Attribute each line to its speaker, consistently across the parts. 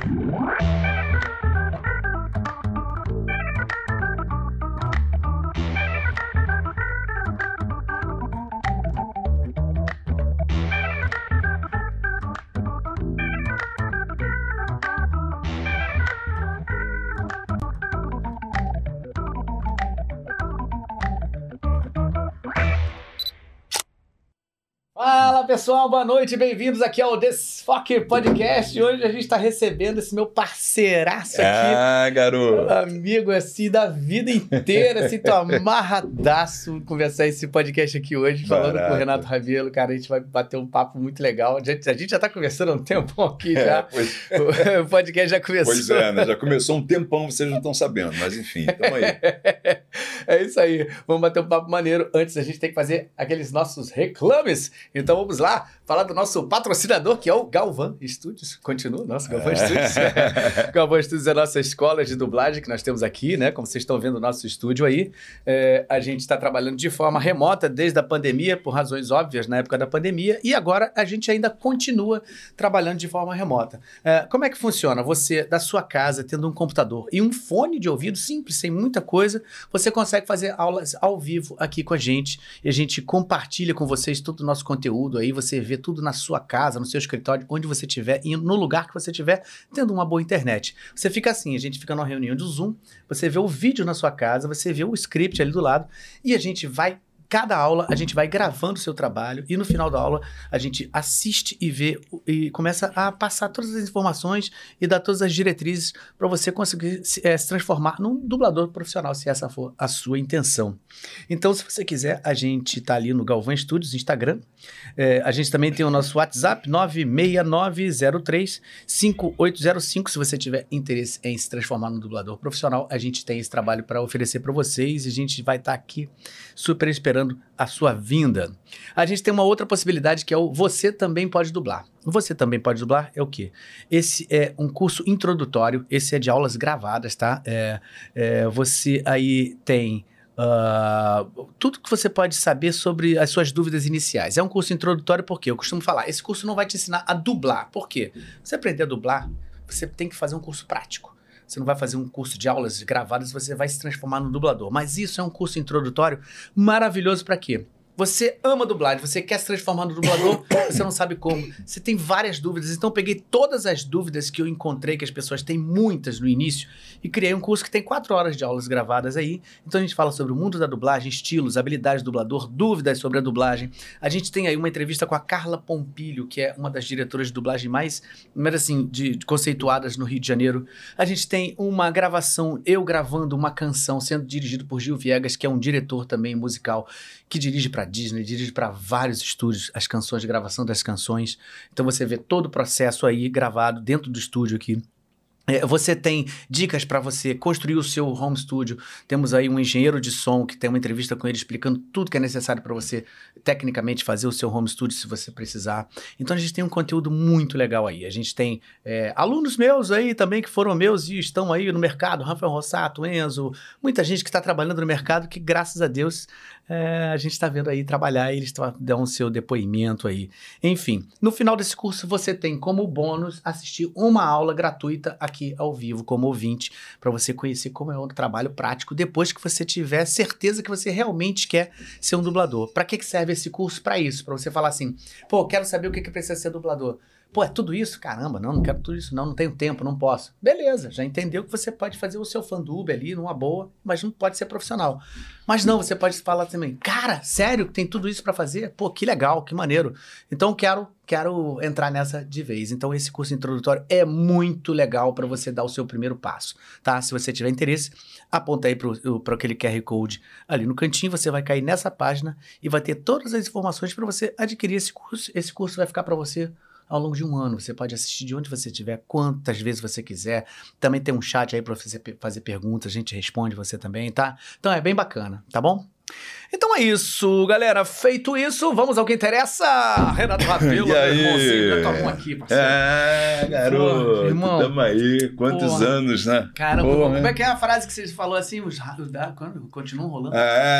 Speaker 1: Fala pessoal, boa noite, bem-vindos aqui ao Desfoque Podcast. Hoje a gente está recebendo esse meu parceiraço aqui.
Speaker 2: Garoto.
Speaker 1: Amigo assim da vida inteira, assim, tô amarradaço conversar esse podcast aqui hoje, falando com o Renato Rabelo. Cara, a gente vai bater um papo muito legal. A gente já tá conversando há um tempão aqui já. O podcast já começou.
Speaker 2: Pois é, né? Já começou um tempão, vocês não estão sabendo, mas enfim, tamo aí.
Speaker 1: É isso aí, vamos bater um papo maneiro. Antes a gente tem que fazer aqueles nossos reclames. Então vamos lá, falar do nosso patrocinador, que é o Galvão Studios. Continua, nosso Galvão Studios. Galvão Studios é a nossa escola de dublagem que nós temos aqui, né? Como vocês estão vendo o nosso estúdio aí. A gente está trabalhando de forma remota desde a pandemia, por razões óbvias, na época da pandemia, e agora a gente ainda continua trabalhando de forma remota. Como é que funciona? Você, da sua casa, tendo um computador e um fone de ouvido simples, sem muita coisa, você consegue fazer aulas ao vivo aqui com a gente, e a gente compartilha com vocês todo o nosso conteúdo aí, você vê tudo na sua casa, no seu escritório, onde você estiver e no lugar que você estiver, tendo uma boa internet. Você fica assim, a gente fica numa reunião do Zoom, você vê o vídeo na sua casa, você vê o script ali do lado e a gente vai, cada aula a gente vai gravando o seu trabalho e no final da aula a gente assiste e vê e começa a passar todas as informações e dar todas as diretrizes para você conseguir se transformar num dublador profissional, se essa for a sua intenção. Então, se você quiser, a gente tá ali no Galvão Studios, Instagram. A gente também tem o nosso WhatsApp, 969035805. Se você tiver interesse em se transformar num dublador profissional, a gente tem esse trabalho para oferecer para vocês e a gente vai estar aqui super esperando a sua vinda. A gente tem uma outra possibilidade que é o Você Também Pode Dublar. Você Também Pode Dublar é o quê? Esse é um curso introdutório, esse é de aulas gravadas, tá? Você aí tem tudo que você pode saber sobre as suas dúvidas iniciais. É um curso introdutório porque eu costumo falar, esse curso não vai te ensinar a dublar. Por quê? Você aprender a dublar, você tem que fazer um curso prático. Você não vai fazer um curso de aulas gravadas, você vai se transformar num dublador. Mas isso é um curso introdutório maravilhoso para quê? Você ama dublagem, você quer se transformar no dublador, você não sabe como. Você tem várias dúvidas, então eu peguei todas as dúvidas que eu encontrei, que as pessoas têm muitas no início, e criei um curso que tem 4 horas de aulas gravadas aí. Então a gente fala sobre o mundo da dublagem, estilos, habilidades do dublador, dúvidas sobre a dublagem. A gente tem aí uma entrevista com a Carla Pompilho, que é uma das diretoras de dublagem mais assim, de conceituadas no Rio de Janeiro. A gente tem uma gravação, eu gravando uma canção, sendo dirigido por Gil Viegas, que é um diretor também musical, que dirige para Disney, dirige para vários estúdios as canções, de gravação das canções. Então você vê todo o processo aí gravado dentro do estúdio aqui. Você tem dicas para você construir o seu home studio. Temos aí um engenheiro de som que tem uma entrevista com ele explicando tudo que é necessário para você tecnicamente fazer o seu home studio se você precisar. Então a gente tem um conteúdo muito legal aí. A gente tem alunos meus aí também que foram meus e estão aí no mercado, Rafael Rossato, Enzo, muita gente que está trabalhando no mercado que graças a Deus a gente está vendo aí trabalhar e eles dão o seu depoimento aí. Enfim, no final desse curso você tem como bônus assistir uma aula gratuita aqui ao vivo como ouvinte, para você conhecer como é o trabalho prático depois que você tiver certeza que você realmente quer ser um dublador. Para que serve esse curso? Para isso, para você falar assim, pô, quero saber o que precisa ser dublador. Pô, é tudo isso? Caramba, não quero tudo isso, não tenho tempo, não posso. Beleza, já entendeu que você pode fazer o seu fandub ali numa boa, mas não pode ser profissional. Mas não, você pode falar também, cara, sério que tem tudo isso para fazer? Pô, que legal, que maneiro. Então quero entrar nessa de vez. Então esse curso introdutório é muito legal para você dar o seu primeiro passo, tá? Se você tiver interesse, aponta aí para aquele QR Code ali no cantinho, você vai cair nessa página e vai ter todas as informações para você adquirir esse curso. Esse curso vai ficar para você ao longo de um ano. Você pode assistir de onde você estiver, quantas vezes você quiser. Também tem um chat aí para você fazer perguntas, a gente responde você também, tá? Então é bem bacana, tá bom? Então é isso, galera. Feito isso, vamos ao que interessa. Renato Rabelo,
Speaker 2: e aí?
Speaker 1: Irmãozinho, tua mão aqui, parceiro.
Speaker 2: Garoto,
Speaker 1: irmão.
Speaker 2: Tamo aí. Quantos anos, né?
Speaker 1: Caramba, como é que é a frase que você falou assim? Os dados continuam rolando?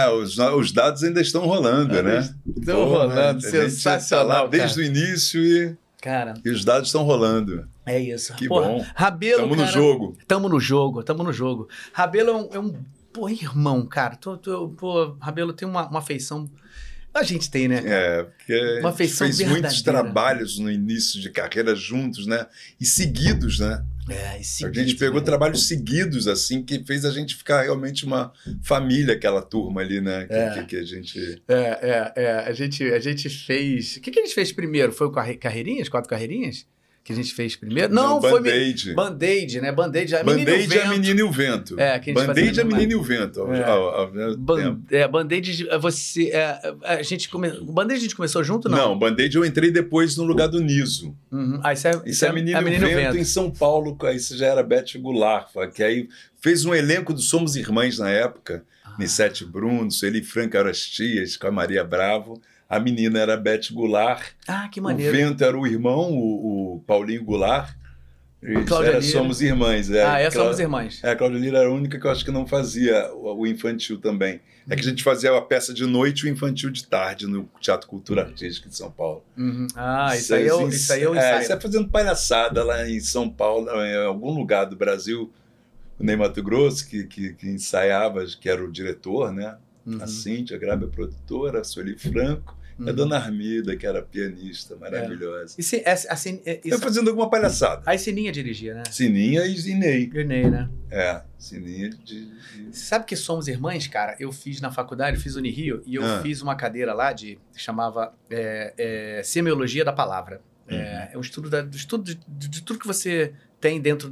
Speaker 2: Os dados ainda estão rolando, né?
Speaker 1: Estão rolando, sensacional,
Speaker 2: desde o início e os dados estão rolando.
Speaker 1: É isso.
Speaker 2: Que
Speaker 1: Porra,
Speaker 2: bom.
Speaker 1: Rabelo,
Speaker 2: Tamo no
Speaker 1: cara,
Speaker 2: jogo.
Speaker 1: Tamo no jogo. Rabelo pô, irmão, cara. Pô, Rabelo tem uma afeição... A gente tem, né?
Speaker 2: Porque
Speaker 1: Uma
Speaker 2: a gente
Speaker 1: afeição
Speaker 2: fez
Speaker 1: verdadeira.
Speaker 2: muitos trabalhos no início de carreira juntos, né? E seguidos, né?
Speaker 1: É, e
Speaker 2: A
Speaker 1: seguidos,
Speaker 2: gente pegou
Speaker 1: né?
Speaker 2: trabalhos seguidos, assim, que fez a gente ficar realmente uma família, aquela turma ali, né? Que a gente...
Speaker 1: A gente fez... O que a gente fez primeiro? Foi o Carreirinhas? 4 Carreirinhas? Que a gente fez primeiro? Não, foi...
Speaker 2: Band-Aid.
Speaker 1: Band-Aid, né? Band-Aid,
Speaker 2: Band-Aid é a Menina e o Vento.
Speaker 1: É, que a gente
Speaker 2: Band-Aid
Speaker 1: fazia
Speaker 2: é a Menina e o Vento. Ao mesmo tempo.
Speaker 1: Band-Aid, você... a gente Band-Aid a gente começou junto, não?
Speaker 2: Não, Band-Aid eu entrei depois no lugar do Niso.
Speaker 1: Uhum.
Speaker 2: Isso é Menina e o Vento em São Paulo. Isso já era Beth Goulart, que aí fez um elenco do Somos Irmãs na época. Nissete Bruno, Sueli Franca eram as tias, com a Maria Bravo. A menina era a Beth Goulart.
Speaker 1: Ah, que maneiro.
Speaker 2: O Vento era o irmão, o Paulinho Goulart.
Speaker 1: Cláudia Lira.
Speaker 2: Somos Irmãs.
Speaker 1: Somos Irmãs.
Speaker 2: A Cláudia Lira era a única que eu acho que não fazia o infantil também. É que a gente fazia a peça de noite e o infantil de tarde no Teatro Cultura Artística de São Paulo.
Speaker 1: Uhum. Isso aí é o ensaio.
Speaker 2: Isso é fazendo palhaçada lá em São Paulo, em algum lugar do Brasil. O Ney Mato Grosso, que ensaiava, que era o diretor, né?
Speaker 1: Uhum.
Speaker 2: A Cíntia Grabe, a produtora, a Sueli Franco. A Dona Armida, que era pianista, maravilhosa. Eu fazendo alguma palhaçada.
Speaker 1: Aí Sininha dirigia, né?
Speaker 2: Sininha e Ney.
Speaker 1: E Ney, né?
Speaker 2: Sininha
Speaker 1: Você sabe que Somos Irmãs, cara? Eu fiz na faculdade, fiz Unirio, e eu fiz uma cadeira lá chamava Semiologia da Palavra. É um estudo, de tudo que você tem dentro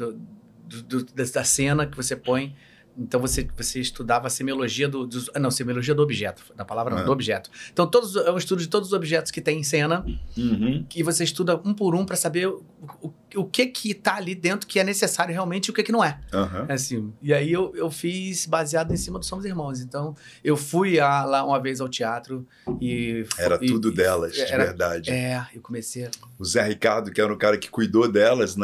Speaker 1: da cena que você põe. Então, você estudava a semiologia semiologia do objeto. Da palavra não, do objeto. Então, é um estudo de todos os objetos que tem em cena. E você estuda um por um para saber o que está ali dentro que é necessário realmente e o que não é. Assim, e aí, eu fiz baseado em cima do Somos Irmãos. Então, eu fui lá uma vez ao teatro e...
Speaker 2: Era tudo delas, de verdade.
Speaker 1: Eu comecei...
Speaker 2: O Zé Ricardo, que era o cara que cuidou delas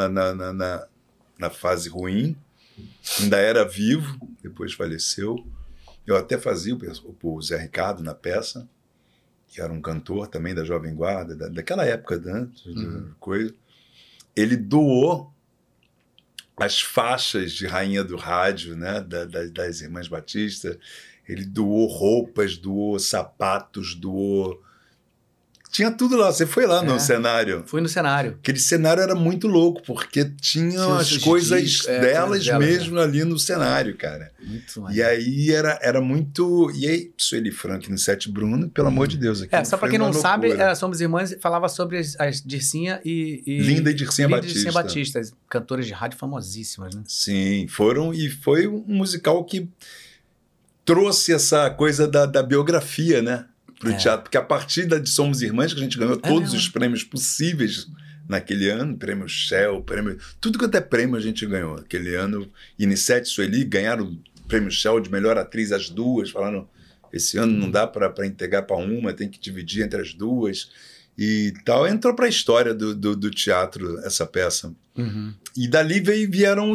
Speaker 2: na fase ruim, ainda era vivo, depois faleceu. Eu até fazia o Zé Ricardo na peça, que era um cantor também da Jovem Guarda, daquela época, né? Coisa. Ele doou as faixas de Rainha do Rádio, né? Das Irmãs Batista. Ele doou roupas, doou sapatos, doou... Tinha tudo lá. Você foi lá no cenário?
Speaker 1: Fui no cenário.
Speaker 2: Aquele cenário era muito louco, porque tinha as coisas delas mesmo ali no cenário, cara.
Speaker 1: Muito
Speaker 2: E aí era muito... E aí, Sueli Franco e Nissete Bruno, pelo amor de Deus.
Speaker 1: Só pra quem não sabe, Somos Irmãs falava sobre as Dircinha e
Speaker 2: Linda e Dircinha
Speaker 1: Linda
Speaker 2: Batista.
Speaker 1: E Dircinha Batista, cantoras de rádio famosíssimas, né?
Speaker 2: Sim, foram. E foi um musical que trouxe essa coisa da biografia, né? Para o teatro, porque a partir de Somos Irmãs, que a gente ganhou todos os prêmios possíveis naquele ano, prêmio Shell, tudo quanto é prêmio a gente ganhou. Aquele ano, Nissete e Sueli ganharam o prêmio Shell de melhor atriz, as duas, falaram, esse ano não dá para entregar para uma, tem que dividir entre as duas, e tal. Entrou para a história do teatro essa peça. E dali vieram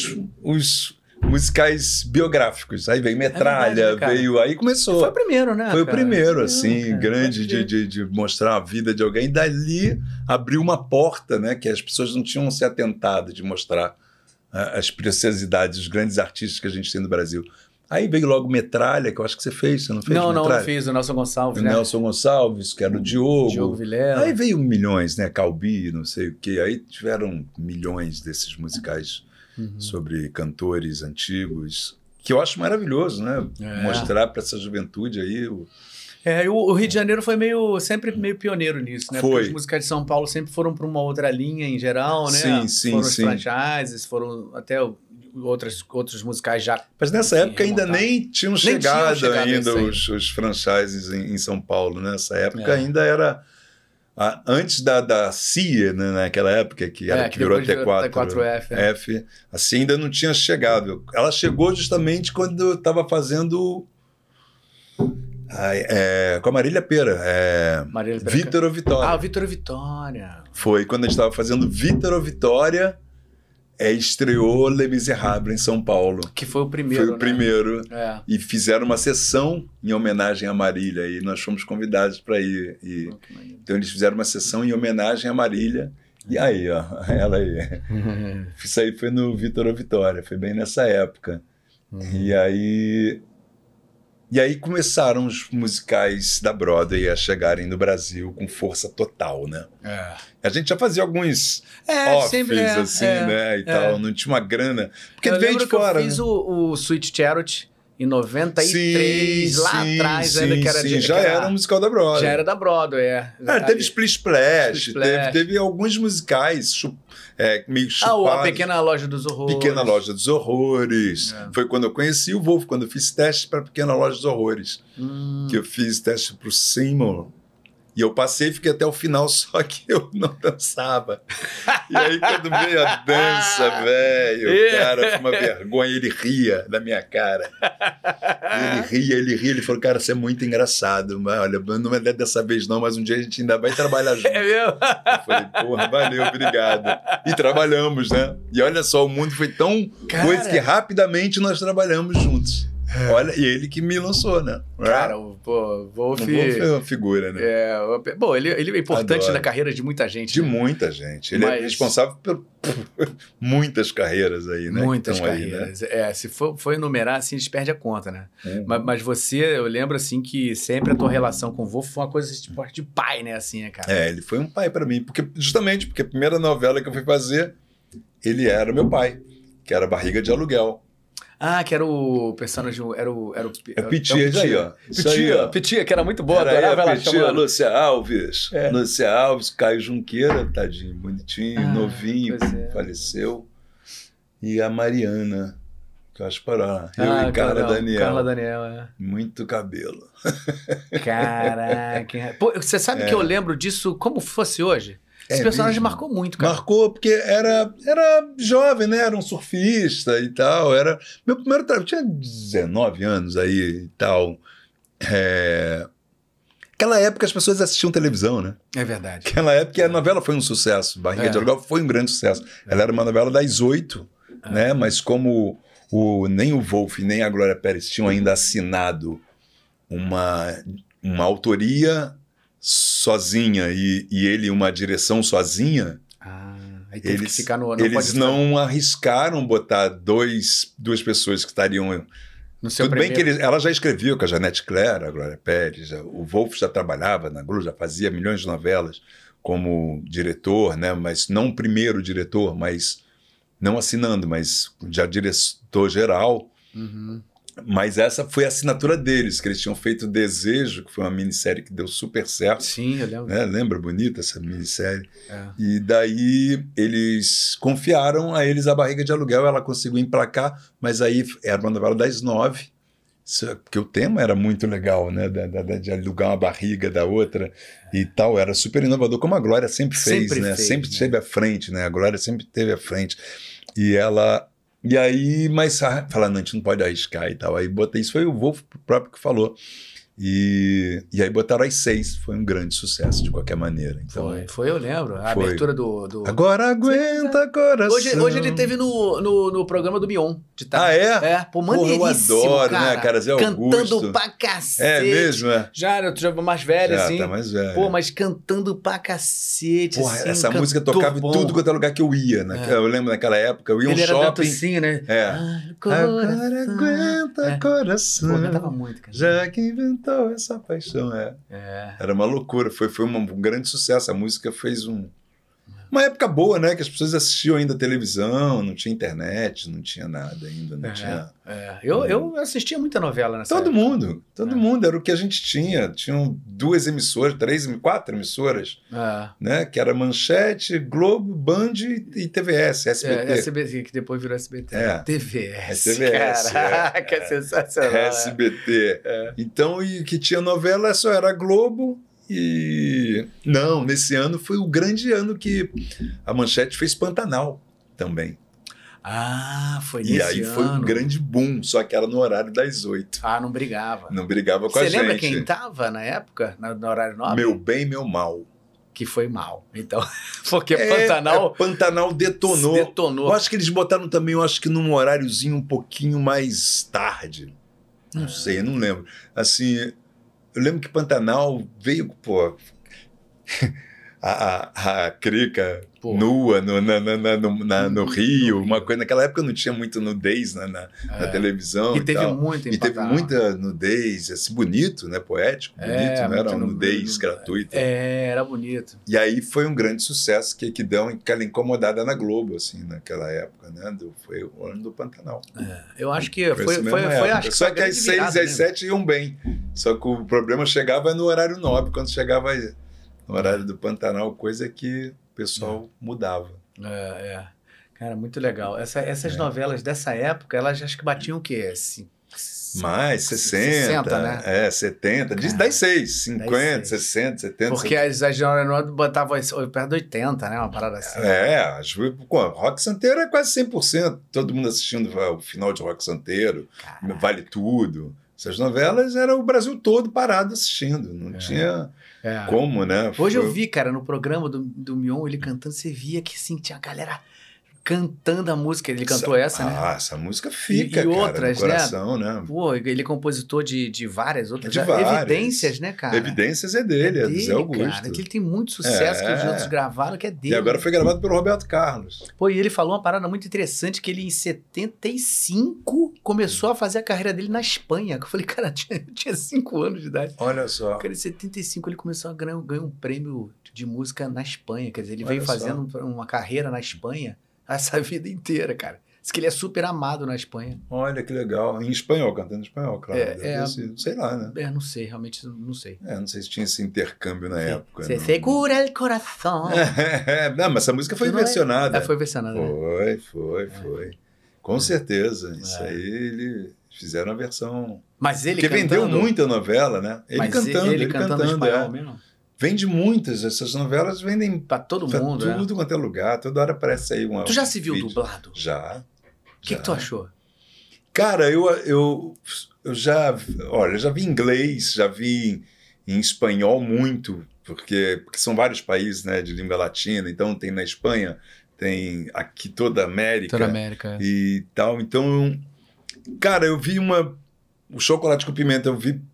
Speaker 2: os musicais biográficos. Aí veio Metralha, aí começou.
Speaker 1: Foi o primeiro, né?
Speaker 2: Foi o primeiro, assim, grande de mostrar a vida de alguém. E dali abriu uma porta, né? Que as pessoas não tinham se atentado de mostrar as preciosidades, os grandes artistas que a gente tem no Brasil. Aí veio logo Metralha, que eu acho que você fez, você não fez?
Speaker 1: Não fiz, o Nelson Gonçalves, né?
Speaker 2: O Nelson Gonçalves, que era o Diogo.
Speaker 1: Diogo Vilela.
Speaker 2: Aí veio milhões, né? Calbi, não sei o quê. Aí tiveram milhões desses musicais sobre cantores antigos, que eu acho maravilhoso, né? Mostrar para essa juventude aí.
Speaker 1: O Rio de Janeiro foi sempre meio pioneiro nisso, né?
Speaker 2: Foi.
Speaker 1: Porque os musicais de São Paulo sempre foram para uma outra linha em geral, né?
Speaker 2: Sim.
Speaker 1: Foram os franchises, foram até outros musicais já.
Speaker 2: Mas nessa época ainda nem tinham chegado ainda
Speaker 1: os
Speaker 2: os franchises em São Paulo, né? Nessa época ainda era... antes da CIA, né, naquela época, que virou T4F, a CIA ainda não tinha chegado. Ela chegou justamente quando eu estava fazendo com a Marília Pêra, Vítor ou Vitória.
Speaker 1: O Vítor ou Vitória.
Speaker 2: Foi quando a gente estava fazendo Vítor ou Vitória, estreou Les Misérables em São Paulo.
Speaker 1: Que foi o primeiro,
Speaker 2: Foi o primeiro. E fizeram uma sessão em homenagem à Marília. E nós fomos convidados para ir. Então eles fizeram uma sessão em homenagem à Marília. E aí, ó, ela aí. Isso aí foi no Vitor ou Vitória, foi bem nessa época. E aí começaram os musicais da Broadway a chegarem no Brasil com força total, né? A gente já fazia alguns offs, assim, né? E tal, não tinha uma grana. Porque veio de fora.
Speaker 1: Eu fiz o Sweet Charity em 93, lá atrás, ainda que era
Speaker 2: já era um musical da Broadway.
Speaker 1: Já era da Broadway,
Speaker 2: teve Splish Splash, teve alguns musicais meio chupados.
Speaker 1: A Pequena Loja dos Horrores.
Speaker 2: Pequena Loja dos Horrores. Foi quando eu conheci o Wolf, quando eu fiz teste para Pequena Loja dos Horrores. Que eu fiz teste para o Seymour. E eu passei e fiquei até o final, só que eu não dançava. E aí, quando veio a dança, velho, cara, foi uma vergonha. Ele ria da minha cara. Ele ria. Ele falou, cara, você é muito engraçado. Mas, olha, não é dessa vez não, mas um dia a gente ainda vai trabalhar junto.
Speaker 1: É mesmo?
Speaker 2: Eu falei, porra, valeu, obrigado. E trabalhamos, né? E olha só, o mundo foi tão coisa que rapidamente nós trabalhamos juntos. Olha, e ele que me lançou, né?
Speaker 1: Cara, o Wolf
Speaker 2: é uma figura, né?
Speaker 1: Ele é importante na carreira de muita gente.
Speaker 2: De muita gente. Ele é responsável por muitas carreiras aí, né?
Speaker 1: Muitas carreiras. Aí, né? Se for enumerar, assim, a gente perde a conta, né? Mas você, eu lembro, assim, que sempre a tua relação com o Wolf foi uma coisa de pai, né? Assim, né, cara?
Speaker 2: Ele foi um pai pra mim. Justamente porque a primeira novela que eu fui fazer, ele era meu pai, que era Barriga de Aluguel.
Speaker 1: Que era o personagem. Era o
Speaker 2: Pitia, aí, ó.
Speaker 1: Pitia, que era muito boa,
Speaker 2: adorava ela chamando. Lúcia Alves. Lúcia Alves, Caio Junqueira, tadinho, bonitinho, novinho, faleceu. E a Mariana, que eu acho que parou. Eu e Carla Daniel.
Speaker 1: Carla Daniel,
Speaker 2: Muito cabelo.
Speaker 1: Caraca. Pô, você sabe que eu lembro disso como fosse hoje? Esse personagem marcou muito, cara.
Speaker 2: Marcou, porque era jovem, né? Era um surfista e tal. Meu primeiro trabalho, eu tinha 19 anos aí e tal. Aquela época as pessoas assistiam televisão, né?
Speaker 1: É verdade.
Speaker 2: Aquela época a novela foi um sucesso. Barriga de Aluguel foi um grande sucesso. Ela era uma novela das 8, né? Mas como nem o Wolf nem a Glória Pérez tinham ainda assinado uma autoria sozinha e ele uma direção sozinha,
Speaker 1: aí teve que ficar
Speaker 2: eles não arriscaram botar duas pessoas que estariam...
Speaker 1: No seu
Speaker 2: Tudo bem que ela já escreveu com a Janete Claire, a Glória Pérez, o Wolf já trabalhava na Globo, já fazia milhões de novelas como diretor, né? Mas não o primeiro diretor, mas não assinando, mas já diretor-geral. Mas essa foi a assinatura deles, que eles tinham feito Desejo, que foi uma minissérie que deu super certo.
Speaker 1: Sim, eu lembro.
Speaker 2: Né? Lembra bonita essa minissérie? E daí eles confiaram a eles a Barriga de Aluguel, ela conseguiu emplacar, mas aí era uma novela das 9, porque o tema era muito legal, né? De alugar uma barriga da outra e tal, era super inovador, como a Glória sempre fez, né? Sempre esteve à frente, né? A Glória sempre esteve à frente. E aí, mas falando, a gente não pode arriscar e tal. Aí botei, isso foi o Wolf próprio que falou. E aí botaram às 6, foi um grande sucesso de qualquer maneira. Então,
Speaker 1: foi, eu lembro. A abertura do...
Speaker 2: Agora aguenta, coração.
Speaker 1: Hoje ele teve no programa do Mion. De tarde.
Speaker 2: Pô, maneiríssimo, eu adoro, cara, né, cara? Zé Augusto.
Speaker 1: Cantando pra cacete.
Speaker 2: É mesmo,
Speaker 1: Já mais velho, assim.
Speaker 2: Tá mais velho.
Speaker 1: Pô, mas cantando pra cacete,
Speaker 2: porra,
Speaker 1: assim,
Speaker 2: essa música tocava em tudo quanto é lugar que eu ia. Eu lembro naquela época, eu ia
Speaker 1: ele
Speaker 2: um shopping.
Speaker 1: Ele era Tocinho, né?
Speaker 2: Agora aguenta, coração.
Speaker 1: Pô, cantava muito, cara.
Speaker 2: Já que inventou essa paixão, Era uma loucura, foi um grande sucesso. A música fez uma época boa, né? Que as pessoas assistiam ainda televisão, não tinha internet, não tinha nada ainda, não tinha...
Speaker 1: Eu assistia muita novela nessa
Speaker 2: época. Todo mundo, era o que a gente tinha. Tinham 2 emissoras, 4 emissoras, né? Que era Manchete, Globo, Band e TVS, SBT.
Speaker 1: SBT, que depois virou SBT. TVS.
Speaker 2: TVS.
Speaker 1: Caraca, é sensacional.
Speaker 2: SBT. Então, e que tinha novela só era Globo. Não, nesse ano foi o grande ano que a Manchete fez Pantanal também.
Speaker 1: Foi nesse ano.
Speaker 2: E aí foi um grande boom, só que era no horário das 8.
Speaker 1: Não brigava.
Speaker 2: Não brigava com a gente.
Speaker 1: Você lembra quem tava na época, no horário 9?
Speaker 2: Meu Bem, Meu Mal.
Speaker 1: Que foi mal. Então, porque Pantanal...
Speaker 2: Pantanal detonou. Eu acho que eles botaram também, num horáriozinho um pouquinho mais tarde. Não sei, não lembro. Assim... Eu lembro que Pantanal veio, a Crica
Speaker 1: Pô.
Speaker 2: nua no Rio, uma coisa. Naquela época não tinha muito nudez na televisão.
Speaker 1: E teve
Speaker 2: tal.
Speaker 1: muito
Speaker 2: E teve muita nudez, assim, bonito, né? Poético, bonito, não era uma nudez gratuita.
Speaker 1: Era bonito.
Speaker 2: E aí foi um grande sucesso que deu aquela incomodada na Globo, assim, naquela época, né? Foi o ano do Pantanal.
Speaker 1: Eu acho que foi acho que
Speaker 2: só que às 6 e às 7 iam bem. Só que o problema chegava no horário nobre, quando chegava no horário do Pantanal, coisa que o pessoal mudava.
Speaker 1: Cara, muito legal. Essas novelas dessa época, elas acho que batiam o quê?
Speaker 2: Mais, 60,
Speaker 1: né?
Speaker 2: 70, das 6, 50, 60, 70.
Speaker 1: Porque as jornais botavam perto de 80, né? Uma parada assim.
Speaker 2: Rock Santeiro é quase 100%. Todo mundo assistindo o final de Rock Santeiro, Vale Tudo. Essas novelas era o Brasil todo parado assistindo. Não tinha como, né?
Speaker 1: Hoje eu vi, cara, no programa do Mion, ele cantando, você via que assim, tinha a galera cantando a música. Ele cantou essa, né?
Speaker 2: Essa música fica,
Speaker 1: e outras,
Speaker 2: no coração, né?
Speaker 1: Pô, ele é compositor de várias outras.
Speaker 2: De várias.
Speaker 1: Evidências, né, cara?
Speaker 2: Evidências é dele, é do Zé Augusto.
Speaker 1: Cara, que ele tem muito sucesso que os outros gravaram, que é dele.
Speaker 2: E agora foi gravado pelo Roberto Carlos.
Speaker 1: Pô, e ele falou uma parada muito interessante, que ele em 75 começou a fazer a carreira dele na Espanha. Eu falei, cara, eu tinha 5 anos de idade.
Speaker 2: Olha só.
Speaker 1: Cara, em 75 ele começou a ganhar um prêmio de música na Espanha. Quer dizer, ele veio fazendo uma carreira na Espanha essa vida inteira, cara. Diz que ele é super amado na Espanha.
Speaker 2: Olha que legal. Em espanhol, cantando em espanhol, claro. Sei lá, né?
Speaker 1: Não sei, realmente não sei.
Speaker 2: Não sei se tinha esse intercâmbio na época.
Speaker 1: Você segura o coração.
Speaker 2: Não, mas essa música foi versionada.
Speaker 1: Foi versionada.
Speaker 2: Foi. Com certeza. Isso aí, eles fizeram a versão...
Speaker 1: Mas ele
Speaker 2: Porque
Speaker 1: cantando...
Speaker 2: vendeu muita novela, né? Ele cantando
Speaker 1: em espanhol mesmo?
Speaker 2: Vende muitas, essas novelas vendem
Speaker 1: pra todo mundo,
Speaker 2: tudo quanto é lugar, toda hora aparece aí uma...
Speaker 1: Tu já se viu dublado?
Speaker 2: Já.
Speaker 1: O que tu achou?
Speaker 2: Cara, eu já vi em inglês, já vi em espanhol muito, porque são vários países, né, de língua latina, então tem na Espanha, tem aqui toda a América. E tal, então, cara, eu vi o Chocolate com Pimenta, eu vi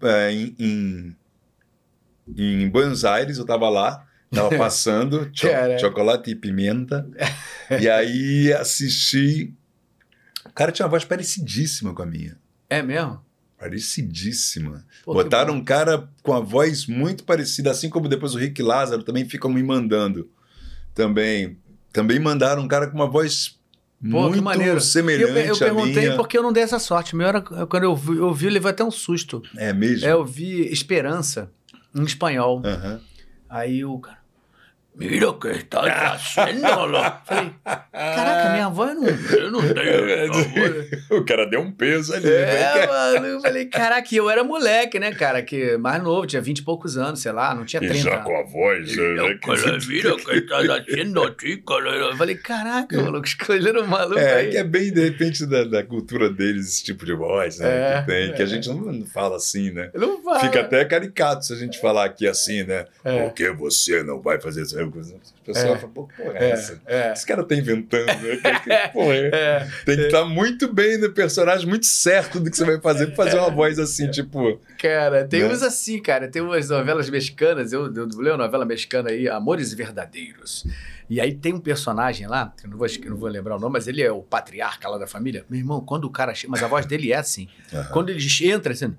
Speaker 2: em Buenos Aires, eu tava lá, tava passando Chocolate e Pimenta, e aí assisti. O cara tinha uma voz parecidíssima com a minha.
Speaker 1: É mesmo?
Speaker 2: Parecidíssima. Botaram um cara com a voz muito parecida, assim como depois o Rick Lázaro também ficam me mandando. Também mandaram um cara com uma voz muito semelhante à minha.
Speaker 1: Eu perguntei porque eu não dei essa sorte. Quando eu vi, eu levei até um susto.
Speaker 2: É mesmo?
Speaker 1: Eu vi Esperança em espanhol. Aí o cara... Mira o que está fazendo. Falei, caraca, minha avó eu não tenho.
Speaker 2: O cara deu um peso ali.
Speaker 1: Mano, eu falei, caraca, eu era moleque, né, cara, que mais novo, tinha 20 e poucos anos, sei lá, não tinha 30.
Speaker 2: E já com a voz, né?
Speaker 1: Mira o que está fazendo aqui, cara. Eu falei, caraca, maluco, escolheram um maluco aí.
Speaker 2: Que é bem, de repente, da cultura deles, esse tipo de voz, né, que a gente não fala assim, né?
Speaker 1: Não fala.
Speaker 2: Fica até caricato se a gente falar aqui assim, né? Por que você não vai fazer isso? O pessoal fala, pô, porra é essa? Esse cara tá inventando, né? Porra, tem que estar muito bem no personagem, muito certo do que você vai fazer pra fazer uma voz assim, tipo...
Speaker 1: Cara, tem uns assim, cara. Tem umas novelas mexicanas, eu leio uma novela mexicana aí, Amores Verdadeiros. E aí tem um personagem lá, que eu não vou lembrar o nome, mas ele é o patriarca lá da família. Meu irmão, quando o cara... Mas a voz dele é assim. Quando ele entra assim...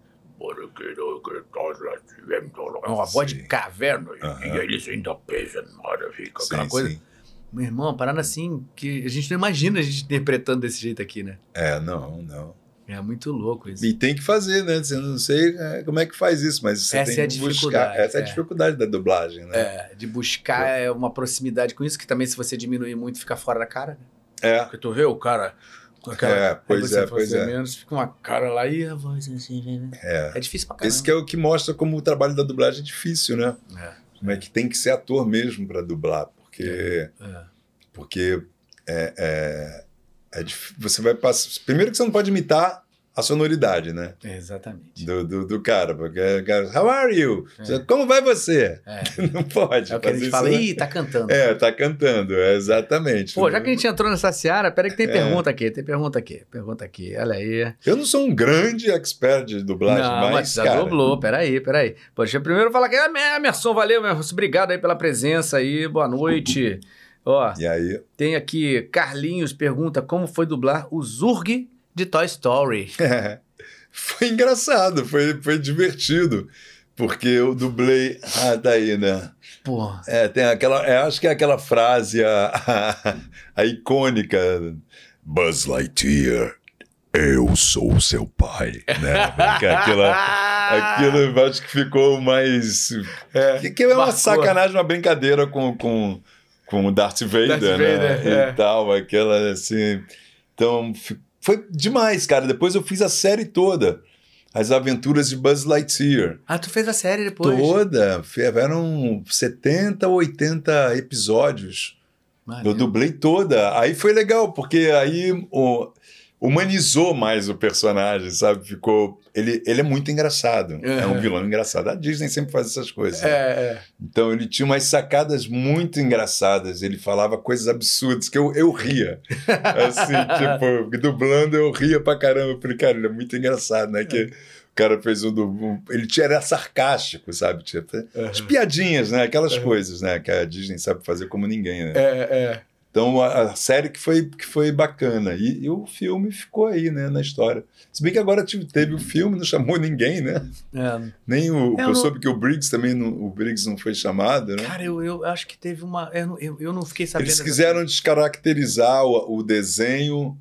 Speaker 1: É uma voz de caverna. E eles ainda pesam na hora, fica aquela coisa. Sim. Meu irmão, uma parada assim que a gente não imagina a gente interpretando desse jeito aqui, né?
Speaker 2: Não.
Speaker 1: É muito louco isso.
Speaker 2: E tem que fazer, né? Você não sei como é que faz isso, mas você tem que buscar. Essa é a dificuldade da dublagem, né?
Speaker 1: De buscar uma proximidade com isso, que também se você diminuir muito fica fora da cara, né? Porque tu vê o cara...
Speaker 2: Pois é.
Speaker 1: Menos, fica uma cara lá e a voz assim, né?
Speaker 2: É
Speaker 1: difícil pra caramba.
Speaker 2: Esse que é o que mostra como o trabalho da dublagem é difícil, né? Como é que tem que ser ator mesmo para dublar, porque você vai passar... Primeiro que você não pode imitar a sonoridade, né?
Speaker 1: Exatamente.
Speaker 2: Do cara. Porque o cara, how are you? Como vai você? Não pode.
Speaker 1: É o que a gente fala, ih, tá cantando.
Speaker 2: Tá cantando, exatamente.
Speaker 1: Pô, já que a gente entrou nessa seara, peraí que tem pergunta aqui, olha aí.
Speaker 2: Eu não sou um grande expert de dublagem,
Speaker 1: mas já dublou, peraí. Pô, deixa eu primeiro falar que Emerson, valeu, Emerson, obrigado aí pela presença aí, boa noite. Ó,
Speaker 2: e aí?
Speaker 1: Tem aqui, Carlinhos pergunta como foi dublar o Zurg de Toy Story.
Speaker 2: Foi engraçado, foi divertido, porque eu dublei... daí, né?
Speaker 1: Porra.
Speaker 2: Tem aquela... acho que é aquela frase, a icônica, Buzz Lightyear, eu sou seu pai, né? Aquilo acho que ficou mais... que é uma sacanagem, uma brincadeira com o Darth Vader, né? E tal, aquela assim... Então, foi demais, cara. Depois eu fiz a série toda. As Aventuras de Buzz Lightyear.
Speaker 1: Tu fez a série depois?
Speaker 2: Toda. Eram 70, 80 episódios. Valeu. Eu dublei toda. Aí foi legal, porque aí humanizou mais o personagem, sabe? Ficou... Ele é muito engraçado. É um vilão engraçado. A Disney sempre faz essas coisas. Né? Então, ele tinha umas sacadas muito engraçadas. Ele falava coisas absurdas que eu ria. Assim, tipo, dublando eu ria pra caramba. Eu falei, cara, ele é muito engraçado, né? Que o cara fez ele era sarcástico, sabe? Tipo, as piadinhas, né? Aquelas coisas, né? Que a Disney sabe fazer como ninguém, né? Então, a série que foi bacana. E o filme ficou aí, né, na história. Se bem que agora teve o filme, não chamou ninguém, né? Nem eu soube que o Briggs também o Briggs não foi chamado, né?
Speaker 1: Cara, eu acho que teve uma... Eu não fiquei sabendo...
Speaker 2: Eles quiseram descaracterizar o desenho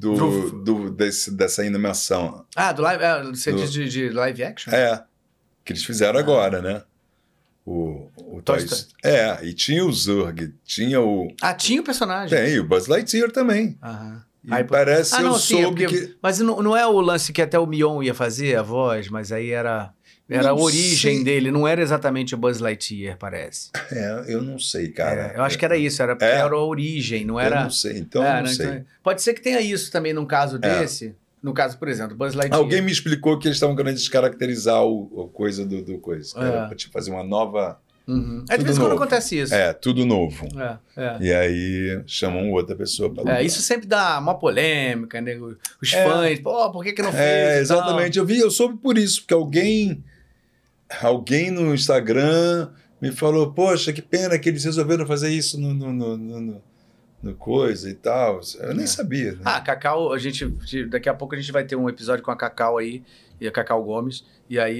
Speaker 2: dessa animação.
Speaker 1: Do live... Você diz de live action?
Speaker 2: Que eles fizeram agora, né? O Toy Story. E tinha o Zurg, tinha o...
Speaker 1: tinha o personagem.
Speaker 2: Tem, e o Buzz Lightyear também. E aí, parece eu soube que...
Speaker 1: Mas não é o lance que até o Mion ia fazer, a voz, mas aí era a origem dele, não era exatamente o Buzz Lightyear, parece.
Speaker 2: Eu não sei, cara.
Speaker 1: Eu acho que era isso, era a origem, não era...
Speaker 2: Eu não sei, então eu não sei. Então,
Speaker 1: pode ser que tenha isso também num caso desse... No caso, por exemplo, Buzz Lightyear...
Speaker 2: Alguém me explicou que eles estavam querendo descaracterizar a coisa do coisa. Era pra fazer uma nova...
Speaker 1: De vez em quando acontece isso.
Speaker 2: Tudo novo. E aí chamam outra pessoa para dublar.
Speaker 1: Isso sempre dá uma polêmica, né? Os fãs, por que não fez?
Speaker 2: Exatamente. Eu soube por isso, porque alguém no Instagram me falou, poxa, que pena que eles resolveram fazer isso no coisa e tal. Eu nem sabia. Né?
Speaker 1: A Cacau, daqui a pouco a gente vai ter um episódio com a Cacau aí, e a Cacau Gomes, e aí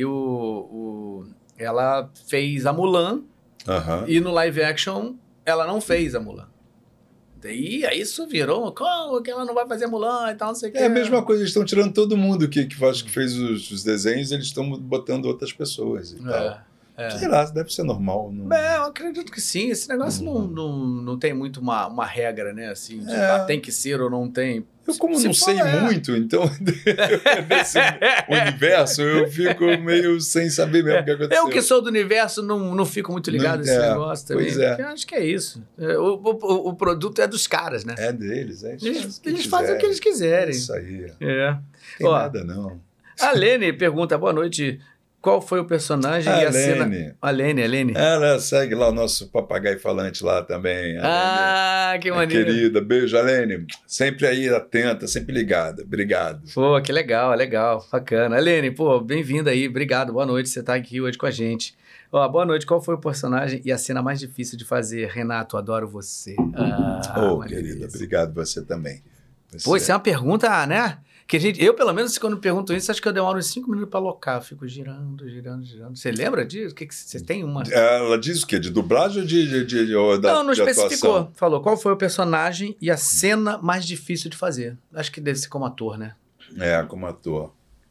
Speaker 1: ela fez a Mulan, e no live action ela não fez a Mulan. E aí isso virou, como que ela não vai fazer a Mulan e tal, não sei o que.
Speaker 2: É a mesma coisa, eles estão tirando todo mundo que fez os desenhos, eles estão botando outras pessoas e tal. Sei lá, deve ser normal. Não...
Speaker 1: eu acredito que sim. Esse negócio não tem muito uma regra, né? Assim, tem que ser ou não tem.
Speaker 2: Eu, como não sei muito, então, nesse universo, eu fico meio sem saber mesmo o que aconteceu.
Speaker 1: Eu que sou do universo, não fico muito ligado nesse negócio também.
Speaker 2: Pois é.
Speaker 1: Eu acho que é isso. O produto é dos caras, né?
Speaker 2: É deles.
Speaker 1: Eles fazem o que eles quiserem.
Speaker 2: Isso aí.
Speaker 1: Tem
Speaker 2: nada, não.
Speaker 1: A Lene pergunta, boa noite... Qual foi o personagem e a cena... A Lene.
Speaker 2: Ela segue lá o nosso papagaio falante lá também.
Speaker 1: Que maneiro.
Speaker 2: Querida, beijo, Lene. Sempre aí atenta, sempre ligada. Obrigado.
Speaker 1: Pô, que legal, bacana. Lene, bem-vinda aí, obrigado, boa noite, você tá aqui hoje com a gente. Boa noite, qual foi o personagem e a cena mais difícil de fazer? Renato, adoro você.
Speaker 2: Querida, obrigado você também.
Speaker 1: Isso é uma pergunta, né? Que eu, pelo menos, quando pergunto isso, acho que eu demoro uns 5 minutos para alocar. Fico girando. Você lembra disso? Que você tem uma...
Speaker 2: Ela diz o quê? De dublagem ou
Speaker 1: não especificou. Atuação? Falou qual foi o personagem e a cena mais difícil de fazer. Acho que deve ser como ator, né?
Speaker 2: Como ator.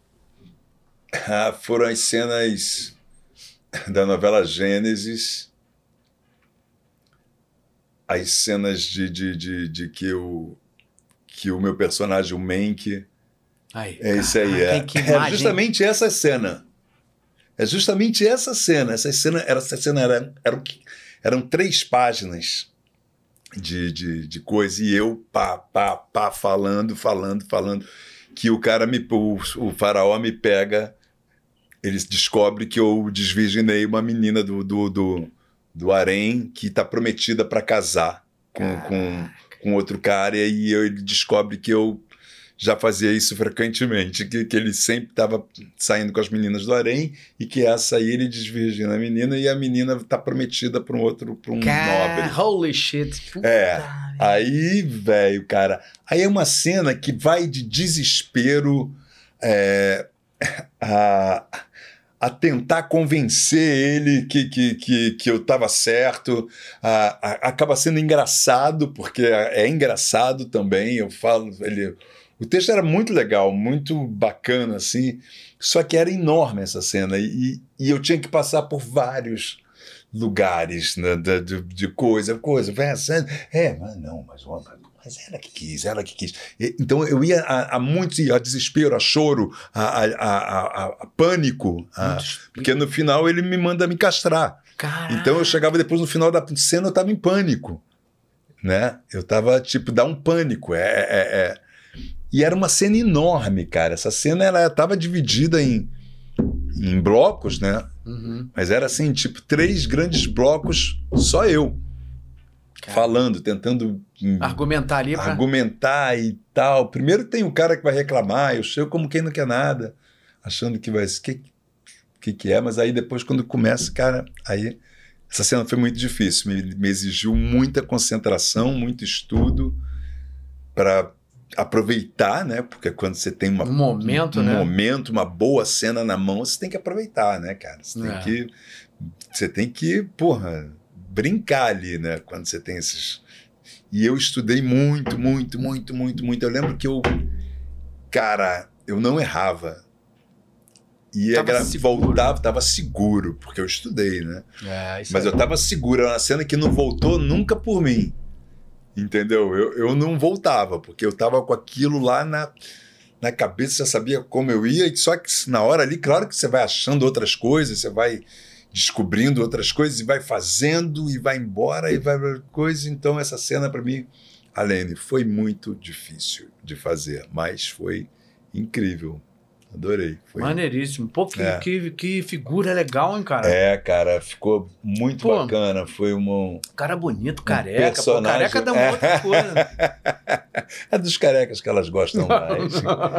Speaker 2: Foram as cenas da novela Gênesis. As cenas de que o meu personagem, o Menk... isso aí. É justamente essa cena. Essa cena eram 3 páginas de coisa e eu falando. que o cara o faraó me pega, ele descobre que eu desvirginei uma menina do harém que está prometida para casar com outro cara, e ele descobre que eu já fazia isso frequentemente, que ele sempre estava saindo com as meninas do harém, e que essa aí ele desvirgina a menina, e a menina está prometida para um nobre.
Speaker 1: Holy shit. Puta
Speaker 2: aí, velho, cara, aí é uma cena que vai de desespero a tentar convencer ele que eu estava certo, acaba sendo engraçado, porque é engraçado também, eu falo, o texto era muito legal, muito bacana, assim, só que era enorme essa cena, e eu tinha que passar por vários lugares, né, de coisa, mas ela que quis. Então eu ia a desespero, a choro, a pânico, porque no final ele me manda me castrar.
Speaker 1: Caraca.
Speaker 2: Então eu chegava depois no final da cena, eu estava em pânico, né? Eu estava tipo, dá um pânico. E era uma cena enorme, cara. Essa cena ela estava dividida em blocos, né?
Speaker 1: Uhum.
Speaker 2: Mas era assim, tipo, 3 grandes blocos, só eu. Falando, tentando
Speaker 1: argumentar ali
Speaker 2: argumentar e tal. Primeiro tem o cara que vai reclamar, eu chego como quem não quer nada, achando que vai ser que é, mas aí depois quando começa, cara, aí essa cena foi muito difícil, me exigiu muita concentração, muito estudo para aproveitar, né? Porque quando você tem um momento, uma boa cena na mão, você tem que aproveitar, né, cara? Você tem que, porra, brincar ali, né? Quando você tem esses... E eu estudei muito. Eu lembro que cara, eu não errava. E voltava, tava seguro, porque eu estudei, né? Mas eu tava seguro, era uma cena que não voltou nunca por mim. Entendeu? Eu não voltava, porque eu tava com aquilo lá na cabeça, já sabia como eu ia, só que na hora ali, claro que você vai achando outras coisas, você vai descobrindo outras coisas e vai fazendo e vai embora e vai coisa. Então essa cena para mim, Alene, foi muito difícil de fazer, mas foi incrível. Adorei. Foi...
Speaker 1: Maneiríssimo. Pô, que figura legal, hein, cara?
Speaker 2: Cara, ficou muito bacana. Foi
Speaker 1: cara bonito, careca.
Speaker 2: Personagem...
Speaker 1: Pô, careca dá uma outra coisa.
Speaker 2: É dos carecas que elas gostam mais.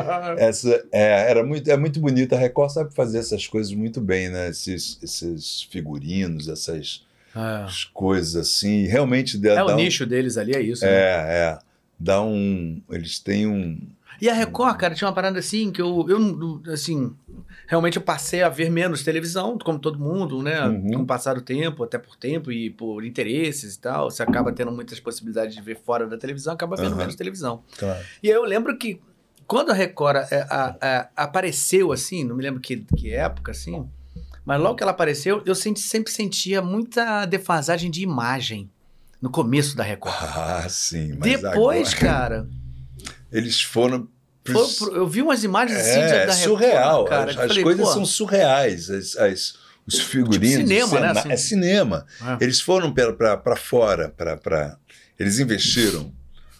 Speaker 2: É muito bonito. A Record sabe fazer essas coisas muito bem, né? Esses figurinos, essas coisas assim. Realmente dá
Speaker 1: o nicho deles ali, é isso.
Speaker 2: Né? Dá eles têm
Speaker 1: E a Record, cara, tinha uma parada assim que eu assim, realmente eu passei a ver menos televisão, como todo mundo, né? Com o passar do tempo, até por tempo e por interesses e tal. Você acaba tendo muitas possibilidades de ver fora da televisão, acaba vendo menos televisão.
Speaker 2: Claro.
Speaker 1: E aí eu lembro que quando a Record apareceu, assim, não me lembro que época, assim, mas logo que ela apareceu, eu sempre sentia muita defasagem de imagem no começo da Record.
Speaker 2: Sim. Mas
Speaker 1: depois,
Speaker 2: agora...
Speaker 1: cara...
Speaker 2: Eles foram...
Speaker 1: Eu vi umas imagens assim da Record,
Speaker 2: surreal.
Speaker 1: Cara,
Speaker 2: as coisas são surreais. Os figurinos...
Speaker 1: Tipo cinema, né? Assim.
Speaker 2: É cinema. Eles foram para fora. Eles investiram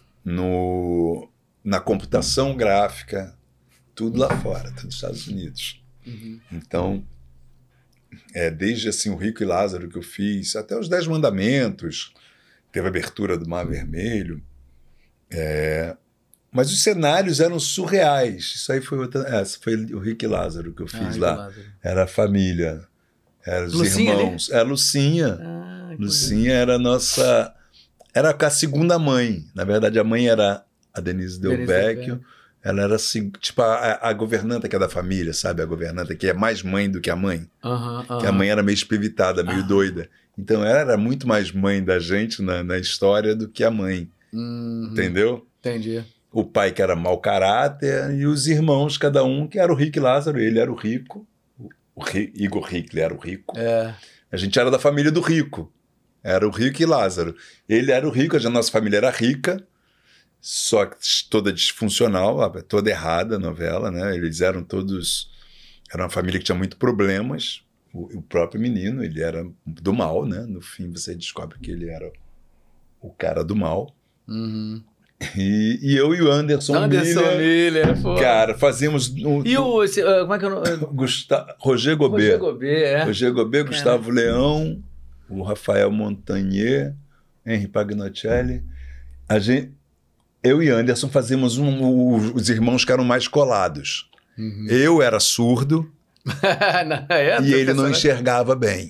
Speaker 2: na computação gráfica, tudo lá fora, tudo nos Estados Unidos. Então, desde assim, o Rico e Lázaro que eu fiz, até os 10 Mandamentos, teve a abertura do Mar Vermelho... Mas os cenários eram surreais. Isso aí foi foi o Rick e Lázaro que eu fiz lá. Lázaro. Era a família, eram os
Speaker 1: Lucinha
Speaker 2: irmãos. Ali? Lucinha. Lucinha era a nossa... Era a segunda mãe. Na verdade, a mãe era a Denise Del Vecchio. Ela era assim, tipo a governanta que é da família, sabe? A governanta que é mais mãe do que a mãe. Que a mãe era meio espivitada, meio doida. Então ela era muito mais mãe da gente na história do que a mãe. Entendeu?
Speaker 1: Entendi.
Speaker 2: O pai que era mau caráter e os irmãos, cada um, que era o Rick e Lázaro. Ele era o rico, Igor Hickley era o rico. A gente era da família do rico. Era o Rick e Lázaro. Ele era o rico, a nossa família era rica, só que toda disfuncional, toda errada a novela, né? Eles eram todos... Era uma família que tinha muitos problemas. O próprio menino, ele era do mal, né? No fim você descobre que ele era o cara do mal. E eu e o Anderson
Speaker 1: Miller, pô.
Speaker 2: Cara, fazíamos...
Speaker 1: E o... como é que eu...
Speaker 2: Roger Gobet.
Speaker 1: Roger Gobet,
Speaker 2: Gustavo Leão, o Rafael Montagnier, Henri Pagnocelli. Eu e Anderson fazíamos os irmãos que eram mais colados. Uhum. Eu era surdo e ele não enxergava bem.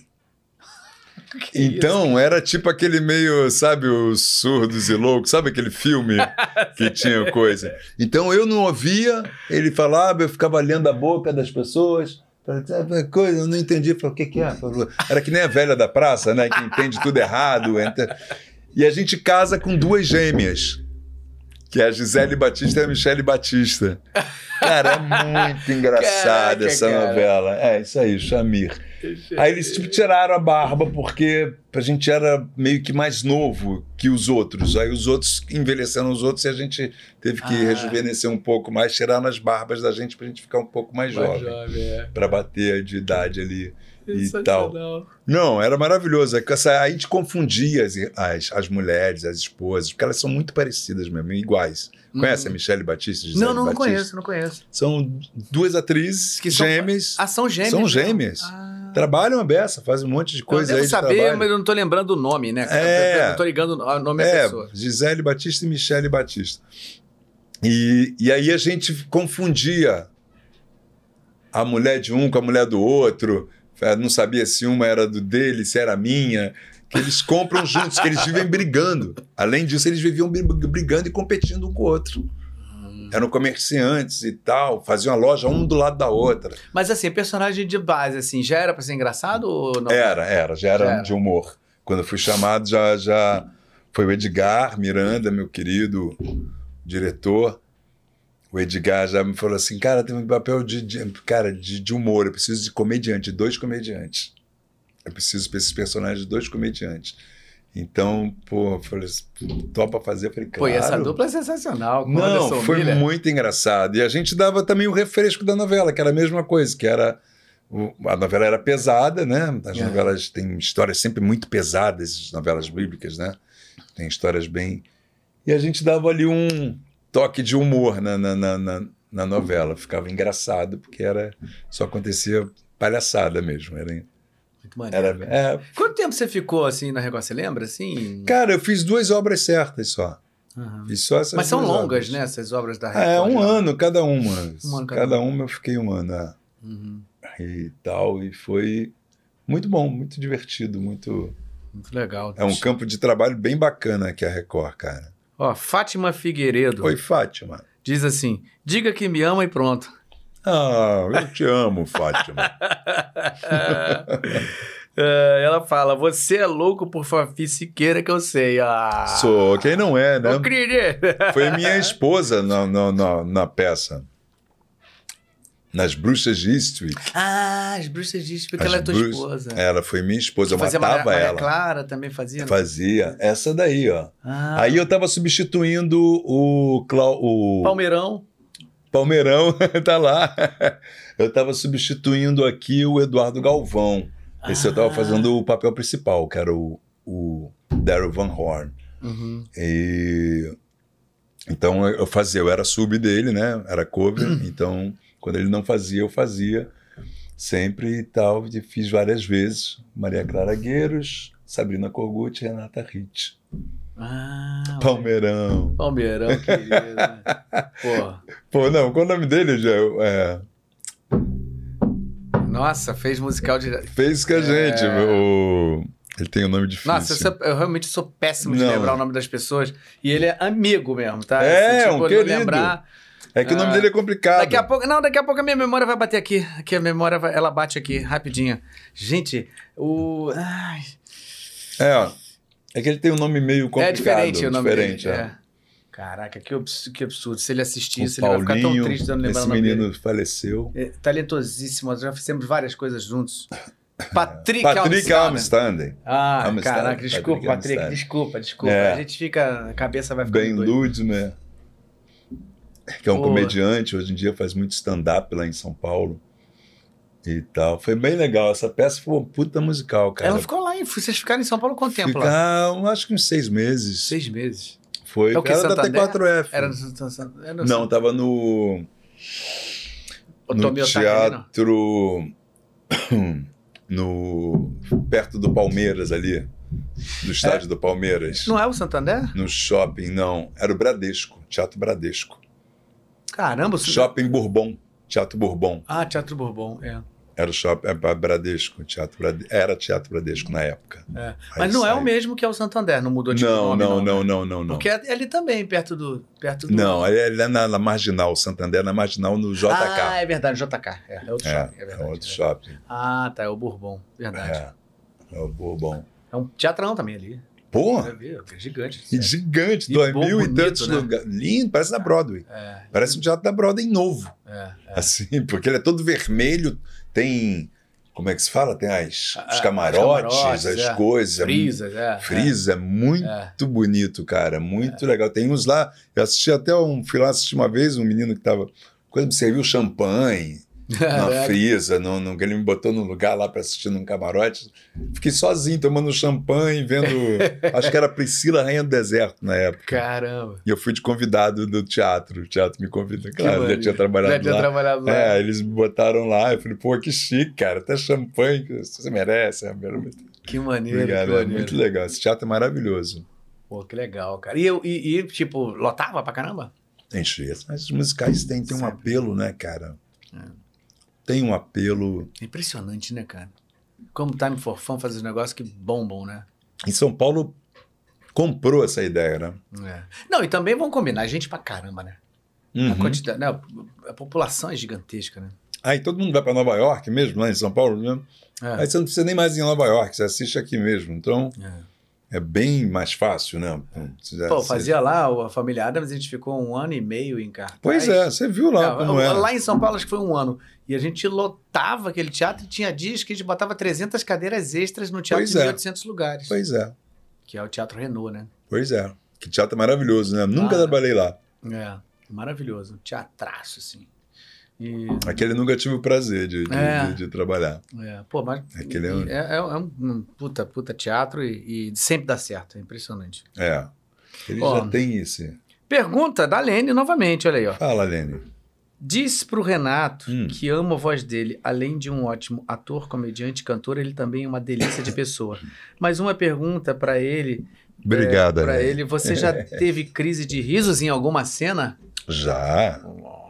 Speaker 2: Então, era tipo aquele meio, sabe, os surdos e loucos, sabe aquele filme que tinha coisa? Então, eu não ouvia, ele falava, eu ficava lendo a boca das pessoas, coisa, eu não entendia, eu falei, o que é? Era que nem a velha da praça, né, que entende tudo errado. E a gente casa com duas gêmeas, que é a Gisele Batista e a Michele Batista. Cara, é muito engraçada essa novela. É, isso aí, Chamir. Aí eles tiraram a barba porque a gente era meio que mais novo que os outros. Aí os outros envelheceram os outros e a gente teve que rejuvenescer um pouco mais, tiraram as barbas da gente pra gente ficar um pouco mais jovem pra bater de idade ali e tal. Não, era maravilhoso. Aí a gente confundia as mulheres, as esposas, porque elas são muito parecidas mesmo, iguais. Conhece a Michele Batista?
Speaker 1: Não conheço.
Speaker 2: São duas atrizes que gêmeas.
Speaker 1: São gêmeas?
Speaker 2: São gêmeas. Trabalham a beça, fazem um monte de coisa aí de trabalho. Eu devo saber,
Speaker 1: mas eu não tô lembrando o nome, né? Eu não tô ligando o nome da pessoa.
Speaker 2: Gisele Batista e Michele Batista. E aí a gente confundia a mulher de um com a mulher do outro, não sabia se uma era do dele, se era minha, que eles compram juntos, que eles vivem brigando. Além disso, eles viviam brigando e competindo um com o outro. Eram comerciantes e tal, faziam a loja um do lado da outra.
Speaker 1: Mas assim, personagem de base, assim, já era pra ser engraçado ou não?
Speaker 2: Já era de humor. Quando eu fui chamado, já foi o Edgar Miranda, meu querido diretor. O Edgar já me falou assim, cara, tem um papel de humor, eu preciso de comediante, 2 comediantes. Eu preciso para esses personagens de 2 comediantes. Então, pô, eu falei assim, topa fazer? Eu falei, claro.
Speaker 1: Pô, e essa dupla é sensacional.
Speaker 2: Não, foi muito engraçado. E a gente dava também o refresco da novela, que era a mesma coisa, que era... A novela era pesada, né? As novelas têm histórias sempre muito pesadas, as novelas bíblicas, né? Tem histórias bem... E a gente dava ali um toque de humor na novela. Ficava engraçado, porque só acontecia palhaçada mesmo. Era...
Speaker 1: Muito maneiro. Quanto tempo você ficou assim na Record? Você lembra? Assim?
Speaker 2: Cara, eu fiz 2 obras certas só. Fiz só essas.
Speaker 1: Mas são longas, obras, né? Essas obras da Record.
Speaker 2: Um ano cada uma. Cada uma eu fiquei um ano. E tal. E foi muito bom, muito divertido, muito
Speaker 1: legal.
Speaker 2: É um campo de trabalho bem bacana aqui a Record, cara.
Speaker 1: Ó, Fátima Figueiredo.
Speaker 2: Oi, Fátima.
Speaker 1: Diz assim: diga que me ama e pronto.
Speaker 2: Eu te amo, Fátima.
Speaker 1: Ela fala, você é louco por Fafi Siqueira, que eu sei.
Speaker 2: Sou, quem não é, né?
Speaker 1: Eu
Speaker 2: foi minha esposa na peça. Nas Bruxas de Eastwick.
Speaker 1: As Bruxas de Eastwick, ela é tua esposa.
Speaker 2: Ela foi minha esposa, eu matava ela.
Speaker 1: Maria Clara também fazia? Né?
Speaker 2: Fazia, essa daí, ó. Aí eu tava substituindo o Palmeirão, tá lá. Eu tava substituindo aqui o Eduardo Galvão. Esse eu tava fazendo o papel principal, que era o Daryl Van Horn. Então eu era sub dele, né? Era cover, então quando ele não fazia, eu fazia sempre e tal. E fiz várias vezes. Maria Clara Gueiros, Sabrina Kogut e Renata Ritt. Palmeirão,
Speaker 1: querido.
Speaker 2: Pô, não, qual o nome dele, já?
Speaker 1: Nossa, fez musical de...
Speaker 2: Fez com a gente, ele tem um nome difícil.
Speaker 1: Nossa, eu realmente sou péssimo de lembrar o nome das pessoas. E ele é amigo mesmo, tá?
Speaker 2: Um querido. Lembrar,
Speaker 1: é
Speaker 2: que o nome dele é complicado.
Speaker 1: Daqui a pouco a minha memória vai bater aqui. Aqui a memória, ela bate aqui, rapidinho. Gente,
Speaker 2: É que ele tem um nome meio complicado.
Speaker 1: É diferente o nome dele. Caraca, que absurdo. Se ele assistisse, ele vai ficar tão triste dando lembrar o nome dele.
Speaker 2: Esse menino faleceu.
Speaker 1: Talentosíssimo. Já fizemos várias coisas juntos. Patrick
Speaker 2: Almstanden.
Speaker 1: Caraca, desculpa, Patrick. Desculpa. A gente fica... A cabeça vai ficando
Speaker 2: Ben Ludmer, que é um comediante. Hoje em dia faz muito stand-up lá em São Paulo. E tal. Foi bem legal. Essa peça foi uma puta musical, cara.
Speaker 1: Ela ficou lá, vocês ficaram em São Paulo quanto tempo
Speaker 2: lá? Acho que uns 6 meses.
Speaker 1: 6 meses.
Speaker 2: Foi.
Speaker 1: É o que,
Speaker 2: Era da
Speaker 1: Santander?
Speaker 2: T4F.
Speaker 1: Era no Santander?
Speaker 2: Não, tava no
Speaker 1: Otomi Otaki ali, não?
Speaker 2: teatro... perto do Palmeiras ali. Do estádio do Palmeiras.
Speaker 1: Não é o Santander?
Speaker 2: No shopping, não. Era o Bradesco. Teatro Bradesco.
Speaker 1: Caramba, o
Speaker 2: Shopping Bourbon. Teatro Bourbon.
Speaker 1: Ah, Teatro Bourbon, é.
Speaker 2: Era o shopping Bradesco. Era Teatro Bradesco na época.
Speaker 1: É. Mas não é o mesmo que é o Santander, não mudou de nome,
Speaker 2: não.
Speaker 1: Porque é ali também, perto do...
Speaker 2: Não, ele é na Marginal, Santander, na Marginal, no JK.
Speaker 1: Ah, é verdade, JK. É outro shopping, é verdade.
Speaker 2: É outro shopping.
Speaker 1: Ah, tá, é o Bourbon, verdade.
Speaker 2: É o Bourbon.
Speaker 1: É um teatrão também ali.
Speaker 2: Porra!
Speaker 1: É gigante.
Speaker 2: Gigante,
Speaker 1: E
Speaker 2: 2.000 e tantos
Speaker 1: né?
Speaker 2: lugares. Lindo, parece na Broadway. Parece um teatro da Broadway novo. Assim, porque ele é todo vermelho, tem... Como é que se fala? Tem os camarotes, as coisas.
Speaker 1: Frisas,
Speaker 2: Frisa, é muito bonito, cara. Muito legal. Tem uns lá, eu assisti até fui lá assistir uma vez, um menino que tava... me serviu champanhe na frisa, que ele me botou num lugar lá para assistir num camarote. Fiquei sozinho, tomando champanhe, vendo... acho que era Priscila, Rainha do Deserto, na época.
Speaker 1: Caramba! E
Speaker 2: eu fui de convidado do teatro. O teatro me convidou. Claro, já tinha trabalhado lá. Eles me botaram lá. Eu falei, pô, que chique, cara. Até champanhe, você merece.
Speaker 1: Que maneiro,
Speaker 2: obrigado,
Speaker 1: que maneiro.
Speaker 2: Muito legal. Esse teatro é maravilhoso.
Speaker 1: Pô, que legal, cara. E tipo, lotava pra caramba?
Speaker 2: Enchia. Mas os musicais têm um apelo, né, cara? Tem um apelo...
Speaker 1: É impressionante, né, cara? Como Time for Fun faz os negócios que bombam, né?
Speaker 2: Em São Paulo, comprou essa ideia, né?
Speaker 1: Não, e também vão combinar gente pra caramba, né? A quantidade, né? A população é gigantesca, né?
Speaker 2: Aí todo mundo vai pra Nova York mesmo, lá em São Paulo, né? Aí você não precisa nem mais ir em Nova York, você assiste aqui mesmo. Então... É bem mais fácil, né?
Speaker 1: Pô, fazia lá a Família Adams, a gente ficou 1 ano e meio em cartaz.
Speaker 2: Pois é, você viu lá como era.
Speaker 1: Lá em São Paulo acho que foi 1 ano. E a gente lotava aquele teatro e tinha dias que a gente botava 300 cadeiras extras no teatro de 1.800 lugares.
Speaker 2: Pois é.
Speaker 1: Que é o Teatro Renault, né?
Speaker 2: Pois é. Que teatro maravilhoso, né? Nunca trabalhei lá.
Speaker 1: Maravilhoso. Teatraço, assim.
Speaker 2: Aquele nunca tive o prazer de trabalhar.
Speaker 1: Pô, mas
Speaker 2: aquele
Speaker 1: é um puta teatro e sempre dá certo, é impressionante.
Speaker 2: Ele já tem esse.
Speaker 1: Pergunta da Lene novamente, olha aí, ó.
Speaker 2: Fala, Lene.
Speaker 1: Diz pro Renato que ama a voz dele, além de um ótimo ator, comediante, cantor, ele também é uma delícia de pessoa. Mas uma pergunta para ele.
Speaker 2: Obrigado,
Speaker 1: para ele, você já teve crise de risos em alguma cena?
Speaker 2: Já.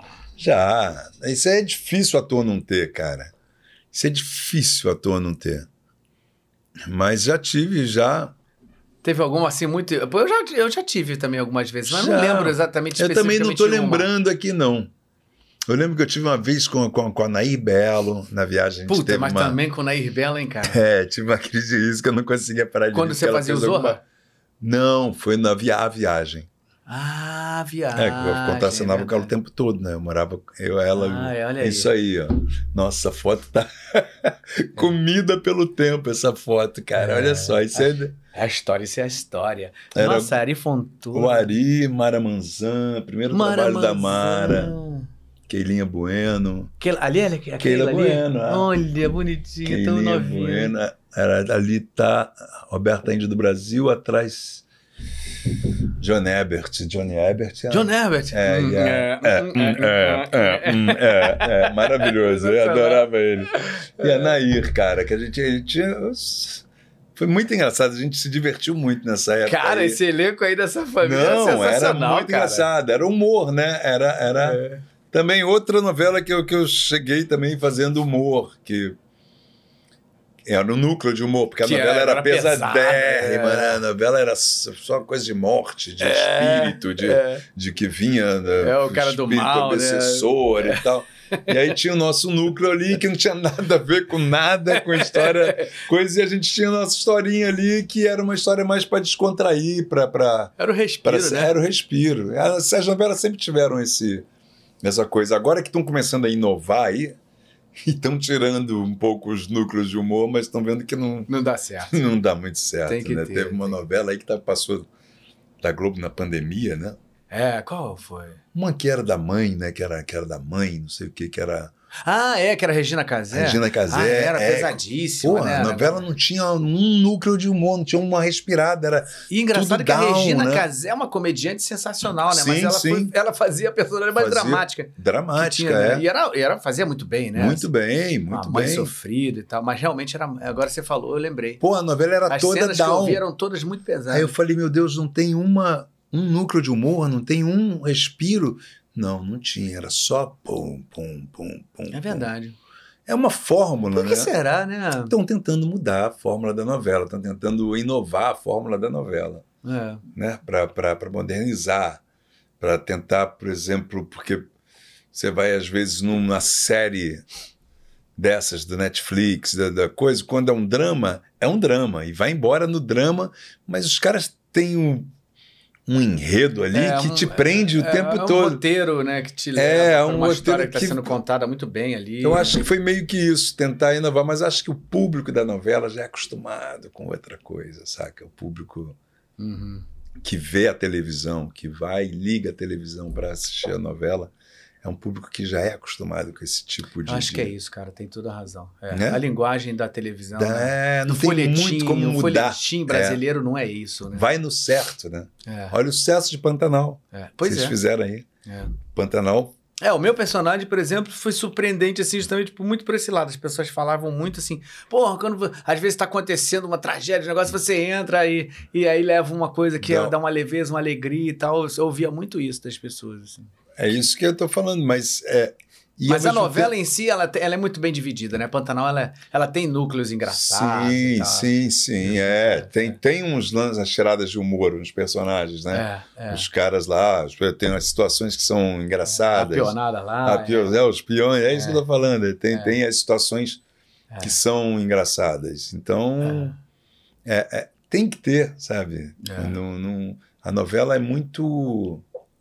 Speaker 2: Já. Isso é difícil ator não ter, cara. Isso é difícil ator não ter. Mas já tive, já.
Speaker 1: Teve alguma assim muito... Eu já tive também algumas vezes, mas não lembro exatamente
Speaker 2: especificamente. Eu também não estou lembrando aqui, não. Eu lembro que eu tive uma vez com a Nair Belo, na viagem.
Speaker 1: Puta, mas também com a Nair Belo, hein, cara?
Speaker 2: Tive uma crise de risco que eu não conseguia parar de
Speaker 1: Quando você fazia o Zorra?
Speaker 2: Não, foi na viagem.
Speaker 1: Ah, viagem.
Speaker 2: Eu contracenava com ela o tempo todo, né? Eu morava, ela.
Speaker 1: Olha aí.
Speaker 2: Isso aí, ó. Nossa, a foto tá comida pelo tempo, essa foto, cara. Olha só. Isso é
Speaker 1: a história, isso é a história. Nossa, Ari Fontoura.
Speaker 2: O Ari, Mara Manzan, primeiro trabalho da Mara. Keilinha Bueno.
Speaker 1: Keila
Speaker 2: Bueno.
Speaker 1: Olha, bonitinha, tão novinha. Bueno.
Speaker 2: Ali tá Roberta Índia do Brasil, atrás... Johnny Herbert.
Speaker 1: John Herbert?
Speaker 2: Maravilhoso, eu adorava ele. E a Nair, cara, que ele tinha... Foi muito engraçado, a gente se divertiu muito nessa época.
Speaker 1: Cara, esse elenco aí dessa família é sensacional,
Speaker 2: era muito engraçado, era humor, né? Era também outra novela que eu cheguei também fazendo humor, que... Era um núcleo de humor, porque a novela era pesadérrima, né? A novela era só coisa de morte, de espírito, de que vinha
Speaker 1: o cara do mal,
Speaker 2: obsessor, né? E tal. E aí tinha o nosso núcleo ali, que não tinha nada a ver com nada, com a história, coisa, e a gente tinha a nossa historinha ali, que era uma história mais para descontrair,
Speaker 1: Era o respiro, né?
Speaker 2: Era o respiro. As novelas sempre tiveram essa coisa. Agora que estão começando a inovar aí, e estão tirando um pouco os núcleos de humor, mas estão vendo que não
Speaker 1: dá certo.
Speaker 2: Não dá muito certo,
Speaker 1: tem que
Speaker 2: né?
Speaker 1: Ter,
Speaker 2: teve uma novela aí que passou da Globo na pandemia, né?
Speaker 1: Qual foi?
Speaker 2: Uma que era da mãe, né? Que era da mãe, não sei o que era...
Speaker 1: Que era Regina Casé.
Speaker 2: Regina Casé.
Speaker 1: Era pesadíssima, né?
Speaker 2: A novela não tinha um núcleo de humor, não tinha uma respirada, era
Speaker 1: E engraçado
Speaker 2: tudo
Speaker 1: que a
Speaker 2: down,
Speaker 1: Regina
Speaker 2: né?
Speaker 1: Casé é uma comediante sensacional, né?
Speaker 2: Sim,
Speaker 1: Mas ela fazia a personagem mais dramática.
Speaker 2: Dramática,
Speaker 1: tinha, né? E fazia muito bem, né?
Speaker 2: Muito bem, muito
Speaker 1: Uma mãe
Speaker 2: bem.
Speaker 1: sofrida e tal. Mas realmente era... Agora você falou, eu lembrei.
Speaker 2: Pô, a novela era
Speaker 1: As
Speaker 2: toda
Speaker 1: cenas que eu
Speaker 2: down.
Speaker 1: vi eram todas muito pesadas.
Speaker 2: Aí eu falei, meu Deus, não tem um núcleo de humor, não tem um respiro. Não tinha, era só pum, pum, pum, pum.
Speaker 1: É verdade.
Speaker 2: É uma fórmula,
Speaker 1: Por
Speaker 2: né?
Speaker 1: que será, né?
Speaker 2: Estão tentando mudar a fórmula da novela, estão tentando inovar a fórmula da novela, né? Para modernizar, para tentar, por exemplo, porque você vai às vezes numa série dessas do Netflix, da coisa, quando é um drama e vai embora no drama, mas os caras têm um enredo ali que te prende o tempo todo.
Speaker 1: É um roteiro, né, que te leva para uma história que está sendo contada muito bem ali.
Speaker 2: Eu acho que foi meio que isso, tentar inovar, mas acho que o público da novela já é acostumado com outra coisa, saca? O público que vê a televisão, que vai e liga a televisão para assistir a novela, é um público que já é acostumado com esse tipo de...
Speaker 1: Acho que é isso, cara, tem toda a razão.
Speaker 2: Né?
Speaker 1: A linguagem da televisão,
Speaker 2: não tem muito como mudar. O
Speaker 1: folhetim brasileiro não é isso, né?
Speaker 2: Vai no certo, né? Olha o sucesso de Pantanal.
Speaker 1: Pois
Speaker 2: Vocês fizeram aí. Pantanal.
Speaker 1: O meu personagem, por exemplo, foi surpreendente, assim, justamente muito por esse lado. As pessoas falavam muito assim, porra, quando às vezes está acontecendo uma tragédia, um negócio, você entra e aí leva uma coisa que dá uma leveza, uma alegria e tal. Eu ouvia muito isso das pessoas, assim.
Speaker 2: É isso que eu tô falando, mas...
Speaker 1: Mas a novela em si, ela é muito bem dividida, né? Pantanal, ela tem núcleos engraçados.
Speaker 2: Sim. Tem uns lances, as tiradas de humor nos personagens, né? Os caras lá, tem umas situações que são engraçadas.
Speaker 1: A pionada lá.
Speaker 2: Os peões, é isso que eu tô falando. Tem as situações que são engraçadas. Então, tem que ter, sabe? A novela é muito...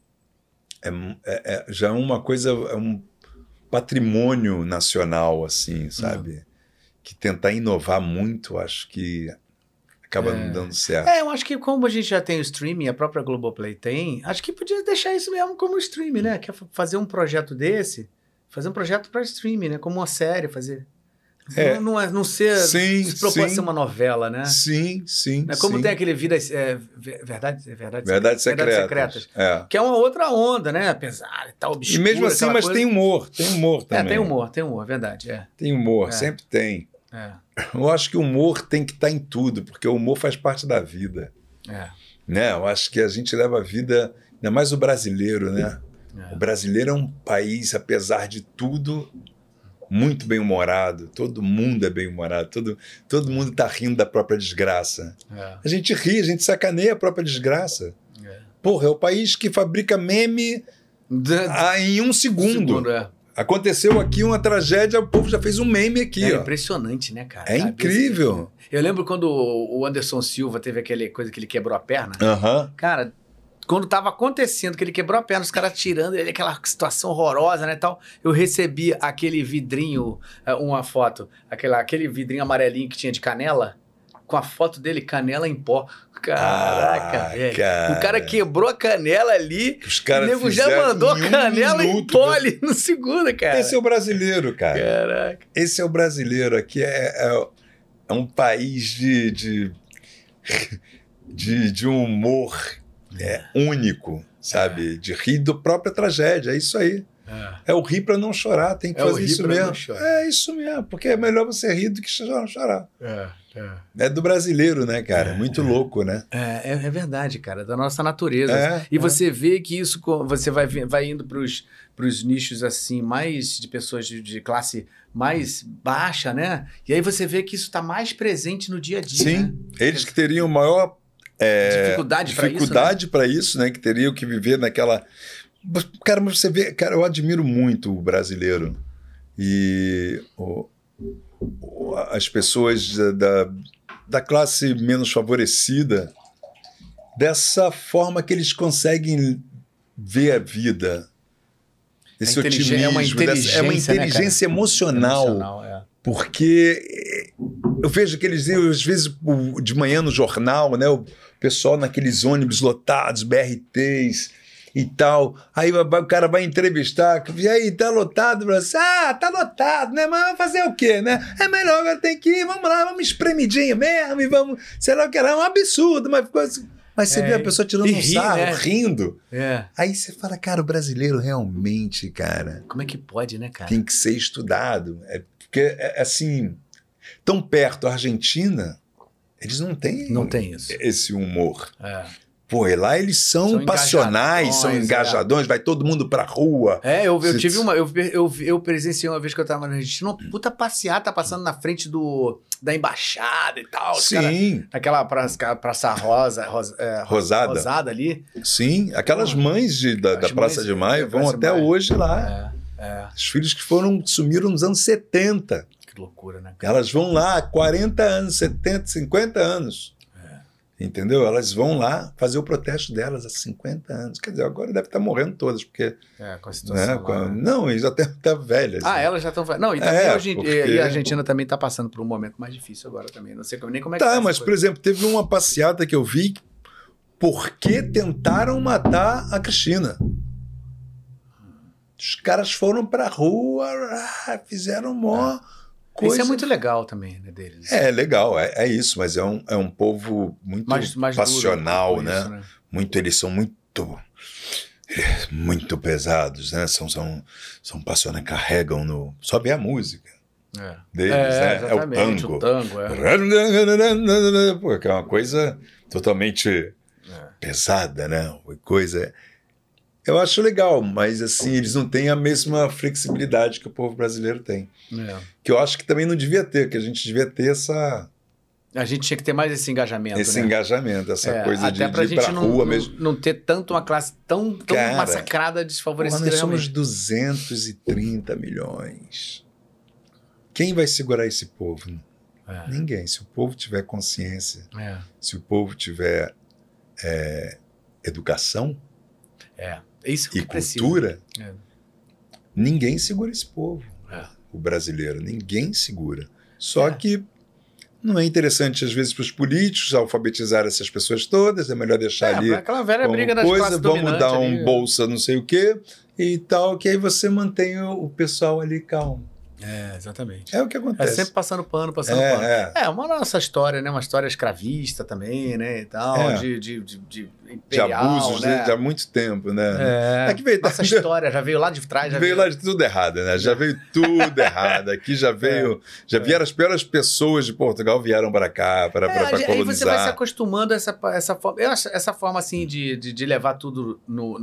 Speaker 2: já uma coisa, um patrimônio nacional, assim, sabe? Que tentar inovar muito, acho que acaba não dando certo.
Speaker 1: Eu acho que como a gente já tem o streaming, a própria Globoplay tem, acho que podia deixar isso mesmo como streaming, né? Quer fazer um projeto desse, fazer um projeto para streaming, né? Como uma série, fazer... Não ser... se propor ser uma novela, né?
Speaker 2: Sim.
Speaker 1: Como tem aquele Verdades Secretas. Que é uma outra onda, né? Apesar de tal obscura.
Speaker 2: E mesmo assim, mas tem humor também.
Speaker 1: Tem humor, é verdade.
Speaker 2: Tem humor, sempre tem. Eu acho que o humor tem que estar em tudo, porque o humor faz parte da vida. Né? Eu acho que a gente leva a vida, ainda mais o brasileiro, né? O brasileiro é um país, apesar de tudo... muito bem-humorado, todo mundo é bem-humorado, todo mundo tá rindo da própria desgraça. A gente ri, a gente sacaneia a própria desgraça. Porra, é o país que fabrica meme em um segundo. Aconteceu aqui uma tragédia, o povo já fez um meme aqui.
Speaker 1: Impressionante, né, cara?
Speaker 2: É incrível.
Speaker 1: Eu lembro quando o Anderson Silva teve aquela coisa que ele quebrou a perna. Cara... Quando tava acontecendo, que ele quebrou a perna, os caras tirando ele, aquela situação horrorosa, né, tal, eu recebi aquele vidrinho, uma foto, aquele vidrinho amarelinho que tinha de canela, com a foto dele, canela em pó. Caraca, velho. O cara quebrou a canela ali, o nego já mandou a canela em pó ali no segundo, cara.
Speaker 2: Esse é o brasileiro, cara.
Speaker 1: Caraca.
Speaker 2: Esse é o brasileiro. Aqui é um país de um humor... único, sabe? De rir da própria tragédia, é isso aí. É o rir para não chorar, tem que fazer isso mesmo. É isso mesmo, porque é melhor você rir do que chorar. É do brasileiro, né, cara? Muito louco, né?
Speaker 1: É verdade, cara, da nossa natureza. Você vê que isso, você vai indo para os nichos assim, mais de pessoas de classe mais baixa, né? E aí você vê que isso está mais presente no dia a dia.
Speaker 2: Sim, né? Eles que teriam maior...
Speaker 1: dificuldade
Speaker 2: para isso, né? Que teriam que viver naquela... Cara, mas você vê... Cara, eu admiro muito o brasileiro. E as pessoas da classe menos favorecida, dessa forma que eles conseguem ver a vida. Esse otimismo. É uma inteligência, emocional. Porque eu vejo aqueles, às vezes, de manhã no jornal, né? O pessoal naqueles ônibus lotados, BRTs, e tal. Aí o cara vai entrevistar, e aí, tá lotado? Tá lotado, né? Mas vai fazer o quê, né? É melhor, agora tem que ir, vamos lá, vamos espremidinho mesmo, e vamos, sei lá o que, é um absurdo, mas ficou assim. Mas você vê a pessoa tirando um sarro, né? Rindo. Aí você fala, cara, o brasileiro realmente, cara...
Speaker 1: Como é que pode, né, cara?
Speaker 2: Tem que ser estudado. Porque, assim, tão perto, a Argentina, eles não têm
Speaker 1: isso.
Speaker 2: Esse humor. Pô, e lá eles são passionais, são engajadões, vai todo mundo pra rua.
Speaker 1: Eu tive eu presenciei uma vez que eu tava na Argentina, uma puta passeata passando na frente da embaixada e tal.
Speaker 2: Sim.
Speaker 1: Aquela praça rosada ali.
Speaker 2: Sim, aquelas mães da Praça de Maio vão até hoje lá. Os filhos que sumiram nos anos 70.
Speaker 1: Que loucura, né, cara?
Speaker 2: Elas vão lá há 40 anos, 70, 50 anos. Entendeu? Elas vão lá fazer o protesto delas há 50 anos. Quer dizer, agora deve estar morrendo todas, porque...
Speaker 1: com a situação lá, né?
Speaker 2: Não, eles até estão velhas.
Speaker 1: Elas já estão velhas. Não, e também hoje em dia... E a Argentina também está passando por um momento mais difícil agora também. Não sei nem como é que tá.
Speaker 2: Mas, por exemplo, teve uma passeata que eu vi porque tentaram matar a Cristina. Os caras foram pra rua, fizeram mó...
Speaker 1: Isso é muito legal também, né, deles.
Speaker 2: É legal, é isso, mas é um povo muito mais passional, duro, né? Isso, né? Eles são muito pesados, né? São passionais, carregam só vê a música deles, né? É o tango. Pô, que é uma coisa totalmente pesada, né? Coisa... Eu acho legal, mas assim, eles não têm a mesma flexibilidade que o povo brasileiro tem. Que eu acho que também não devia ter, que a gente devia ter essa...
Speaker 1: A gente tinha que ter mais esse engajamento,
Speaker 2: engajamento, essa coisa de ir pra
Speaker 1: rua
Speaker 2: mesmo.
Speaker 1: Não ter tanto uma classe tão massacrada, desfavorecida.
Speaker 2: Nós somos 230 milhões. Quem vai segurar esse povo? Ninguém. Se o povo tiver consciência, se o povo tiver educação...
Speaker 1: Isso que
Speaker 2: e cultura, ninguém segura esse povo, o brasileiro, ninguém segura. Só que não é interessante, às vezes, para os políticos alfabetizar essas pessoas todas, é melhor deixar ali
Speaker 1: aquela velha briga das classes
Speaker 2: vamos dar bolsa não sei o quê e tal, que aí você mantém o pessoal ali calmo.
Speaker 1: Exatamente.
Speaker 2: É o que acontece.
Speaker 1: Sempre passando pano. Uma nossa história, né? Uma história escravista também, né? E tal, de imperial,
Speaker 2: abusos,
Speaker 1: né?
Speaker 2: De há muito tempo, né?
Speaker 1: Nossa história já veio lá de trás.
Speaker 2: Veio lá de tudo errado, né? Já veio tudo errado. Aqui já veio... vieram as piores pessoas de Portugal, vieram para cá, para colonizar.
Speaker 1: Aí você vai se acostumando a essa forma... Essa forma, assim, de levar tudo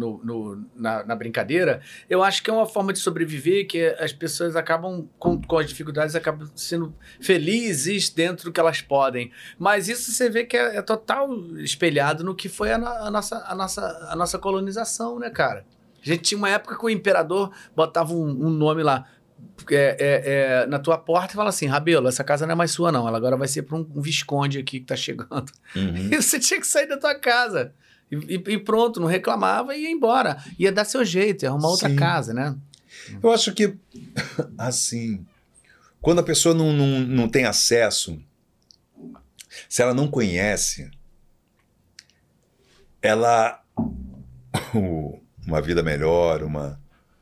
Speaker 1: na brincadeira, eu acho que é uma forma de sobreviver que as pessoas acabam... Com as dificuldades, acabam sendo felizes dentro do que elas podem. Mas isso você vê que é total espelhado no que foi a nossa colonização, né, cara? A gente tinha uma época que o imperador botava um nome lá na tua porta e fala assim, Rabelo, essa casa não é mais sua não, ela agora vai ser para um visconde aqui que tá chegando. E você tinha que sair da tua casa. E pronto, não reclamava e ia embora. Ia dar seu jeito, ia arrumar outra casa, né?
Speaker 2: Eu acho que, assim, quando a pessoa não tem acesso, se ela não conhece, uma vida melhor, uma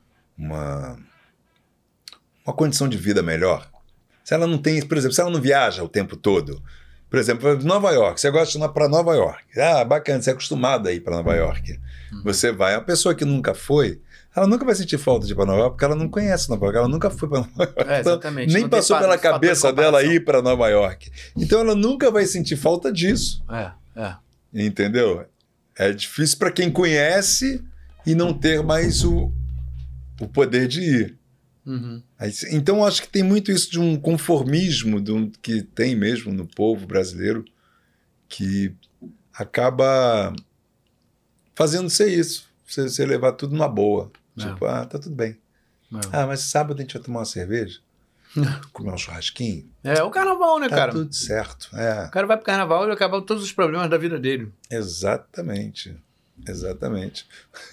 Speaker 2: condição de vida melhor, se ela não tem, por exemplo, se ela não viaja o tempo todo, por exemplo, Nova York, você gosta de ir para Nova York, bacana, você é acostumado a ir para Nova York, você vai, a pessoa que nunca foi, ela nunca vai sentir falta de ir para Nova York, porque ela não conhece Nova York, ela nunca foi para Nova York.
Speaker 1: Exatamente.
Speaker 2: Nem passou pela cabeça dela ir para Nova York. Então ela nunca vai sentir falta disso. Entendeu? É difícil para quem conhece e não ter mais o poder de ir. Então acho que tem muito isso de um conformismo que tem mesmo no povo brasileiro, que acaba fazendo ser isso, você levar tudo na boa. Tipo, tá tudo bem. Mas sábado a gente vai tomar uma cerveja? Comer um churrasquinho?
Speaker 1: O carnaval, né, cara?
Speaker 2: Tá tudo certo.
Speaker 1: O cara vai pro carnaval e acaba todos os problemas da vida dele.
Speaker 2: Exatamente.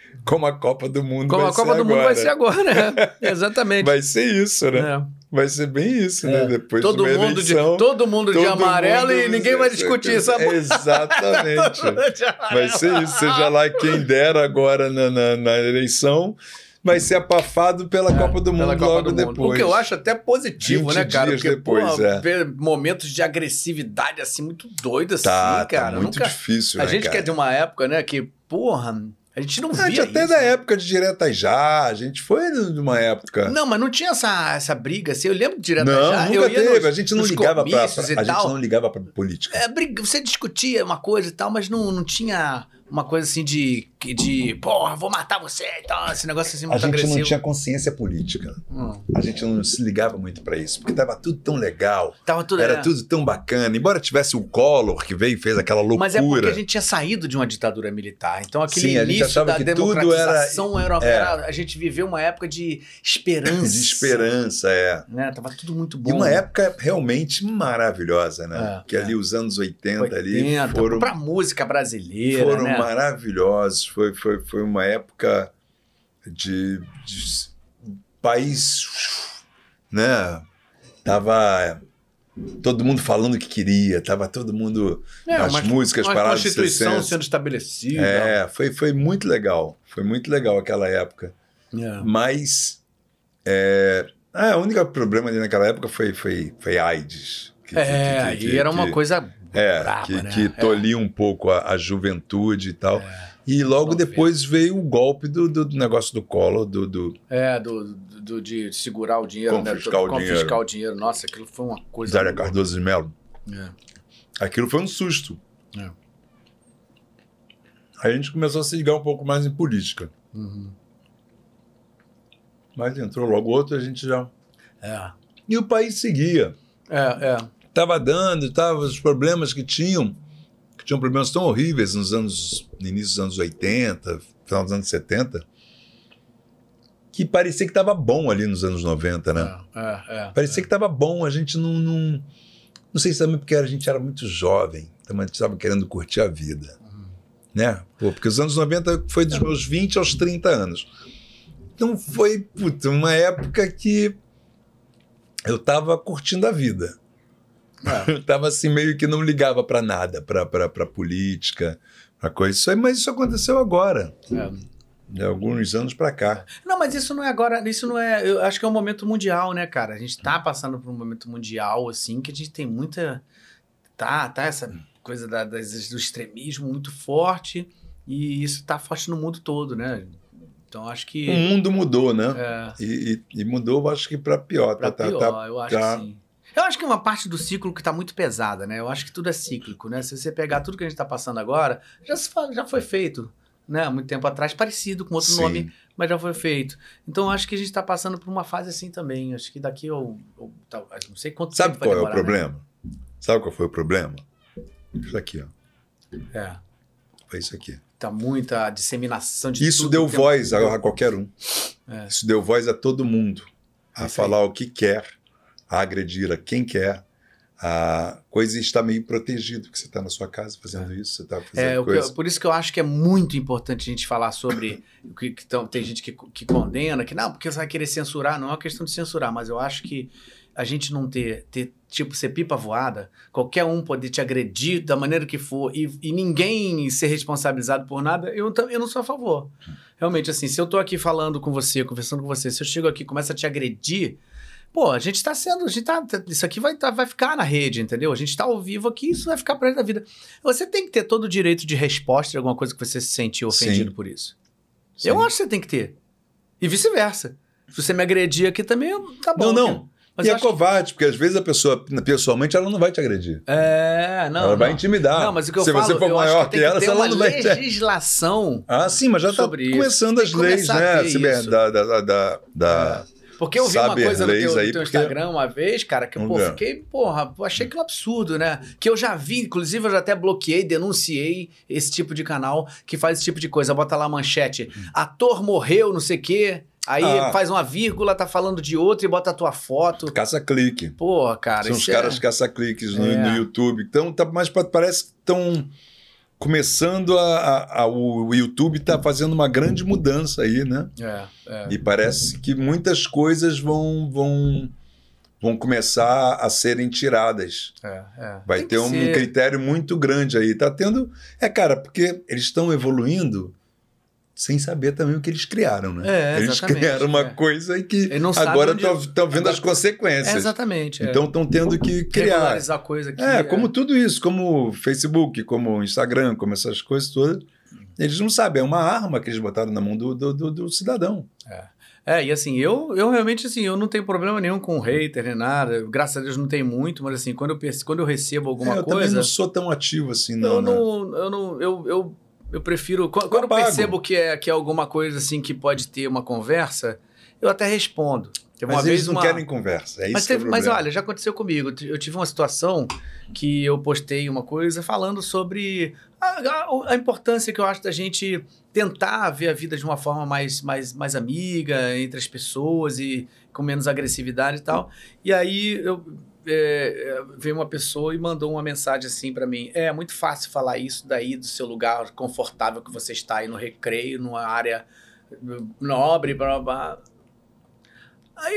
Speaker 2: como a Copa do Mundo
Speaker 1: Como
Speaker 2: vai
Speaker 1: a Copa
Speaker 2: ser
Speaker 1: do Mundo
Speaker 2: agora.
Speaker 1: vai ser agora, né? Exatamente.
Speaker 2: Vai ser isso, né?
Speaker 1: É.
Speaker 2: Vai ser bem isso, né? Depois
Speaker 1: todo
Speaker 2: de uma
Speaker 1: mundo
Speaker 2: eleição...
Speaker 1: todo mundo de amarelo e ninguém vai discutir isso.
Speaker 2: Exatamente. Vai ser isso. Seja lá quem der agora na eleição, vai ser abafado pela Copa do Mundo logo depois.
Speaker 1: O que eu acho até positivo, né, cara?
Speaker 2: Porque,
Speaker 1: depois, ver momentos de agressividade assim, muito doidos, assim, cara.
Speaker 2: Tá muito difícil,
Speaker 1: A
Speaker 2: né,
Speaker 1: gente
Speaker 2: cara?
Speaker 1: que é de uma época, né, que, porra... A gente não via
Speaker 2: até
Speaker 1: isso,
Speaker 2: da época de Direta Já, a gente foi de uma época...
Speaker 1: Não, mas não tinha essa briga, assim. Eu lembro de Direta
Speaker 2: não,
Speaker 1: Já.
Speaker 2: Nunca teve, a gente não ligava pra...
Speaker 1: A gente
Speaker 2: não ligava pra política.
Speaker 1: Você discutia uma coisa e tal, mas não tinha uma coisa assim de porra, vou matar você e tal, esse negócio assim muito agressivo.
Speaker 2: A gente não tinha consciência política. A gente não se ligava muito pra isso, porque tava tudo tão legal. Era tudo tão bacana. Embora tivesse o Collor, que veio e fez aquela loucura.
Speaker 1: Mas é porque a gente tinha saído de uma ditadura militar. Então aquele início da
Speaker 2: que
Speaker 1: democratização a gente viveu uma época de esperança.
Speaker 2: De esperança,
Speaker 1: né? Tava tudo muito bom.
Speaker 2: E uma época realmente maravilhosa, né? Que ali os anos 80 ali foram...
Speaker 1: Pra música brasileira,
Speaker 2: foram
Speaker 1: né?
Speaker 2: maravilhosos. Foi uma época de país, né? Tava todo mundo falando o que queria, tava todo mundo as músicas paradas de 60.
Speaker 1: A Constituição sendo estabelecida.
Speaker 2: Foi muito legal. Foi muito legal aquela época. Mas o único problema ali naquela época foi AIDS.
Speaker 1: E era uma coisa braba,
Speaker 2: que tolhia um pouco a juventude e tal. E logo depois veio o golpe do negócio do Collor,
Speaker 1: de segurar o dinheiro,
Speaker 2: confiscar
Speaker 1: o dinheiro. Nossa, aquilo foi uma coisa...
Speaker 2: Zélia Cardoso de Mello. Aquilo foi um susto. Aí a gente começou a se ligar um pouco mais em política. Mas entrou logo outro, a gente já... E o país seguia. Tava dando, os problemas que tinham problemas tão horríveis no início dos anos 80, final dos anos 70, que parecia que estava bom ali nos anos 90, né? Parecia que estava bom, a gente não sei se também porque a gente era muito jovem, então a gente estava querendo curtir a vida, né? Porque os anos 90 foi dos meus 20 aos 30 anos. Então foi, uma época que eu estava curtindo a vida. Eu tava assim, meio que não ligava para nada, para política, para coisa. Mas isso aconteceu agora. De alguns anos para cá.
Speaker 1: Não, mas isso não é agora, eu acho que é um momento mundial, né, cara? A gente tá passando por um momento mundial, assim, que a gente tem muita... Tá essa coisa do extremismo muito forte, e isso tá forte no mundo todo, né? Então acho que...
Speaker 2: O mundo mudou, né? E mudou, acho que para pior.
Speaker 1: Eu acho que sim. Eu acho que uma parte do ciclo que está muito pesada, né? Eu acho que tudo é cíclico, né? Se você pegar tudo que a gente está passando agora, já foi feito, né? Há muito tempo atrás, parecido com outro nome, mas já foi feito. Então, eu acho que a gente está passando por uma fase assim também. Acho que daqui eu não sei quanto tempo vai demorar. Sabe qual é o
Speaker 2: problema? Né? Sabe qual foi o problema? Isso aqui, ó. Foi isso aqui.
Speaker 1: Tá muita disseminação de
Speaker 2: isso
Speaker 1: tudo.
Speaker 2: Deu voz a qualquer um. Isso deu voz a todo mundo. A falar o que quer. A agredir a quem quer, a coisa está meio protegido, que você está na sua casa fazendo isso, você está fazendo coisa.
Speaker 1: Por isso que eu acho que é muito importante a gente falar sobre tem gente que condena, que não, porque você vai querer censurar, não é uma questão de censurar, mas eu acho que a gente não ter tipo, ser pipa voada, qualquer um poder te agredir da maneira que for e ninguém ser responsabilizado por nada, eu não sou a favor. Realmente, assim, se eu tô aqui falando com você, conversando com você, se eu chego aqui e começo a te agredir, pô, isso aqui vai ficar na rede, entendeu? A gente tá ao vivo aqui, isso vai ficar pro resto da vida. Você tem que ter todo o direito de resposta de alguma coisa que você se sentiu ofendido por isso. Eu acho que você tem que ter. E vice-versa. Se você me agredir aqui também, tá bom.
Speaker 2: Não. Mas e é covarde, porque às vezes a pessoa, pessoalmente, ela não vai te agredir. Ela vai intimidar.
Speaker 1: Não, mas o que eu
Speaker 2: se
Speaker 1: falo,
Speaker 2: você for maior que ela, ela não vai
Speaker 1: ter uma legislação.
Speaker 2: Sim, mas já tá começando as leis, né?
Speaker 1: Porque eu vi uma coisa no teu Instagram uma vez, cara, que eu achei aquilo absurdo, né? Que eu já vi, inclusive eu já até bloqueei, denunciei esse tipo de canal que faz esse tipo de coisa. Bota lá a manchete, ator morreu, não sei o quê, aí faz uma vírgula, tá falando de outro e bota a tua foto.
Speaker 2: Caça-clique.
Speaker 1: Porra, cara.
Speaker 2: São os caras caça-cliques no YouTube. Então, mas parece que estão começando o YouTube está fazendo uma grande mudança aí, né? E parece que muitas coisas vão começar a serem tiradas. Vai ter um critério muito grande aí. Tá tendo... cara, porque eles estão evoluindo sem saber também o que eles criaram, né? Eles criaram uma coisa e que agora estão vendo as consequências.
Speaker 1: Exatamente.
Speaker 2: Então estão tendo que criar.
Speaker 1: Regularizar a coisa aqui.
Speaker 2: Como tudo isso, como Facebook, como Instagram, como essas coisas todas. Eles não sabem, é uma arma que eles botaram na mão do cidadão.
Speaker 1: E assim, eu realmente, assim, eu não tenho problema nenhum com hater nem nada. Graças a Deus não tem muito, mas assim, quando eu recebo alguma coisa... Eu
Speaker 2: também não sou tão ativo assim, não.
Speaker 1: Eu prefiro... Quando eu percebo que é alguma coisa assim que pode ter uma conversa, eu até respondo.
Speaker 2: Mas eles não querem conversa, é isso que é o problema.
Speaker 1: Mas olha, já aconteceu comigo. Eu tive uma situação que eu postei uma coisa falando sobre a importância que eu acho da gente tentar ver a vida de uma forma mais amiga entre as pessoas e com menos agressividade e tal. E aí veio uma pessoa e mandou uma mensagem assim para mim: é muito fácil falar isso daí do seu lugar confortável que você está aí no recreio, numa área nobre, blá, blá, blá. Aí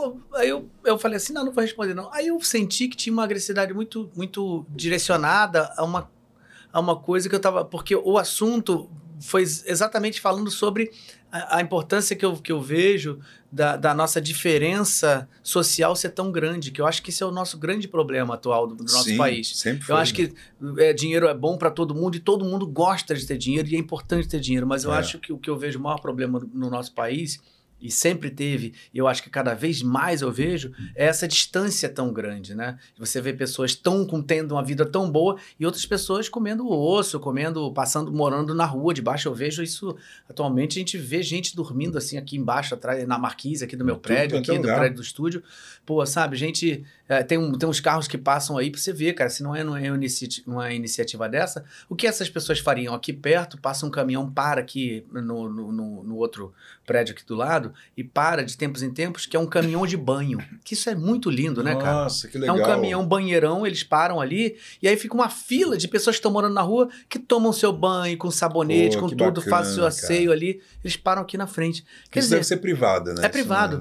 Speaker 1: eu falei assim, não vou responder não. Aí eu senti que tinha uma agressividade muito, muito direcionada a uma coisa que eu tava... Porque o assunto foi exatamente falando sobre a importância que eu vejo da nossa diferença social ser tão grande, que eu acho que esse é o nosso grande problema atual do nosso país.
Speaker 2: Sempre foi,
Speaker 1: eu acho que dinheiro é bom para todo mundo e todo mundo gosta de ter dinheiro e é importante ter dinheiro, mas eu acho que o que eu vejo o maior problema no nosso país... E sempre teve, e eu acho que cada vez mais eu vejo, é essa distância tão grande, né? Você vê pessoas tendo uma vida tão boa e outras pessoas comendo osso, morando na rua de baixo. Eu vejo isso atualmente, a gente vê gente dormindo assim aqui embaixo, atrás, na marquise aqui do meu prédio, aqui do prédio do estúdio. Pô, sabe, gente, tem uns carros que passam aí pra você ver, cara, se não é uma iniciativa dessa, o que essas pessoas fariam? Aqui perto, passa um caminhão, para aqui no outro prédio aqui do lado, e para de tempos em tempos, que é um caminhão de banho. Que isso é muito lindo, né, cara?
Speaker 2: Nossa, que legal.
Speaker 1: É um caminhão banheirão, eles param ali, e aí fica uma fila de pessoas que estão morando na rua, que tomam seu banho com sabonete, com tudo, fazem seu asseio ali. Eles param aqui na frente. Quer dizer,
Speaker 2: deve ser privado, né?
Speaker 1: É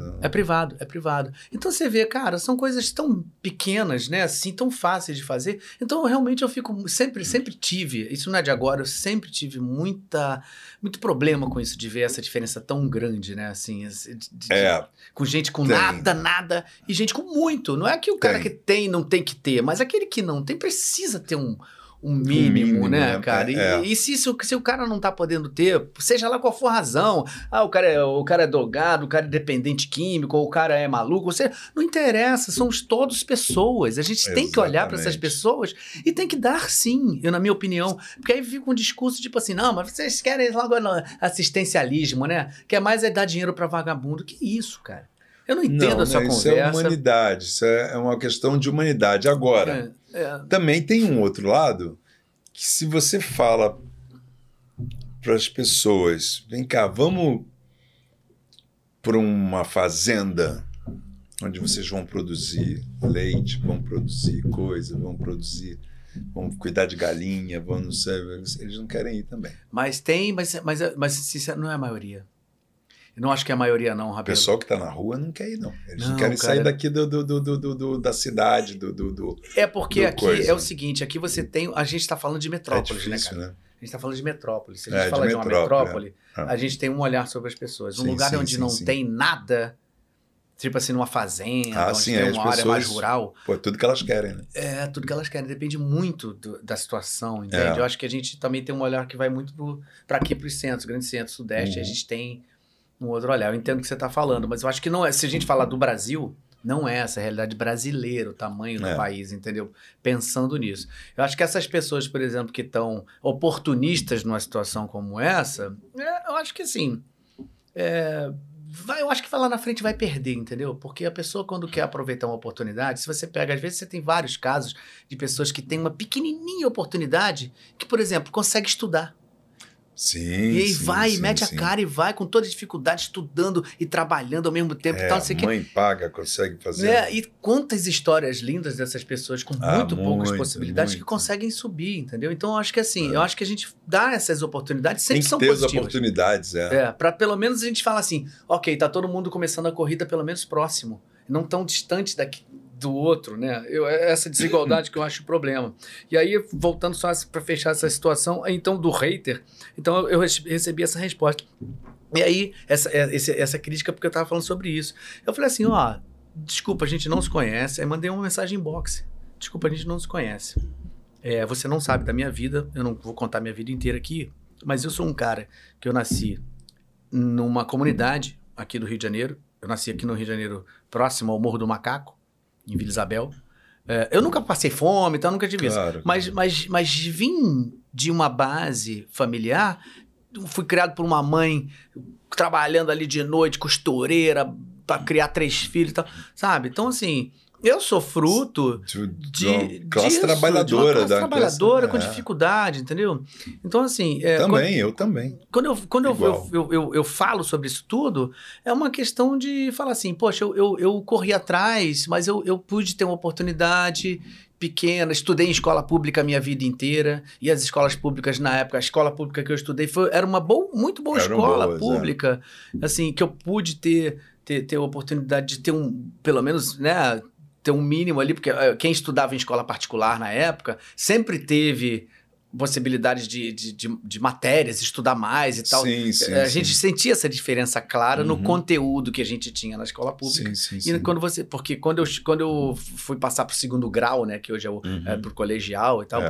Speaker 1: privado. Então você vê, cara, são coisas tão pequenas, né? Assim, tão fáceis de fazer. Então, realmente, eu fico... Sempre tive, isso não é de agora, eu sempre tive muito problema com isso, de ver essa diferença tão grande, né? Assim, com gente com nada, e gente com muito. Não é que o cara que tem não tem que ter, mas aquele que não tem precisa ter um mínimo, né, cara? E se o cara não tá podendo ter, seja lá qual for a razão, o cara é drogado, o cara é dependente químico, ou o cara é maluco, não interessa, somos todos pessoas. A gente tem que olhar para essas pessoas e tem que dar sim, na minha opinião. Porque aí fica um discurso tipo assim, não, mas vocês querem logo assistencialismo, né? Quer mais dar dinheiro para vagabundo. Que isso, cara? Eu não entendo essa conversa.
Speaker 2: Isso é humanidade, isso é uma questão de humanidade. Agora, também tem um outro lado, que se você fala para as pessoas, vem cá, vamos para uma fazenda onde vocês vão produzir leite, vão produzir coisa, vão cuidar de galinha, não sei, eles não querem ir também.
Speaker 1: Mas isso não é a maioria. Eu não acho que é a maioria, não, Rabelo.
Speaker 2: O pessoal que está na rua não quer ir, não. Eles não querem sair daqui da cidade,
Speaker 1: É porque aqui coisa. É o seguinte, aqui você tem... A gente está falando de metrópolis,
Speaker 2: difícil,
Speaker 1: né, cara?
Speaker 2: Né?
Speaker 1: A gente está falando de metrópole. Se a gente fala de uma metrópole, a gente tem um olhar sobre as pessoas. Um lugar onde não tem nada, tipo assim, numa fazenda, onde tem uma área mais rural...
Speaker 2: Pô, é tudo que elas querem, né?
Speaker 1: É, tudo que elas querem. Depende muito da situação, entende? Eu acho que a gente também tem um olhar que vai muito para aqui, para os centros, grandes centros, sudeste. A gente tem... um outro olhar. Eu entendo o que você está falando, mas eu acho que não é. Se a gente falar do Brasil, não é essa a realidade brasileira, o tamanho do país, entendeu? Pensando nisso. Eu acho que essas pessoas, por exemplo, que estão oportunistas numa situação como essa, eu acho que assim, eu acho que lá na frente vai perder, entendeu? Porque a pessoa, quando quer aproveitar uma oportunidade, se você pega, às vezes você tem vários casos de pessoas que têm uma pequenininha oportunidade que, por exemplo, consegue estudar.
Speaker 2: Sim,
Speaker 1: E aí vai, mete
Speaker 2: sim.
Speaker 1: a cara e vai com toda dificuldade, estudando e trabalhando ao mesmo tempo. E tal, não sei o
Speaker 2: A mãe paga, consegue fazer.
Speaker 1: né? E quantas histórias lindas dessas pessoas com muito poucas possibilidades que
Speaker 2: muito.
Speaker 1: conseguem subir, entendeu? Então, eu acho que assim, eu acho que a gente dá essas oportunidades, sempre
Speaker 2: Tem que
Speaker 1: são
Speaker 2: ter as
Speaker 1: positivas.
Speaker 2: oportunidades,
Speaker 1: Para pelo menos a gente falar assim, ok, tá todo mundo começando a corrida pelo menos próximo, não tão distante do outro, né? Essa desigualdade que eu acho o problema. E aí, voltando só para fechar essa situação, então, do hater, então eu recebi essa resposta. E aí, essa crítica, porque eu tava falando sobre isso. Eu falei assim, ó, desculpa, a gente não se conhece. Aí mandei uma mensagem inbox. Desculpa, a gente não se conhece. Você não sabe da minha vida, eu não vou contar minha vida inteira aqui, mas eu sou um cara que eu nasci numa comunidade aqui do Rio de Janeiro. Eu nasci aqui no Rio de Janeiro, próximo ao Morro do Macaco, em Vila Isabel. Eu nunca passei fome, então nunca tive
Speaker 2: Claro,
Speaker 1: isso. Mas vim de uma base familiar, fui criado por uma mãe trabalhando ali de noite, costureira, para criar 3 filhos e tal, sabe? Então, assim, eu sou fruto
Speaker 2: de uma classe trabalhadora,
Speaker 1: com dificuldade, entendeu? Então, assim...
Speaker 2: eu também.
Speaker 1: Quando eu falo sobre isso tudo, é uma questão de falar assim, poxa, eu corri atrás, mas eu pude ter uma oportunidade pequena, estudei em escola pública a minha vida inteira, e as escolas públicas na época, a escola pública que eu estudei era uma muito boa escola pública, assim, que eu pude ter a oportunidade de ter pelo menos, né, ter um mínimo ali, porque quem estudava em escola particular na época sempre teve possibilidades de matérias, estudar mais e tal. A gente sentia essa diferença clara no conteúdo que a gente tinha na escola pública. E porque quando eu fui passar para o 2º grau, né, que hoje é pro colegial e tal,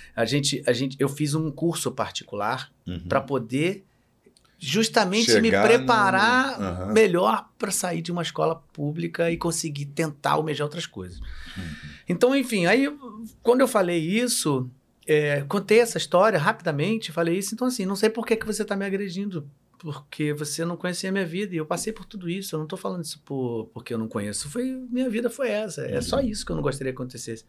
Speaker 1: eu fiz um curso particular para poder justamente me preparar melhor para sair de uma escola pública e conseguir tentar almejar outras coisas. Então, enfim, aí quando eu falei isso, contei essa história rapidamente, falei isso, então assim, não sei por que você está me agredindo, porque você não conhecia a minha vida e eu passei por tudo isso, eu não estou falando isso porque eu não conheço, minha vida foi essa, é só isso que eu não gostaria que acontecesse.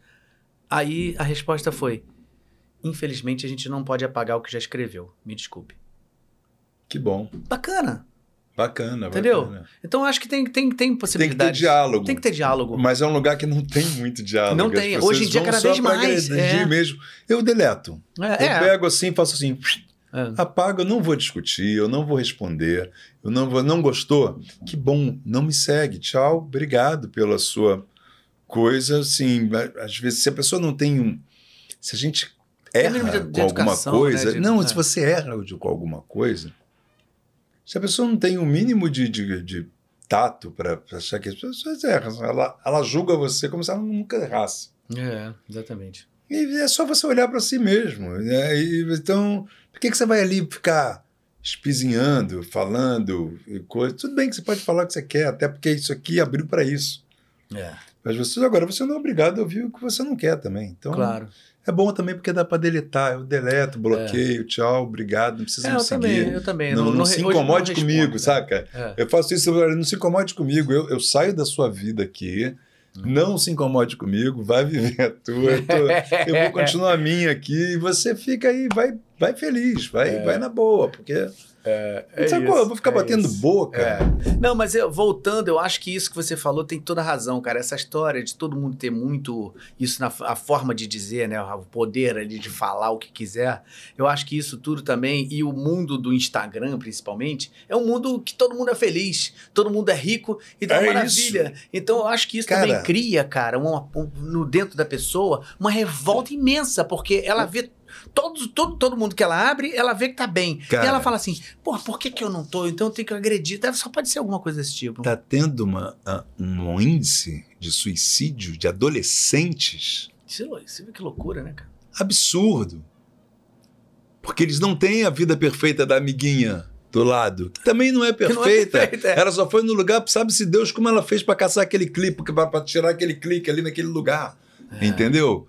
Speaker 1: Aí a resposta foi, infelizmente a gente não pode apagar o que já escreveu, me desculpe.
Speaker 2: Que bom.
Speaker 1: Bacana.
Speaker 2: Entendeu?
Speaker 1: Bacana. Então, acho que tem possibilidade.
Speaker 2: Tem que ter diálogo.
Speaker 1: Tem que ter diálogo.
Speaker 2: Mas é um lugar que não tem muito diálogo.
Speaker 1: Não tem. Hoje em dia, cada vez mais.
Speaker 2: Mesmo. Eu deleto. Eu pego assim, faço assim, apago, eu não vou discutir, eu não vou responder, não gostou? Que bom, não me segue. Tchau, obrigado pela sua coisa. Assim, às vezes, se a pessoa não tem se a gente erra com alguma coisa... Né? Se você erra com alguma coisa... Se a pessoa não tem o mínimo de tato para achar que as pessoas erram, ela julga você como se ela nunca errasse.
Speaker 1: Exatamente.
Speaker 2: E é só você olhar para si mesmo. Né? Então, por que você vai ali ficar espizinhando, falando coisa? Tudo bem que você pode falar o que você quer, até porque isso aqui abriu para isso. Mas você não é obrigado a ouvir o que você não quer também. Então,
Speaker 1: claro.
Speaker 2: É bom também porque dá para deletar. Eu deleto, bloqueio, tchau, obrigado, não precisa me seguir.
Speaker 1: Eu também.
Speaker 2: Não se incomode comigo, saca? Eu faço isso, não se incomode comigo. Eu saio da sua vida aqui, não se incomode comigo, vai viver a tua. Eu vou continuar a minha aqui e você fica aí, vai feliz, vai na boa, porque... eu vou ficar batendo boca.
Speaker 1: Não, mas voltando, eu acho que isso que você falou tem toda a razão, cara. Essa história de todo mundo ter muito isso a forma de dizer, né? O poder ali de falar o que quiser. Eu acho que isso tudo também, e o mundo do Instagram, principalmente, é um mundo que todo mundo é feliz, todo mundo é rico e tá uma maravilha. Isso. Então eu acho que isso também cria, cara, no dentro da pessoa, uma revolta imensa, porque ela vê todo mundo que ela abre, ela vê que tá bem. Cara, e ela fala assim, por que eu não tô? Então eu tenho que agredir. Só pode ser alguma coisa desse tipo.
Speaker 2: Tá tendo um índice de suicídio de adolescentes.
Speaker 1: Você vê que loucura, né, cara?
Speaker 2: Absurdo. Porque eles não têm a vida perfeita da amiguinha do lado, que também não é perfeita. Ela só foi no lugar, sabe-se Deus como ela fez para caçar aquele clipe, para tirar aquele clique ali naquele lugar. Entendeu?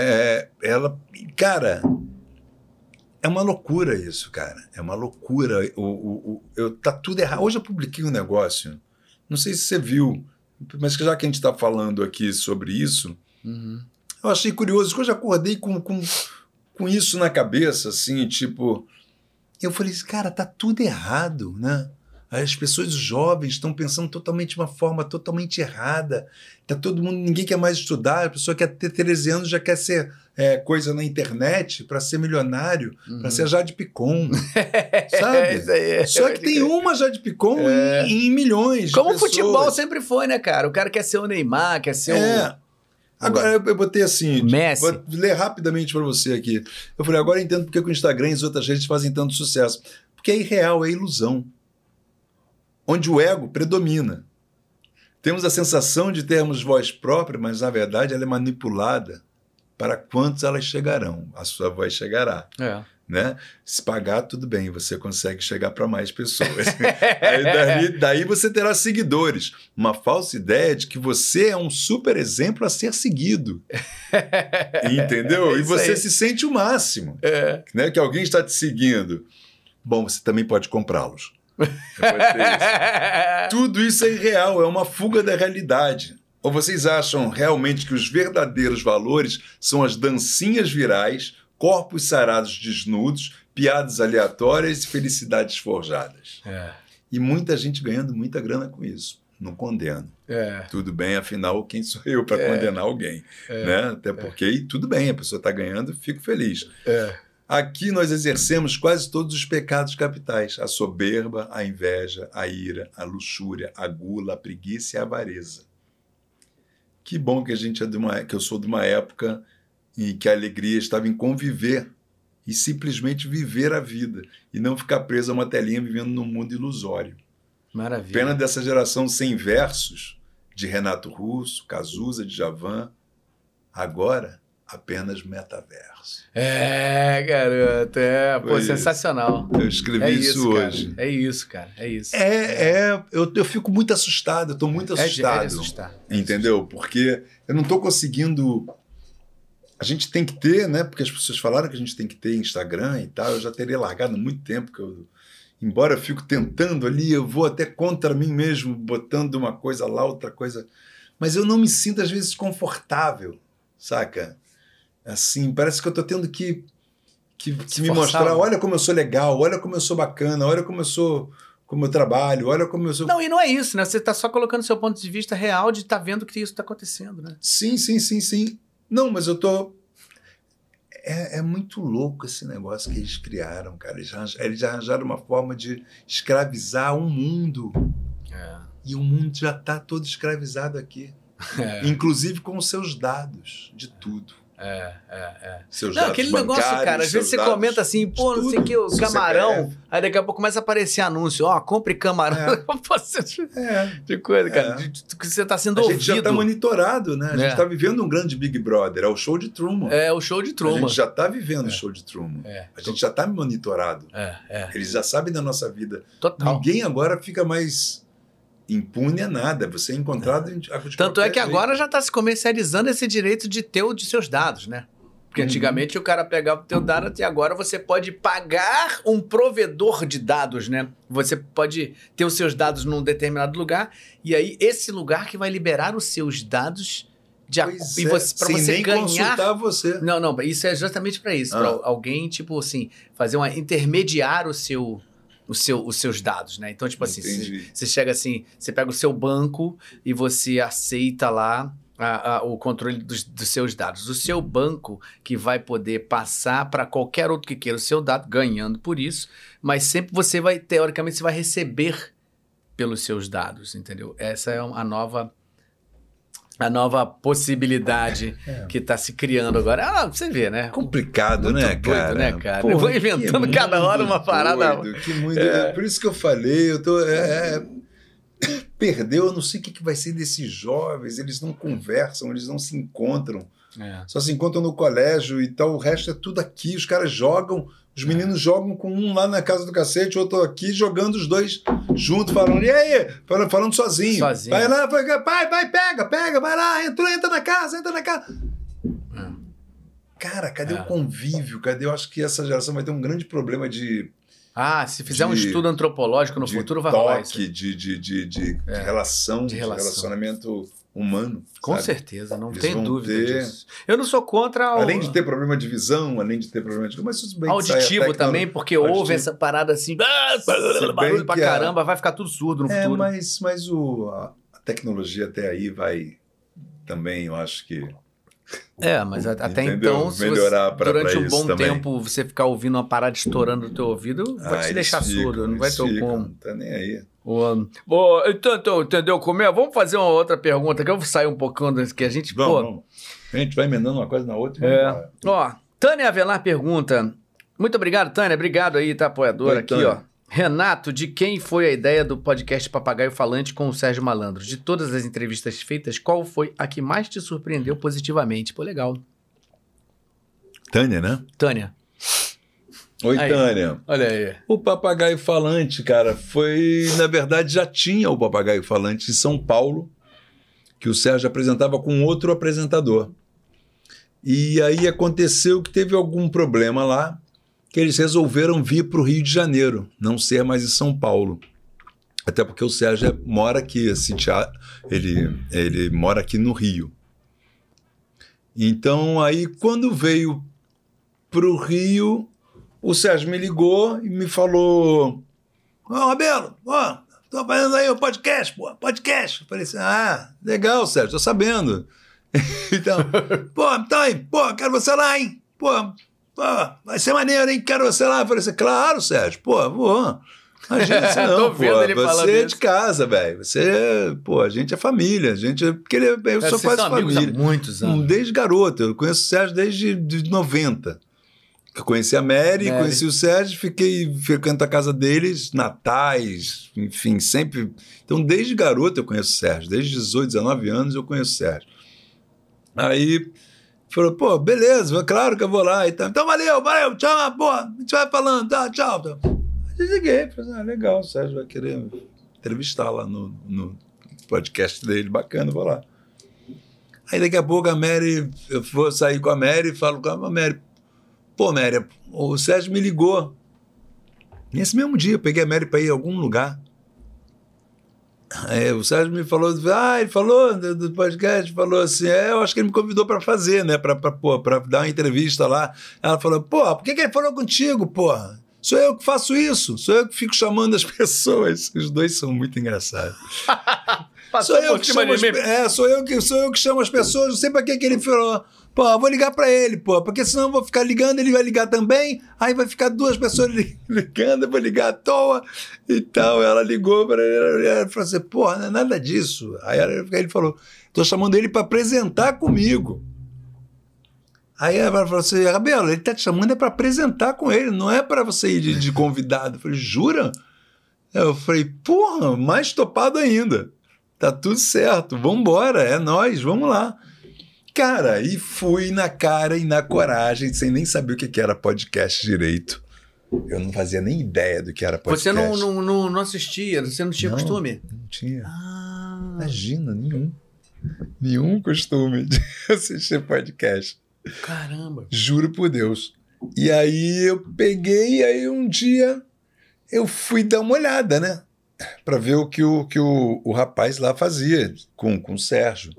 Speaker 2: Ela, cara, é uma loucura isso, cara. É uma loucura. Tá tudo errado. Hoje eu publiquei um negócio, não sei se você viu, mas já que a gente está falando aqui sobre isso, eu achei curioso, que eu já acordei com isso na cabeça, assim, tipo, Eu falei assim, cara, tá tudo errado, né? As pessoas jovens estão pensando totalmente de uma forma totalmente errada. Tá todo mundo, ninguém quer mais estudar, a pessoa quer ter 13 anos, já quer ser coisa na internet para ser milionário, para ser Jade Picon, sabe? Só que tem uma Jade Picon em milhões
Speaker 1: Como
Speaker 2: de pessoas.
Speaker 1: O futebol sempre foi, né, cara? O cara quer ser o Neymar, quer ser
Speaker 2: Agora, eu botei assim,
Speaker 1: Messi.
Speaker 2: Vou ler rapidamente para você aqui. Eu falei, agora eu entendo porque o Instagram e as outras redes fazem tanto sucesso. Porque é irreal, é ilusão. Onde o ego predomina. Temos a sensação de termos voz própria, mas, na verdade, ela é manipulada para quantos elas chegarão. A sua voz chegará. Né? Se pagar, tudo bem, você consegue chegar para mais pessoas. daí você terá seguidores. Uma falsa ideia de que você é um super exemplo a ser seguido. Entendeu? E você se sente o máximo. Né? Que alguém está te seguindo. Bom, você também pode comprá-los. Tudo isso é irreal, é uma fuga da realidade. Ou vocês acham realmente que os verdadeiros valores são as dancinhas virais, corpos sarados desnudos, piadas aleatórias e felicidades forjadas? E muita gente ganhando muita grana com isso. Não condeno. Tudo bem, afinal, quem sou eu para condenar alguém? Né? Até porque, tudo bem, a pessoa está ganhando, fico feliz. Aqui nós exercemos quase todos os pecados capitais: a soberba, a inveja, a ira, a luxúria, a gula, a preguiça e a avareza. Que bom que que eu sou de uma época em que a alegria estava em conviver e simplesmente viver a vida e não ficar preso a uma telinha vivendo num mundo ilusório.
Speaker 1: Maravilha.
Speaker 2: Pena dessa geração sem versos de Renato Russo, Cazuza, Djavan. Agora, apenas metaverso.
Speaker 1: Garoto, pô, sensacional.
Speaker 2: Eu escrevi isso hoje.
Speaker 1: É isso, cara, é isso.
Speaker 2: Eu fico muito assustado, eu estou muito assustado.
Speaker 1: Assustar.
Speaker 2: Entendeu? Porque eu não estou conseguindo... A gente tem que ter, né? Porque as pessoas falaram que a gente tem que ter Instagram e tal, eu já teria largado há muito tempo, embora eu fico tentando ali, eu vou até contra mim mesmo, botando uma coisa lá, outra coisa, mas eu não me sinto às vezes confortável, saca? Assim, parece que eu estou tendo que me mostrar, olha como eu sou legal, olha como eu sou bacana, olha como eu sou, como eu trabalho, olha como eu sou...
Speaker 1: Não, e não é isso, né? Você está só colocando seu ponto de vista real de estar vendo que isso está acontecendo, né?
Speaker 2: Sim. Não, mas eu tô... É muito louco esse negócio que eles criaram, cara. Eles arranjaram uma forma de escravizar o mundo. E o mundo já está todo escravizado aqui. Inclusive com os seus dados de tudo. Seus dados
Speaker 1: aquele
Speaker 2: bancários,
Speaker 1: negócio, cara, às vezes você comenta assim, pô, não sei o que, o camarão, aí daqui a pouco começa a aparecer anúncio, compre camarão, de coisa, cara, que você tá sendo ouvido.
Speaker 2: A gente já tá monitorado, né? A gente tá vivendo um grande Big Brother, é o show de Truman.
Speaker 1: O show de Truman.
Speaker 2: A gente já tá vivendo o show de Truman. A gente já tá monitorado. Eles já sabem da nossa vida.
Speaker 1: Total.
Speaker 2: Ninguém agora fica mais... impune a nada, você é encontrado de
Speaker 1: Tanto é que agora já está se comercializando esse direito de ter de seus dados, né? Porque antigamente o cara pegava o teu dado e agora você pode pagar um provedor de dados, né? Você pode ter os seus dados num determinado lugar e aí esse lugar que vai liberar os seus dados para você
Speaker 2: nem
Speaker 1: ganhar...
Speaker 2: consultar você.
Speaker 1: Não, isso é justamente para isso, para alguém, tipo assim, intermediar os seus dados, né? Então, tipo assim, você chega assim, você pega o seu banco e você aceita lá o controle dos seus dados. O seu banco que vai poder passar para qualquer outro que queira o seu dado, ganhando por isso, mas sempre você vai, teoricamente, você vai receber pelos seus dados, entendeu? Essa é a nova possibilidade que está se criando agora. Você vê, né?
Speaker 2: Complicado, né,
Speaker 1: doido,
Speaker 2: cara?
Speaker 1: né, cara? Eu vou inventando cada hora uma parada.
Speaker 2: Que muito, por isso que eu falei, eu tô... Perdeu, eu não sei o que vai ser desses jovens, eles não conversam, eles não se encontram. Só se encontram no colégio e tal, o resto é tudo aqui, os caras jogam, os meninos jogam com um lá na casa do cacete, outro aqui, jogando os dois juntos, falando, e aí? Falando sozinho. Vai lá, vai, pega, vai lá, entra na casa. Cara, cadê o convívio? Eu acho que essa geração vai ter um grande problema de...
Speaker 1: se fizer um estudo antropológico no futuro, vai rolar isso.
Speaker 2: De relacionamento humano.
Speaker 1: Com
Speaker 2: sabe?
Speaker 1: certeza, não
Speaker 2: Eles
Speaker 1: tem
Speaker 2: vão
Speaker 1: dúvida
Speaker 2: ter...
Speaker 1: disso. Eu não sou contra...
Speaker 2: Além de ter problema de visão, além de ter problema de... Mas tudo bem
Speaker 1: auditivo também, porque ouve essa parada assim... barulho pra caramba, vai ficar tudo surdo no futuro.
Speaker 2: Mas a tecnologia até aí vai também, eu acho que...
Speaker 1: Mas até
Speaker 2: entendeu?
Speaker 1: então, se
Speaker 2: melhorar
Speaker 1: você, durante
Speaker 2: pra
Speaker 1: um bom
Speaker 2: também.
Speaker 1: tempo, você ficar ouvindo uma parada estourando no teu ouvido, vai te deixar surdo, não vai ter como.
Speaker 2: Não tá nem aí.
Speaker 1: Então, entendeu como é? Vamos fazer uma outra pergunta, que eu vou sair um pouquinho do que a gente...
Speaker 2: Vamos. A gente vai emendando uma coisa na outra.
Speaker 1: Tânia Avelar pergunta... Muito obrigado, Tânia. Obrigado aí, tá, apoiadora. Aqui,
Speaker 2: Tânia.
Speaker 1: Renato, de quem foi a ideia do podcast Papagaio Falante com o Sérgio Malandro? De todas as entrevistas feitas, qual foi a que mais te surpreendeu positivamente? Pô, legal.
Speaker 2: Tânia, né?
Speaker 1: Tânia.
Speaker 2: Oi,
Speaker 1: aí.
Speaker 2: Tânia.
Speaker 1: Olha aí.
Speaker 2: O Papagaio Falante, cara, na verdade, já tinha o Papagaio Falante em São Paulo, que o Sérgio apresentava com outro apresentador. E aí aconteceu que teve algum problema lá, que eles resolveram vir para o Rio de Janeiro, não ser mais em São Paulo. Até porque o Sérgio mora aqui, ele mora aqui no Rio. Então, aí, quando veio para o Rio, o Sérgio me ligou e me falou: Rabelo, tô fazendo aí o podcast, pô, podcast. Eu falei assim: legal, Sérgio, tô sabendo. Então, então aí, quero você lá, hein? Vai ser maneiro, hein? Quero você lá. Eu falei assim: claro, Sérgio, vou. Imagina isso não, você é de casa, velho. A gente é família, eu só faço família.
Speaker 1: Há muitos anos.
Speaker 2: Desde garoto, eu conheço o Sérgio desde 90. Eu conheci a Mary, conheci o Sérgio, fiquei frequentando a casa deles, natais, enfim, sempre. Então, desde garoto eu conheço o Sérgio, desde 18, 19 anos eu conheço o Sérgio. Aí falou: beleza, claro que eu vou lá. Então, valeu, tchau, a gente vai falando, tá, tchau. Desliguei, falei: legal, o Sérgio vai querer entrevistar lá no podcast dele, bacana, vou lá. Aí daqui a pouco a Mary, eu vou sair com a Mary e falo com a Mary: Mary, o Sérgio me ligou. Nesse mesmo dia, eu peguei a Mary para ir a algum lugar. Aí o Sérgio me falou, ele falou do podcast, falou assim, eu acho que ele me convidou para fazer, né, para dar uma entrevista lá. Ela falou: por que ele falou contigo, Sou eu que faço isso, sou eu que fico chamando as pessoas. Os dois são muito engraçados. Sou eu que chamo as pessoas, não sei para que ele falou. Vou ligar para ele, porque senão eu vou ficar ligando, ele vai ligar também, aí vai ficar duas pessoas ligando, eu vou ligar à toa e tal. Ela ligou para ele, ela falou assim: não é nada disso. Aí ele falou: tô chamando ele para apresentar comigo. Aí ela falou assim: Rabelo, ele tá te chamando para apresentar com ele, não é para você ir de convidado. Eu falei: jura? Eu falei: mais topado ainda. Tá tudo certo, vambora, é nóis, vamos lá. Cara, e fui na cara e na coragem, sem nem saber o que era podcast direito. Eu não fazia nem ideia do que era podcast.
Speaker 1: Você não assistia, você não tinha costume?
Speaker 2: Não tinha. Imagina, nenhum costume de assistir podcast.
Speaker 1: Caramba.
Speaker 2: Juro por Deus. E aí eu peguei, aí um dia eu fui dar uma olhada, né? Para ver o que o rapaz lá fazia com o Sérgio.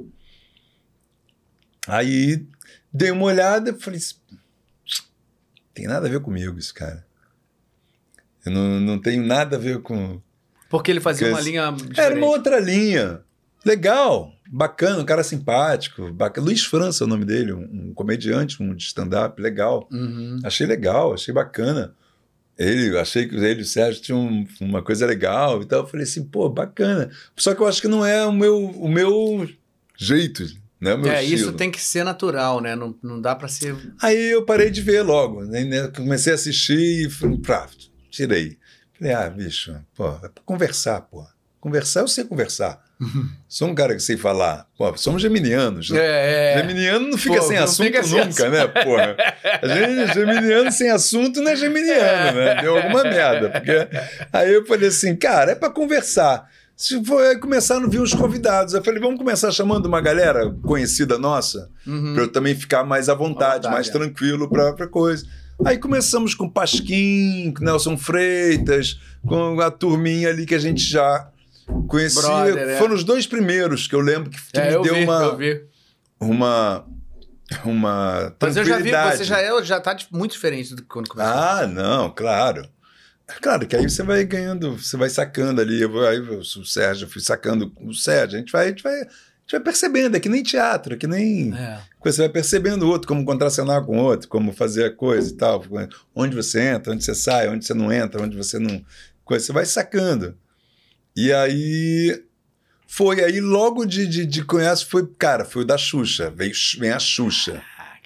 Speaker 2: Aí dei uma olhada e falei: tem nada a ver comigo isso, cara. Eu não tenho nada a ver com...
Speaker 1: Porque ele fazia uma linha diferente.
Speaker 2: Era uma outra linha. Legal, bacana, um cara simpático. Luiz França é o nome dele, um comediante, um de stand-up, legal.
Speaker 1: Uhum.
Speaker 2: Achei legal, achei bacana. Achei que ele e o Sérgio tinham uma coisa legal e tal. Eu falei assim: bacana. Só que eu acho que não é o meu jeito, né? Meu estilo.
Speaker 1: Isso tem que ser natural, né? Não dá pra ser...
Speaker 2: Aí eu parei de ver logo, né? Comecei a assistir e tirei. Falei: bicho, é pra conversar, Conversar, eu sei conversar. Sou um cara que sei falar. Somos geminianos. Né? Geminiano não fica sem assunto nunca, né? Geminiano sem assunto não é geminiano, né? Deu alguma merda. Porque... Aí eu falei assim: cara, é pra conversar. Se for começar a não vir os convidados. Eu falei: vamos começar chamando uma galera conhecida nossa, para eu também ficar mais à vontade, mais tranquilo para coisa. Aí começamos com Pasquim, com Nelson Freitas, com a turminha ali que a gente já Conheci,
Speaker 1: Brother,
Speaker 2: foram os 2 primeiros que eu lembro que me deu uma
Speaker 1: Mas eu já vi,
Speaker 2: tranquilidade.
Speaker 1: você já tá muito diferente do que quando começou.
Speaker 2: Ah, não, claro. Claro que aí você vai ganhando, você vai sacando ali. O Sérgio, eu fui sacando o Sérgio. A gente vai percebendo, é que nem teatro, é que nem. Você vai percebendo o outro, como contracenar com o outro, como fazer a coisa e tal. Onde você entra, onde você sai, onde você não entra, onde você não. Você vai sacando. E aí. Foi aí, logo de conhece, foi o da Xuxa. Vem a Xuxa.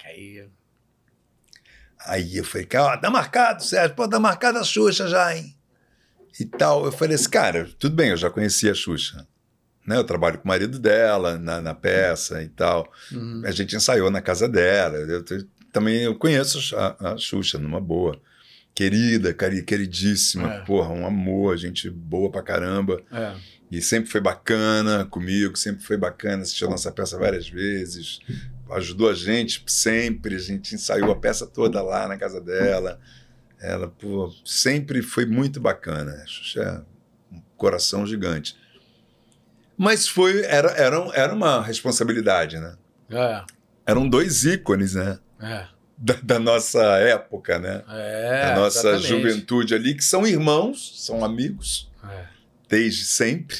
Speaker 2: Aí eu falei, cara, tá marcado, Sérgio, pô, tá marcada a Xuxa já, hein? E tal. Eu falei assim, cara, tudo bem, eu já conhecia a Xuxa. Né? Eu trabalho com o marido dela na peça e tal. A gente ensaiou na casa dela. Eu conheço a Xuxa, numa boa. Querida, queridíssima, porra, um amor, gente boa pra caramba. E sempre foi bacana comigo, sempre foi bacana, assistiu a nossa peça várias vezes, ajudou a gente ensaiou a peça toda lá na casa dela. Ela, pô, sempre foi muito bacana. A Xuxa é um coração gigante. Mas era uma responsabilidade, né? Eram 2 ícones, né? Da nossa época, né? Da nossa exatamente. Juventude ali, que são irmãos, são amigos, desde sempre.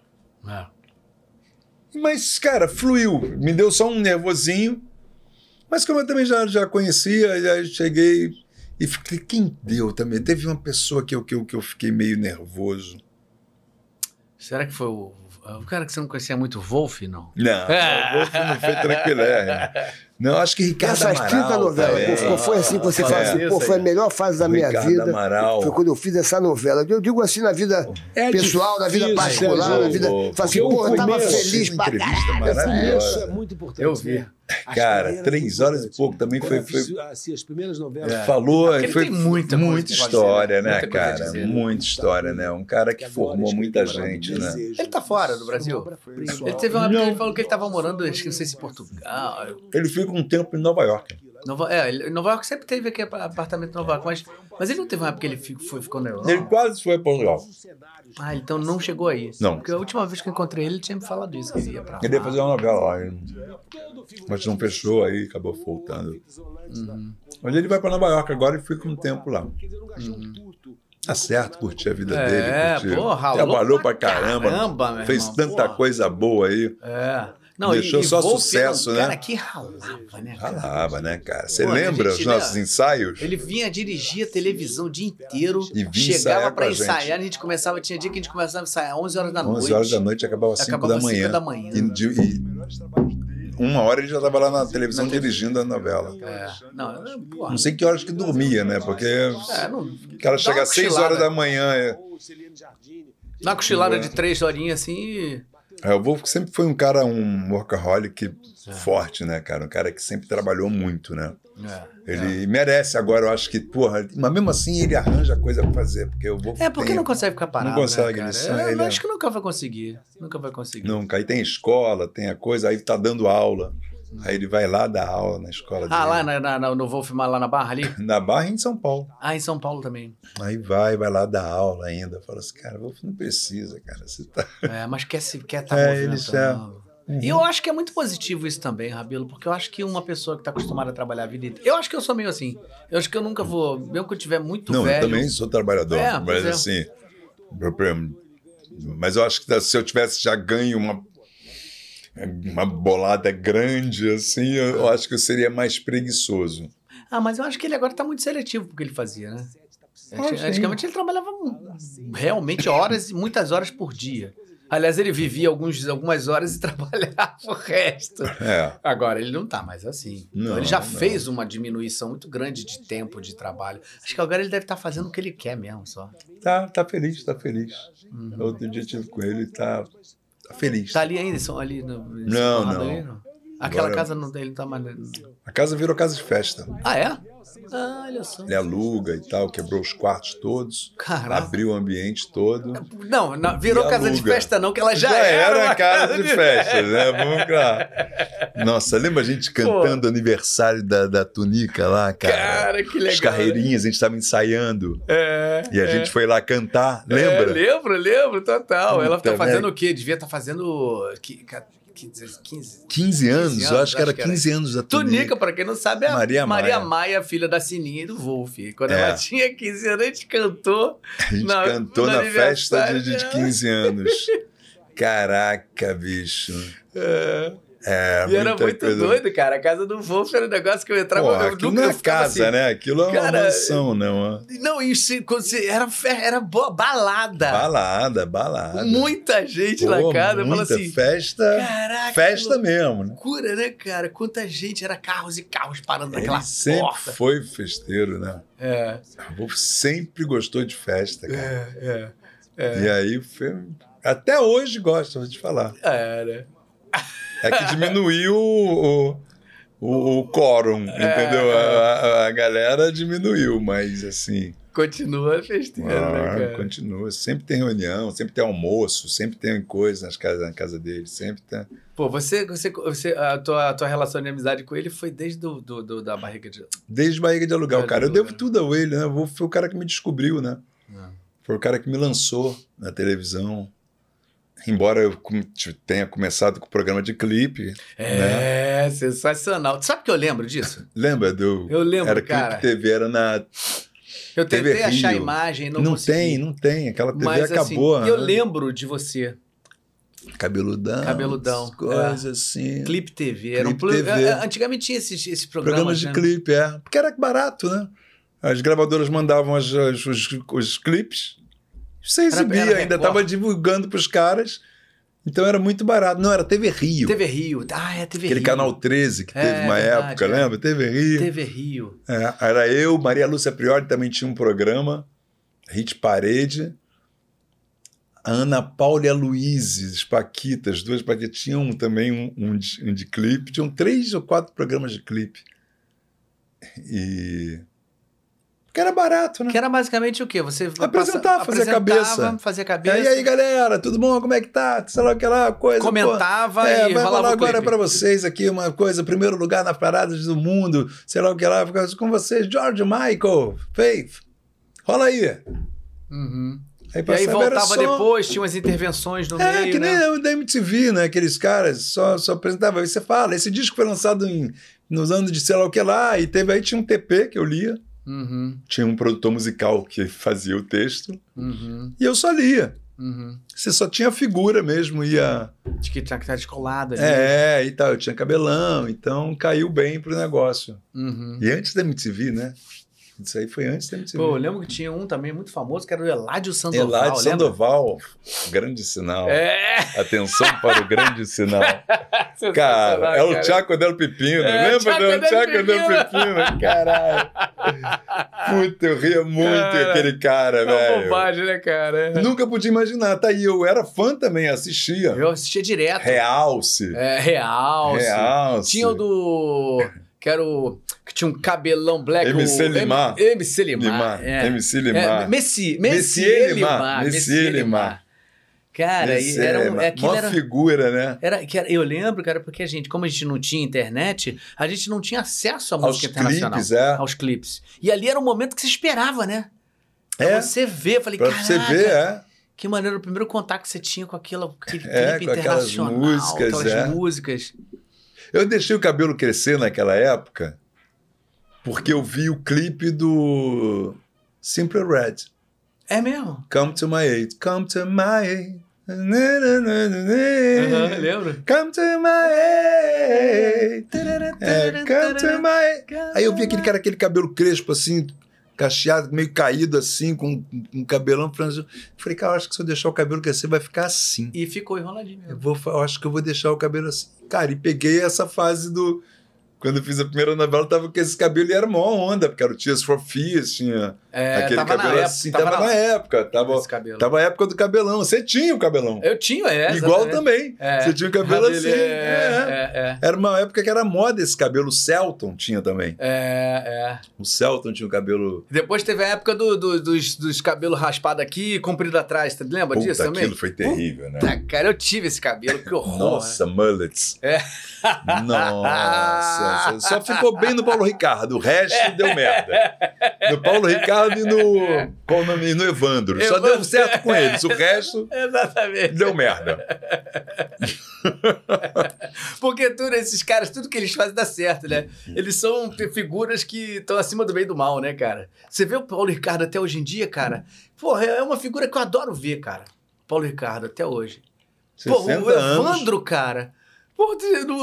Speaker 2: Mas, cara, fluiu. Me deu só um nervosinho, mas como eu também já conhecia, já cheguei e fiquei, quem deu também? Teve uma pessoa que eu fiquei meio nervoso.
Speaker 1: Será que foi o cara que você não conhecia muito, o Wolf, não?
Speaker 2: Não, o Wolf não foi tranquilé. Não, acho que Ricardo Amaral.
Speaker 3: Essas 30 novelas, pô, foi assim que você fala assim, pô, foi a melhor fase da minha vida.
Speaker 2: Amaral.
Speaker 3: Foi quando eu fiz essa novela. Eu digo assim na vida pessoal, na vida particular, na vida. Falo assim, pô, eu tava feliz pra caralho.
Speaker 4: Isso é muito importante.
Speaker 1: Eu vi.
Speaker 2: Cara, 3 horas e pouco também foi.
Speaker 4: Assim, as primeiras novelas.
Speaker 2: Falou,
Speaker 1: foi
Speaker 2: tem
Speaker 1: muita
Speaker 2: história, né, cara? Muita história, né? Um cara que formou muita gente, né?
Speaker 1: Ele tá fora do Brasil. Ele teve uma época que ele falou que ele tava morando, acho que não sei se em Portugal.
Speaker 2: Ele fica um tempo em Nova York.
Speaker 1: Nova York sempre teve aqui apartamento em Nova York, mas ele não teve uma época que ele ficou na Europa.
Speaker 2: Ele quase foi a Portugal.
Speaker 1: Então não chegou aí.
Speaker 2: Não.
Speaker 1: Porque a última vez que eu encontrei ele tinha me falado isso, que ele ia pra lá.
Speaker 2: Ele ia fazer uma novela lá, mas não fechou aí, acabou voltando. Mas ele vai para Nova York agora e fica um tempo lá. Tá certo, curtir a vida dele. Trabalhou pra caramba fez tanta coisa boa aí.
Speaker 1: Não,
Speaker 2: deixou só sucesso, né?
Speaker 1: Cara que ralava, né, cara?
Speaker 2: Ralava, né, cara? Você lembra os nossos ensaios?
Speaker 1: Ele vinha dirigir a televisão o dia inteiro,
Speaker 2: e
Speaker 1: chegava pra ensaiar, a gente começava, tinha dia que a gente começava a ensaiar 11 horas da noite.
Speaker 2: 11 horas da noite, acabava 5 da manhã.
Speaker 1: 5 da manhã.
Speaker 2: E 1 hora ele já estava lá na televisão dirigindo a novela. Não sei que horas que dormia, né? Porque o cara chega às 6 horas da manhã.
Speaker 1: Dá uma cochilada de 3 horinhas assim e...
Speaker 2: O Wolf sempre foi um cara, um workaholic forte, né, cara? Um cara que sempre trabalhou muito, né? Ele merece agora, eu acho que, porra, mas mesmo assim ele arranja coisa pra fazer, porque o Wolf
Speaker 1: porque não consegue ficar parado,
Speaker 2: não consegue,
Speaker 1: né, cara? Eu acho que nunca vai conseguir, Nunca,
Speaker 2: aí tem escola, tem a coisa, aí tá dando aula. Aí ele vai lá dar aula na escola dele.
Speaker 1: Lá no Wolf, lá na Barra ali?
Speaker 2: Na Barra e em São Paulo.
Speaker 1: Em São Paulo também.
Speaker 2: Aí vai lá dar aula ainda. Fala assim, cara, Wolf não precisa, cara. Você tá...
Speaker 1: mas quer estar movimentando. E eu acho que é muito positivo isso também, Rabelo, porque eu acho que uma pessoa que tá acostumada a trabalhar a vida inteira... Eu acho que eu sou meio assim. Eu acho que eu nunca vou... Mesmo que eu tiver muito velho...
Speaker 2: Não, eu também sou trabalhador. Mas assim... Mas eu acho que se eu tivesse já ganho uma bolada grande, assim, eu acho que eu seria mais preguiçoso.
Speaker 1: Mas eu acho que ele agora tá muito seletivo pro que ele fazia, né? Antigamente ele trabalhava realmente muitas horas por dia. Aliás, ele vivia algumas horas e trabalhava o resto. Agora, ele não tá mais assim. Então, ele já fez uma diminuição muito grande de tempo de trabalho. Acho que agora ele deve estar fazendo o que ele quer mesmo, só.
Speaker 2: Tá feliz. Outro dia eu estive com ele, tá feliz.
Speaker 1: Tá ali ainda? São ali no...
Speaker 2: Não.
Speaker 1: Aquela casa dele não tá mais...
Speaker 2: A casa virou casa de festa.
Speaker 1: É? Olha só.
Speaker 2: Ele aluga e tal, quebrou os quartos todos.
Speaker 1: Caraca.
Speaker 2: Abriu o ambiente todo.
Speaker 1: Não, virou casa de festa não, que ela já
Speaker 2: era
Speaker 1: uma
Speaker 2: casa de festa, né? Vamos lá. Nossa, lembra a gente cantando aniversário da Tunica lá, cara?
Speaker 1: Cara, que legal.
Speaker 2: As carreirinhas, a gente estava ensaiando. E a gente foi lá cantar, lembra?
Speaker 1: Lembro, total.
Speaker 2: Puta,
Speaker 1: ela tá fazendo
Speaker 2: né?
Speaker 1: o quê? Devia estar fazendo
Speaker 2: 15 anos, eu acho que era 15 anos da
Speaker 1: Tunica, pra quem não sabe, é a
Speaker 2: Maria
Speaker 1: Maia, filha da Sininha e do Wolf. Quando ela tinha 15 anos, a gente cantou.
Speaker 2: A gente cantou na festa de 15 anos. Caraca, bicho.
Speaker 1: E era muito doido, cara. A casa do Wolf era um negócio que eu entrava...
Speaker 2: Pô, aquilo não é casa, assim, né? Aquilo é uma mansão, não.
Speaker 1: Não, isso era balada.
Speaker 2: Balada.
Speaker 1: Muita gente na casa.
Speaker 2: Muita
Speaker 1: assim,
Speaker 2: festa.
Speaker 1: Caraca,
Speaker 2: festa mesmo, né?
Speaker 1: Loucura, né, cara? Quanta gente. Era carros e carros parando naquela porta.
Speaker 2: Sempre foi festeiro, né? O Wolf sempre gostou de festa, cara. E aí, até hoje gosta, vou te falar.
Speaker 1: Né?
Speaker 2: É que diminuiu o quórum, entendeu? A galera diminuiu, mas assim...
Speaker 1: Continua festeiro, né, cara?
Speaker 2: Continua. Sempre tem reunião, sempre tem almoço, sempre tem coisa na casa dele, sempre tem...
Speaker 1: Pô, a tua relação de amizade com ele foi desde da barriga de...
Speaker 2: Desde barriga de aluguel, cara. Eu devo tudo a ele, né? Foi o cara que me descobriu, né? Foi o cara que me lançou na televisão. Embora eu tenha começado com o programa de clipe. Né?
Speaker 1: Sensacional. Tu sabe que eu lembro disso?
Speaker 2: Lembra?
Speaker 1: Eu lembro,
Speaker 2: era
Speaker 1: cara.
Speaker 2: Clipe TV, era na...
Speaker 1: Eu tentei
Speaker 2: TV
Speaker 1: achar a
Speaker 2: Rio.
Speaker 1: imagem, não consegui.
Speaker 2: Não tem. Aquela TV
Speaker 1: mas,
Speaker 2: acabou.
Speaker 1: Assim, eu lembro de você.
Speaker 2: Cabeludão. Coisas assim.
Speaker 1: Clipe TV. Antigamente tinha esse programa.
Speaker 2: Programas de clipe, Porque era barato, né? As gravadoras mandavam os clipes. Você exibia, ainda estava divulgando para os caras. Então era muito barato. Não, era TV Rio.
Speaker 1: TV Rio. TV
Speaker 2: Aquele
Speaker 1: Rio.
Speaker 2: Canal 13 que teve uma época, lembra? TV Rio.
Speaker 1: TV Rio.
Speaker 2: Era eu, Maria Lúcia Priori também tinha um programa, Hit Parede. A Ana Paula e a Luíse, as Paquitas, duas Paquitas, tinham também um de clipe. Tinham 3 ou 4 programas de clipe. Porque era barato, né?
Speaker 1: Que era basicamente o quê? Você
Speaker 2: apresentava, fazia cabeça. E aí, galera, tudo bom? Como é que tá? Sei lá, aquela coisa.
Speaker 1: Comentava
Speaker 2: e vai falar agora para vocês aqui uma coisa. Primeiro lugar nas paradas do mundo. Sei lá o que lá. Com vocês, George Michael, Faith. Rola aí. Aí
Speaker 1: e aí voltava depois, tinha umas intervenções no meio,
Speaker 2: que nem da MTV, né? Aqueles caras só apresentavam. Aí você fala, esse disco foi lançado nos anos de sei lá o que lá. E tinha um TP que eu lia. Tinha um produtor musical que fazia o texto e eu só lia. Você só tinha figura mesmo, ia...
Speaker 1: Acho que tinha que estar descolado ali.
Speaker 2: E tal, eu tinha cabelão, então caiu bem pro negócio. E antes da MTV, né? Isso aí foi antes da MTV.
Speaker 1: Pô, eu lembro que tinha um também muito famoso, que era o Eládio Sandoval.
Speaker 2: Eládio Sandoval, grande sinal. Atenção para o grande sinal. Cara, é o Chaco del Pepino. Lembra do Chaco del Pepino? Caralho. Puta, eu ria muito aquele cara, velho.
Speaker 1: É uma bobagem, né, cara?
Speaker 2: Nunca podia imaginar. Tá aí, eu era fã também, assistia.
Speaker 1: Eu assistia direto.
Speaker 2: Realce.
Speaker 1: Realce. Tinha o do... Que tinha um cabelão black.
Speaker 2: MC Limar.
Speaker 1: MC Limar.
Speaker 2: MC Limar.
Speaker 1: Messier Limar. Cara,
Speaker 2: uma figura, né?
Speaker 1: Eu lembro, cara, porque como a gente não tinha internet, a gente não tinha acesso à música internacional. Aos clipes. E ali era um momento que você esperava, né? Pra você ver. Eu falei,
Speaker 2: pra você ver,
Speaker 1: que maneiro, o primeiro contato que você tinha com aquele clipe internacional. Aquelas músicas.
Speaker 2: Eu deixei o cabelo crescer naquela época porque eu vi o clipe do Simple Red.
Speaker 1: É mesmo?
Speaker 2: Come to my aid. Come to my aid.
Speaker 1: Lembro.
Speaker 2: Come to my aid. Come to my aid. Aí eu vi aquele cabelo crespo assim, cacheado, meio caído assim, com um cabelão franzino. Falei, cara, eu acho que se eu deixar o cabelo crescer vai ficar assim.
Speaker 1: E ficou enroladinho mesmo.
Speaker 2: Eu acho que eu vou deixar o cabelo assim. Cara, e peguei essa fase Quando eu fiz a primeira novela, tava com esse cabelo e era mó onda, porque era o Tears for Fears, tinha aquele cabelo assim, tava na época. Tava a época do cabelão. Você tinha o cabelão.
Speaker 1: Eu tinha,
Speaker 2: igual também. Você tinha o cabelo assim. Era uma época que era moda esse cabelo. O Celton tinha também. O Celton tinha o cabelo...
Speaker 1: Depois teve a época dos cabelos raspados aqui e comprido atrás. Você lembra disso também?
Speaker 2: Aquilo foi terrível, né?
Speaker 1: Cara, eu tive esse cabelo, que horror.
Speaker 2: Nossa, mullets. Nossa. Só ficou bem no Paulo Ricardo, o resto deu merda. No Paulo Ricardo e no... Qual o nome? No Evandro. Só deu certo com eles, o resto deu merda.
Speaker 1: Porque esses caras, tudo que eles fazem dá certo, né? Eles são figuras que estão acima do bem e do mal, né, cara? Você vê o Paulo Ricardo até hoje em dia, cara? Porra, é uma figura que eu adoro ver, cara. Paulo Ricardo, até hoje. Pô, o Evandro, cara... Pô,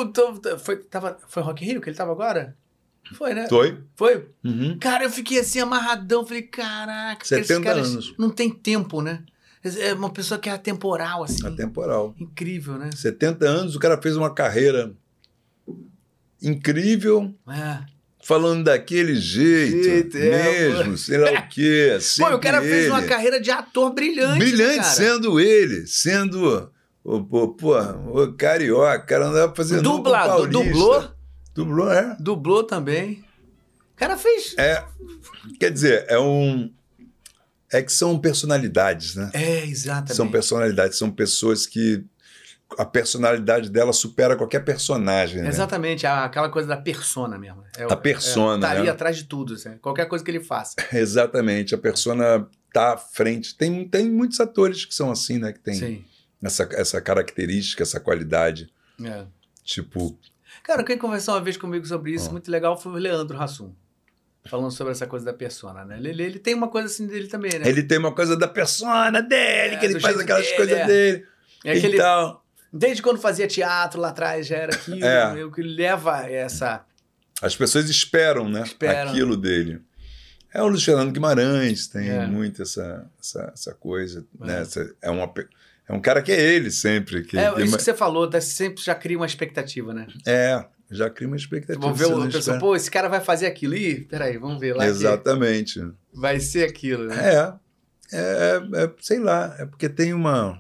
Speaker 1: foi Rock in Rio que ele tava agora? Foi, né? Foi?
Speaker 2: Uhum.
Speaker 1: Cara, eu fiquei assim, amarradão. Falei, caraca,
Speaker 2: 70
Speaker 1: esses caras
Speaker 2: anos.
Speaker 1: Não tem tempo, né? É uma pessoa que é atemporal, assim.
Speaker 2: Atemporal.
Speaker 1: Incrível, né?
Speaker 2: 70 anos, o cara fez uma carreira incrível. Falando daquele jeito mesmo, sei lá o quê.
Speaker 1: Pô, o cara fez uma carreira de ator brilhante,
Speaker 2: Brilhante,
Speaker 1: cara.
Speaker 2: sendo ele, sendo... o carioca, cara andava fazendo
Speaker 1: dublou?
Speaker 2: Dublou
Speaker 1: também. O cara fez...
Speaker 2: Quer dizer, é que são personalidades, né?
Speaker 1: Exatamente.
Speaker 2: São personalidades, são pessoas que a personalidade dela supera qualquer personagem, né?
Speaker 1: Exatamente, aquela coisa da persona mesmo.
Speaker 2: A persona,
Speaker 1: tá ali atrás de tudo, assim, qualquer coisa que ele faça.
Speaker 2: Exatamente, a persona tá à frente. Tem muitos atores que são assim, né? Que tem essa característica, essa qualidade. Tipo...
Speaker 1: Cara, quem conversou uma vez comigo sobre isso, muito legal, foi o Leandro Hassum. Falando sobre essa coisa da persona, né? Ele tem uma coisa assim dele também, né?
Speaker 2: Ele tem uma coisa da persona dele, que ele faz aquelas coisas dele.
Speaker 1: Então... Desde quando fazia teatro lá atrás já era aquilo, o que leva essa... As
Speaker 2: pessoas esperam, né? Aquilo dele. O Luiz Fernando Guimarães tem muito essa coisa, né? É um cara que é ele sempre.
Speaker 1: Isso que você falou, sempre já cria uma expectativa, né?
Speaker 2: Já cria uma expectativa.
Speaker 1: Vamos ver o pessoal, pô, esse cara vai fazer aquilo. Ih, peraí, vamos ver lá.
Speaker 2: Exatamente.
Speaker 1: Vai ser aquilo, né?
Speaker 2: Sei lá, é porque tem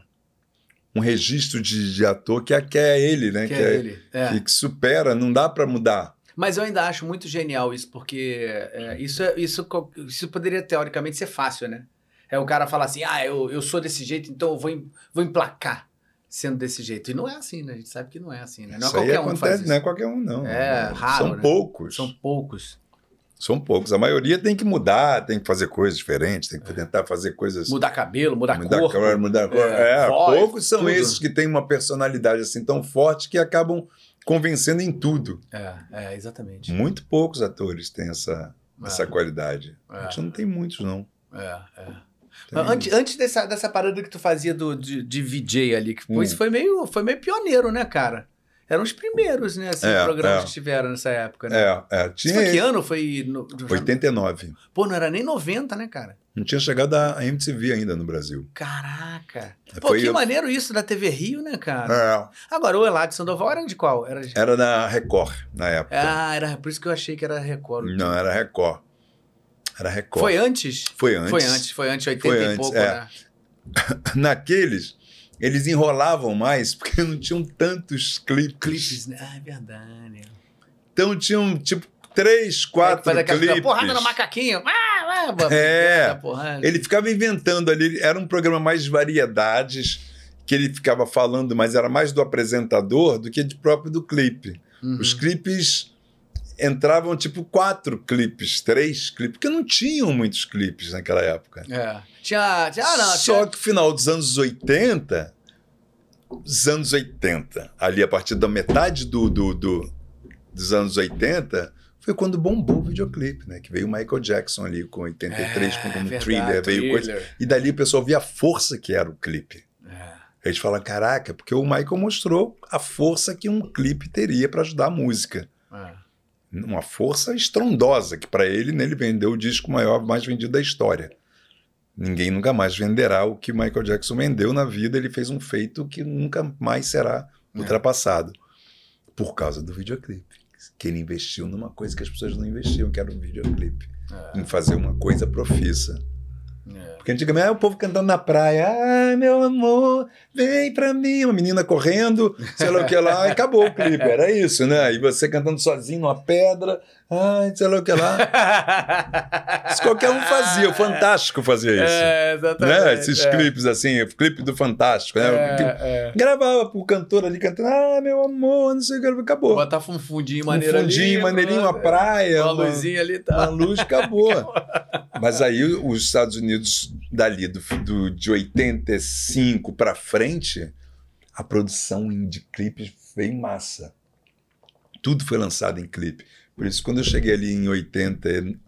Speaker 2: um registro de ator que é ele, né? Que supera, não dá para mudar.
Speaker 1: Mas eu ainda acho muito genial isso, porque isso poderia teoricamente ser fácil, né? O cara falar assim, eu sou desse jeito, então eu vou emplacar sendo desse jeito. E não é assim, né? A gente sabe que não é assim, né? Não é qualquer um que faz isso.
Speaker 2: Não é qualquer um, não.
Speaker 1: É raro,
Speaker 2: São poucos.
Speaker 1: São poucos.
Speaker 2: São poucos. A maioria tem que mudar, tem que fazer coisas diferentes, tem que tentar fazer coisas...
Speaker 1: Mudar cabelo, mudar corpo.
Speaker 2: Voz, poucos são
Speaker 1: tudo.
Speaker 2: Esses que têm uma personalidade assim tão forte que acabam convencendo em tudo.
Speaker 1: Exatamente.
Speaker 2: Muito poucos atores têm essa qualidade. A gente não tem muitos, não.
Speaker 1: Antes dessa parada que tu fazia de VJ ali, que isso foi meio pioneiro, né, cara? Eram os primeiros, né, assim, programas que tiveram nessa época, né?
Speaker 2: Tinha...
Speaker 1: Foi que ano? Foi...
Speaker 2: 89.
Speaker 1: Pô, não era nem 90, né, cara?
Speaker 2: Não tinha chegado a MTV ainda no Brasil.
Speaker 1: Caraca! Pô, que maneiro isso da TV Rio, né, cara? Agora, o Eladio Sandoval era de qual?
Speaker 2: Era da Record, na época.
Speaker 1: Era por isso que eu achei que era Record.
Speaker 2: Não, era Record. Era Record.
Speaker 1: Foi antes?
Speaker 2: Foi antes,
Speaker 1: 80 e pouco, né?
Speaker 2: Naqueles, eles enrolavam mais, porque não tinham tantos clipes.
Speaker 1: Né? É verdade.
Speaker 2: Então tinham, tipo, 3, 4 clipes.
Speaker 1: Porrada no macaquinho.
Speaker 2: Ele ficava inventando ali. Era um programa mais de variedades, que ele ficava falando, mas era mais do apresentador do que próprio do clipe. Os clipes... entravam tipo 4 clipes, 3 clipes, porque não tinham muitos clipes naquela época. Só que no final dos anos 80, ali a partir da metade dos anos 80, foi quando bombou o videoclipe, né? Que veio o Michael Jackson ali com 83, com Thriller, veio coisa. E dali o pessoal via a força que era o clipe. Eles falam, caraca, porque o Michael mostrou a força que um clipe teria para ajudar a música. Uma força estrondosa, que para ele vendeu o disco mais vendido da história. Ninguém nunca mais venderá o que Michael Jackson vendeu na vida. Ele fez um feito que nunca mais será ultrapassado. Por causa do videoclipe. Que ele investiu numa coisa que as pessoas não investiam, que era um videoclipe. Em fazer uma coisa profissa. Porque antigamente o povo cantando na praia, ai meu amor, vem pra mim, uma menina correndo, sei lá o que lá, e acabou o clipe, era isso, né? E você cantando sozinho numa pedra, ai, sei lá o que lá. Isso qualquer um fazia, o Fantástico fazia isso.
Speaker 1: Exatamente.
Speaker 2: Né? Esses clipes assim, o clipe do Fantástico, né? Gravava pro cantor ali cantando, ah, meu amor, não sei o que, acabou.
Speaker 1: Botava um fundinho maneiro ali.
Speaker 2: Um fundinho maneirinho, uma praia.
Speaker 1: Uma luzinha ali e tal.
Speaker 2: Uma luz, acabou. Mas aí os Estados Unidos, dali de 85 para frente, a produção de clipes veio em massa. Tudo foi lançado em clipe. Por isso, quando eu cheguei ali em 89,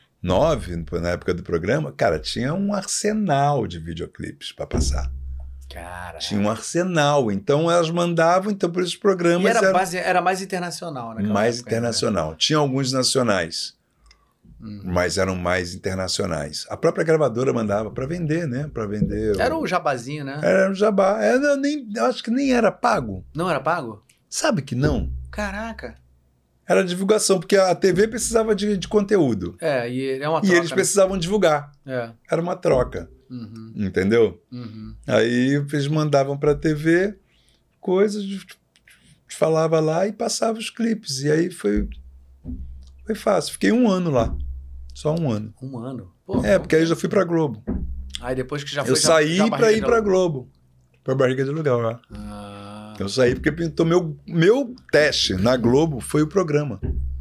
Speaker 2: na época do programa, cara, tinha um arsenal de videoclipes para passar.
Speaker 1: Cara.
Speaker 2: Tinha um arsenal. Então, elas mandavam, então, por esses programas...
Speaker 1: E era mais internacional, né?
Speaker 2: Mais internacional. Né? Tinha alguns nacionais. Mas eram mais internacionais. A própria gravadora mandava para vender, né? Para vender.
Speaker 1: Era o jabazinho, né?
Speaker 2: Era o jabá. Eu acho que nem era pago.
Speaker 1: Não era pago?
Speaker 2: Sabe que não?
Speaker 1: Caraca.
Speaker 2: Era divulgação, porque a TV precisava de conteúdo.
Speaker 1: E é uma troca.
Speaker 2: E eles precisavam divulgar. Era uma troca. Entendeu? Aí eles mandavam para a TV coisas, falava lá e passava os clipes. E aí foi fácil. Fiquei 1 ano lá. Só 1 ano.
Speaker 1: 1 ano? Pô,
Speaker 2: porque aí eu já fui pra Globo.
Speaker 1: Aí depois que já foi...
Speaker 2: Eu saí pra ir pra Globo. Pra Barriga de Aluguel, lá. Eu saí porque pintou meu teste na Globo foi o programa.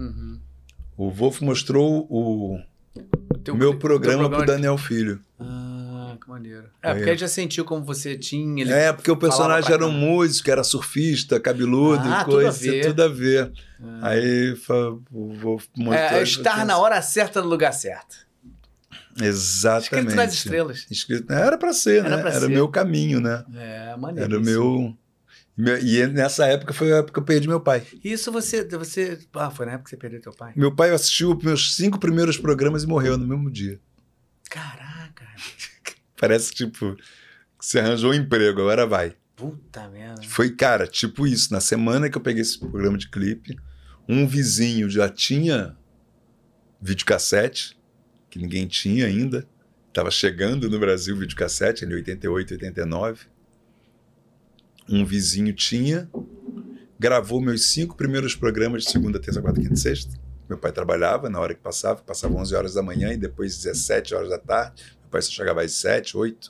Speaker 2: O Wolf mostrou o meu programa pro Daniel Filho.
Speaker 1: Que maneiro. Porque aí já sentiu como você tinha...
Speaker 2: porque o personagem era um músico, era surfista, cabeludo, coisa, tudo a ver. Aí o Wolf mostrou...
Speaker 1: estar na hora certa, no lugar certo.
Speaker 2: Exatamente.
Speaker 1: Escrito nas estrelas.
Speaker 2: Era pra ser, né? Era o meu caminho, né?
Speaker 1: Maneiro.
Speaker 2: Era o meu... E nessa época foi a época que eu perdi meu pai.
Speaker 1: Isso você... foi na época que você perdeu teu pai?
Speaker 2: Meu pai assistiu os meus 5 primeiros programas e morreu no mesmo dia.
Speaker 1: Caraca.
Speaker 2: Parece tipo... Você arranjou um emprego, agora vai.
Speaker 1: Puta merda.
Speaker 2: Foi, cara, tipo isso. Na semana que eu peguei esse programa de clipe, um vizinho já tinha videocassete, que ninguém tinha ainda. Tava chegando no Brasil videocassete, em 88, 89. Um vizinho tinha, gravou meus 5 primeiros programas de segunda, terça, quarta, quinta e sexta. Meu pai trabalhava na hora que passava 11 horas da manhã e depois 17 horas da tarde. Meu pai só chegava às 7, 8.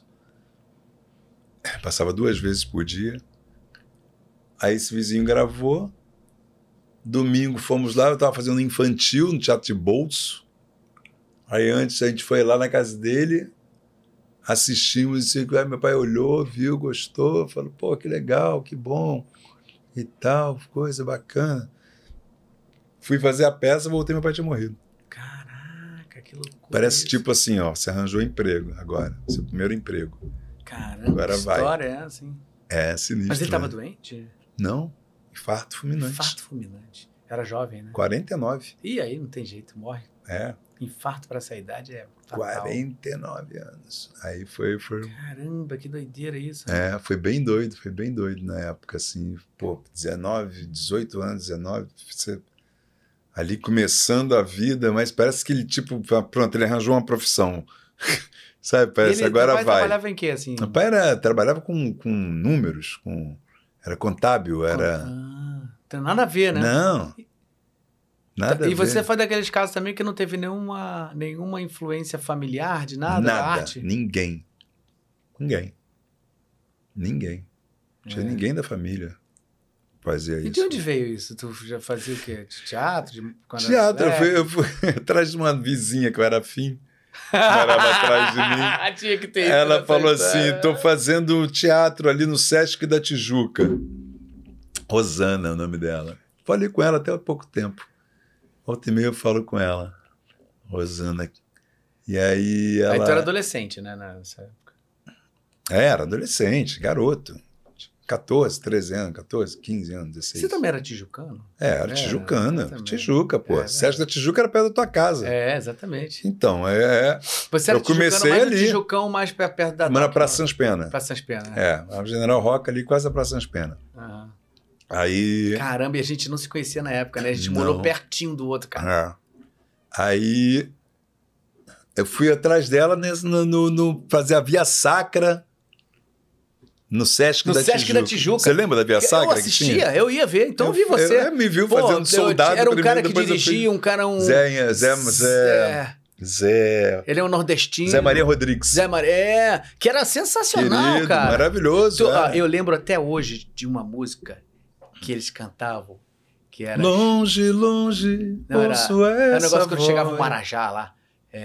Speaker 2: Passava 2 vezes por dia. Aí esse vizinho gravou. Domingo fomos lá, eu estava fazendo infantil no Teatro de Bolso. Aí antes a gente foi lá na casa dele, assistimos e meu pai olhou, viu, gostou, falou, pô, que legal, que bom e tal, coisa bacana. Fui fazer a peça, voltei, meu pai tinha morrido.
Speaker 1: Caraca, que loucura.
Speaker 2: Parece tipo assim, ó, você arranjou emprego agora, seu primeiro emprego.
Speaker 1: Caramba,
Speaker 2: agora
Speaker 1: que história é essa, hein?
Speaker 2: É sinistro.
Speaker 1: Mas ele estava doente?
Speaker 2: Não, infarto fulminante.
Speaker 1: Infarto fulminante. Era jovem, né?
Speaker 2: 49.
Speaker 1: E aí não tem jeito, morre. Infarto para essa idade é fatal.
Speaker 2: 49 anos. Aí foi...
Speaker 1: Caramba, que doideira isso.
Speaker 2: Foi bem doido na época, assim, pô, 18 anos, 19, você, ali começando a vida, mas parece que ele, tipo, pronto, ele arranjou uma profissão, sabe, parece, agora vai. Ele
Speaker 1: trabalhava em quê, assim?
Speaker 2: Meu pai trabalhava com números, era contábil, era...
Speaker 1: tem nada a ver, né?
Speaker 2: Não. Nada
Speaker 1: e você foi daqueles casos também que não teve nenhuma influência familiar de nada? Da arte?
Speaker 2: Ninguém. Não tinha ninguém da família fazia isso.
Speaker 1: E de onde veio isso? Tu já fazia o quê? Teatro?
Speaker 2: Teatro. Eu fui atrás de uma vizinha que eu era afim. Morava atrás de mim.
Speaker 1: Tinha que ter isso.
Speaker 2: Ela falou assim, estou fazendo teatro ali no Sesc da Tijuca. Rosana é o nome dela. Falei com ela até há pouco tempo. Volta e meia eu falo com ela. Rosana. E aí ela...
Speaker 1: Aí tu era adolescente, né? Nessa época.
Speaker 2: Era adolescente, garoto. 14, 13 anos, 14, 15 anos, 16.
Speaker 1: Você também era tijucano?
Speaker 2: Era tijucana. Tijuca, pô. Sesc da Tijuca era perto da tua casa.
Speaker 1: Exatamente.
Speaker 2: Então,
Speaker 1: Você era
Speaker 2: eu comecei
Speaker 1: mais
Speaker 2: ali.
Speaker 1: Tijucão, mais perto da...
Speaker 2: Na Praça Sans Pena.
Speaker 1: Praça Sans Pena.
Speaker 2: A General Roca ali, quase a Praça Sans Pena. Aí...
Speaker 1: Caramba, e a gente não se conhecia na época, né? A gente morou pertinho do outro, cara.
Speaker 2: Aí eu fui atrás dela no fazer a Via Sacra no Sesc da Tijuca. Você lembra da Via Sacra?
Speaker 1: Eu assistia, eu ia ver, então eu vi você.
Speaker 2: Eu me viu fazendo soldado.
Speaker 1: Era um cara que dirigia, um cara...
Speaker 2: Zé.
Speaker 1: Ele é um nordestino.
Speaker 2: Zé Maria Rodrigues.
Speaker 1: Zé Maria. Que era sensacional,
Speaker 2: querido,
Speaker 1: cara.
Speaker 2: Maravilhoso.
Speaker 1: Eu lembro até hoje de uma música que eles cantavam, que era...
Speaker 2: Longe, longe, ouço
Speaker 1: era um negócio
Speaker 2: essa
Speaker 1: quando
Speaker 2: voz.
Speaker 1: chegava no Marajá lá.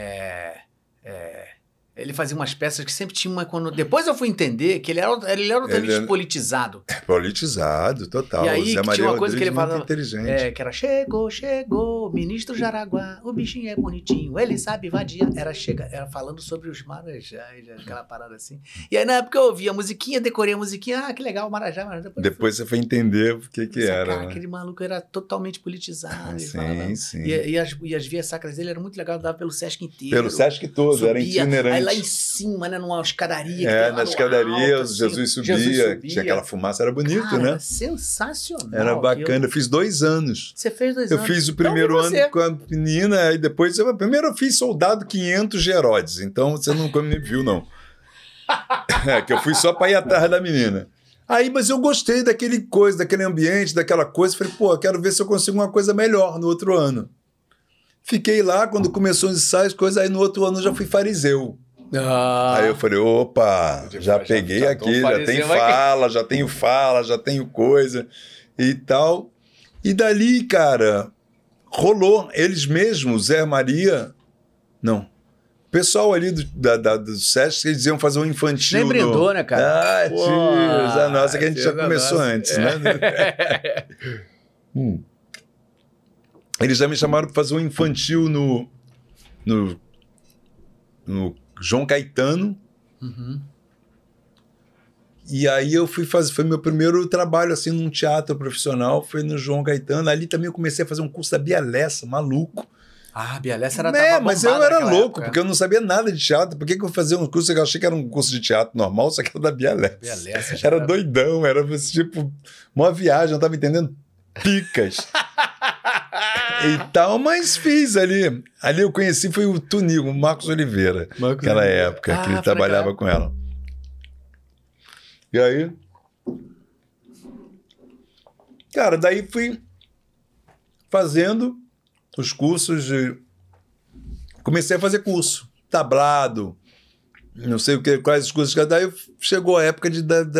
Speaker 1: Ele fazia umas peças que sempre tinha uma... Depois eu fui entender que ele era totalmente politizado.
Speaker 2: Politizado, total.
Speaker 1: E aí
Speaker 2: Zé Maria
Speaker 1: tinha uma coisa que ele falava...
Speaker 2: inteligente.
Speaker 1: Que era chegou, ministro Jaraguá, o bichinho é bonitinho, ele sabe vadiar. Era falando sobre os marajás, aquela parada assim. E aí na época eu ouvi a musiquinha, decorei a musiquinha, que legal, o Marajá.
Speaker 2: Depois você foi entender o que era.
Speaker 1: Cara,
Speaker 2: né?
Speaker 1: aquele maluco era totalmente politizado.
Speaker 2: Sim.
Speaker 1: E as vias sacras dele eram muito legais, dava pelo Sesc inteiro.
Speaker 2: Pelo Sesc todo, era itinerante.
Speaker 1: Aí lá em cima, né, numa escadaria.
Speaker 2: Na escadaria, Jesus subia. Tinha aquela fumaça, era bonito,
Speaker 1: cara,
Speaker 2: né?
Speaker 1: Sensacional.
Speaker 2: Era bacana. Eu fiz 2 anos.
Speaker 1: Você fez 2
Speaker 2: anos? Eu fiz o primeiro ano com a menina, e depois... Primeiro eu fiz Soldado 500 de Herodes, então você nunca me viu, não. Que eu fui só para ir atrás da menina. Aí, mas eu gostei daquele ambiente, daquela coisa. Falei, pô, eu quero ver se eu consigo uma coisa melhor no outro ano. Fiquei lá, quando começou os ensaios, aí no outro ano eu já fui fariseu. Aí eu falei, opa, já peguei aqui, já tenho fala, já tenho coisa e tal. E dali, cara, rolou. Eles mesmos, Zé Maria... Não. O pessoal ali do Sesc, eles iam fazer um infantil.
Speaker 1: Nem brindou, né, cara?
Speaker 2: A nossa que a gente já começou antes, né? Eles já me chamaram para fazer um infantil no João Caetano.
Speaker 1: Uhum.
Speaker 2: E aí eu fui fazer, foi meu primeiro trabalho assim num teatro profissional, foi no João Caetano. Ali também eu comecei a fazer um curso da Bia Lessa, maluco.
Speaker 1: Bia Lessa era
Speaker 2: mas eu era louco, porque eu não sabia nada de teatro. Por que eu fazia um curso? Eu achei que era um curso de teatro normal, só que era da Bia Lessa. Era doidão, era tipo uma viagem, eu tava entendendo picas. E tal, mas fiz ali. Ali eu conheci, foi o Tunil, o Marcos Oliveira, naquela época, que ele trabalhava com ela. E aí... Cara, daí fui fazendo os cursos de... Comecei a fazer curso, tablado, não sei o que, quais os cursos. Daí chegou a época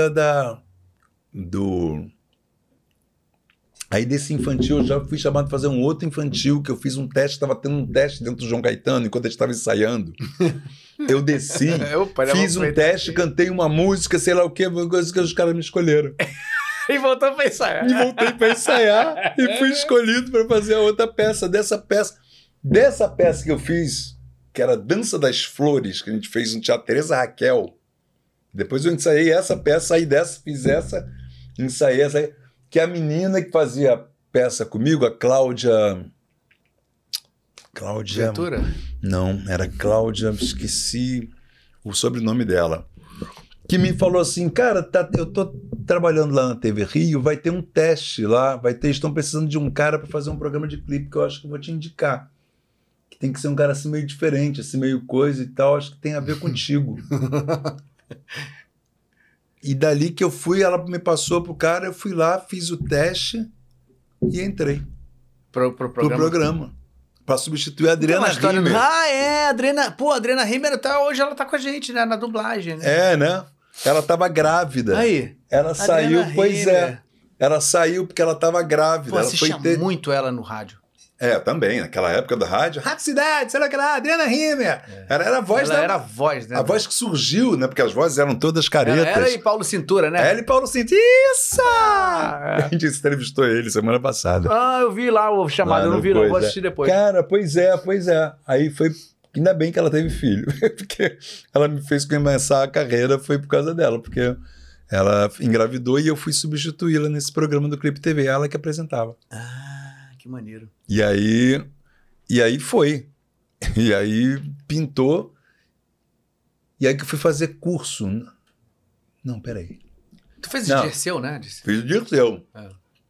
Speaker 2: Aí desse infantil eu já fui chamado para fazer um outro infantil, que eu fiz um teste, estava tendo um teste dentro do João Caetano, enquanto a gente estava ensaiando. Eu desci, fiz um teste, cantei uma música, sei lá o quê, coisa que os caras me escolheram.
Speaker 1: E voltou para ensaiar.
Speaker 2: E voltei para ensaiar e fui escolhido para fazer a outra peça. Dessa peça que eu fiz, que era Dança das Flores, que a gente fez no Teatro Teresa Raquel. Depois eu ensaiei essa peça, saí dessa, fiz essa, ensaiei essa. Que a menina que fazia a peça comigo, a Cláudia...
Speaker 1: Ventura?
Speaker 2: Não, era Cláudia, esqueci o sobrenome dela. Que me falou assim, cara, eu tô trabalhando lá na TV Rio, vai ter um teste lá, estão precisando de um cara para fazer um programa de clipe que eu acho que eu vou te indicar. Que tem que ser um cara assim meio diferente, assim meio coisa e tal, acho que tem a ver contigo. E dali que eu fui, ela me passou pro cara, eu fui lá, fiz o teste e entrei.
Speaker 1: Pro
Speaker 2: programa. Pra substituir a Adriana Rimmer.
Speaker 1: A Adriana Rimmer hoje ela tá com a gente, né, na dublagem, né?
Speaker 2: Né? Ela tava grávida.
Speaker 1: Aí.
Speaker 2: Ela saiu, pois é. Ela saiu porque ela tava grávida.
Speaker 1: Pô,
Speaker 2: ela
Speaker 1: assistia muito ela no rádio.
Speaker 2: Também, naquela época do rádio. Rádio Cidade, sei lá que era, Adriana Rimmer. Era a voz
Speaker 1: Ela era a voz, né?
Speaker 2: A voz que surgiu, né? Porque as vozes eram todas caretas.
Speaker 1: Ela e Paulo Cintura, né?
Speaker 2: Ela e Paulo Cintura. Isso! A gente entrevistou ele semana passada.
Speaker 1: Eu vi lá o chamado, eu não vi, não. Vou assistir depois.
Speaker 2: Cara, pois é. Aí foi... Ainda bem que ela teve filho. Porque ela me fez começar a carreira, foi por causa dela. Porque ela engravidou e eu fui substituí-la nesse programa do Clipe TV. Ela que apresentava.
Speaker 1: Que maneiro.
Speaker 2: E aí foi. E aí pintou. E aí que eu fui fazer curso. Não, peraí.
Speaker 1: Tu fez o Dirceu, né?
Speaker 2: Fiz o Dirceu.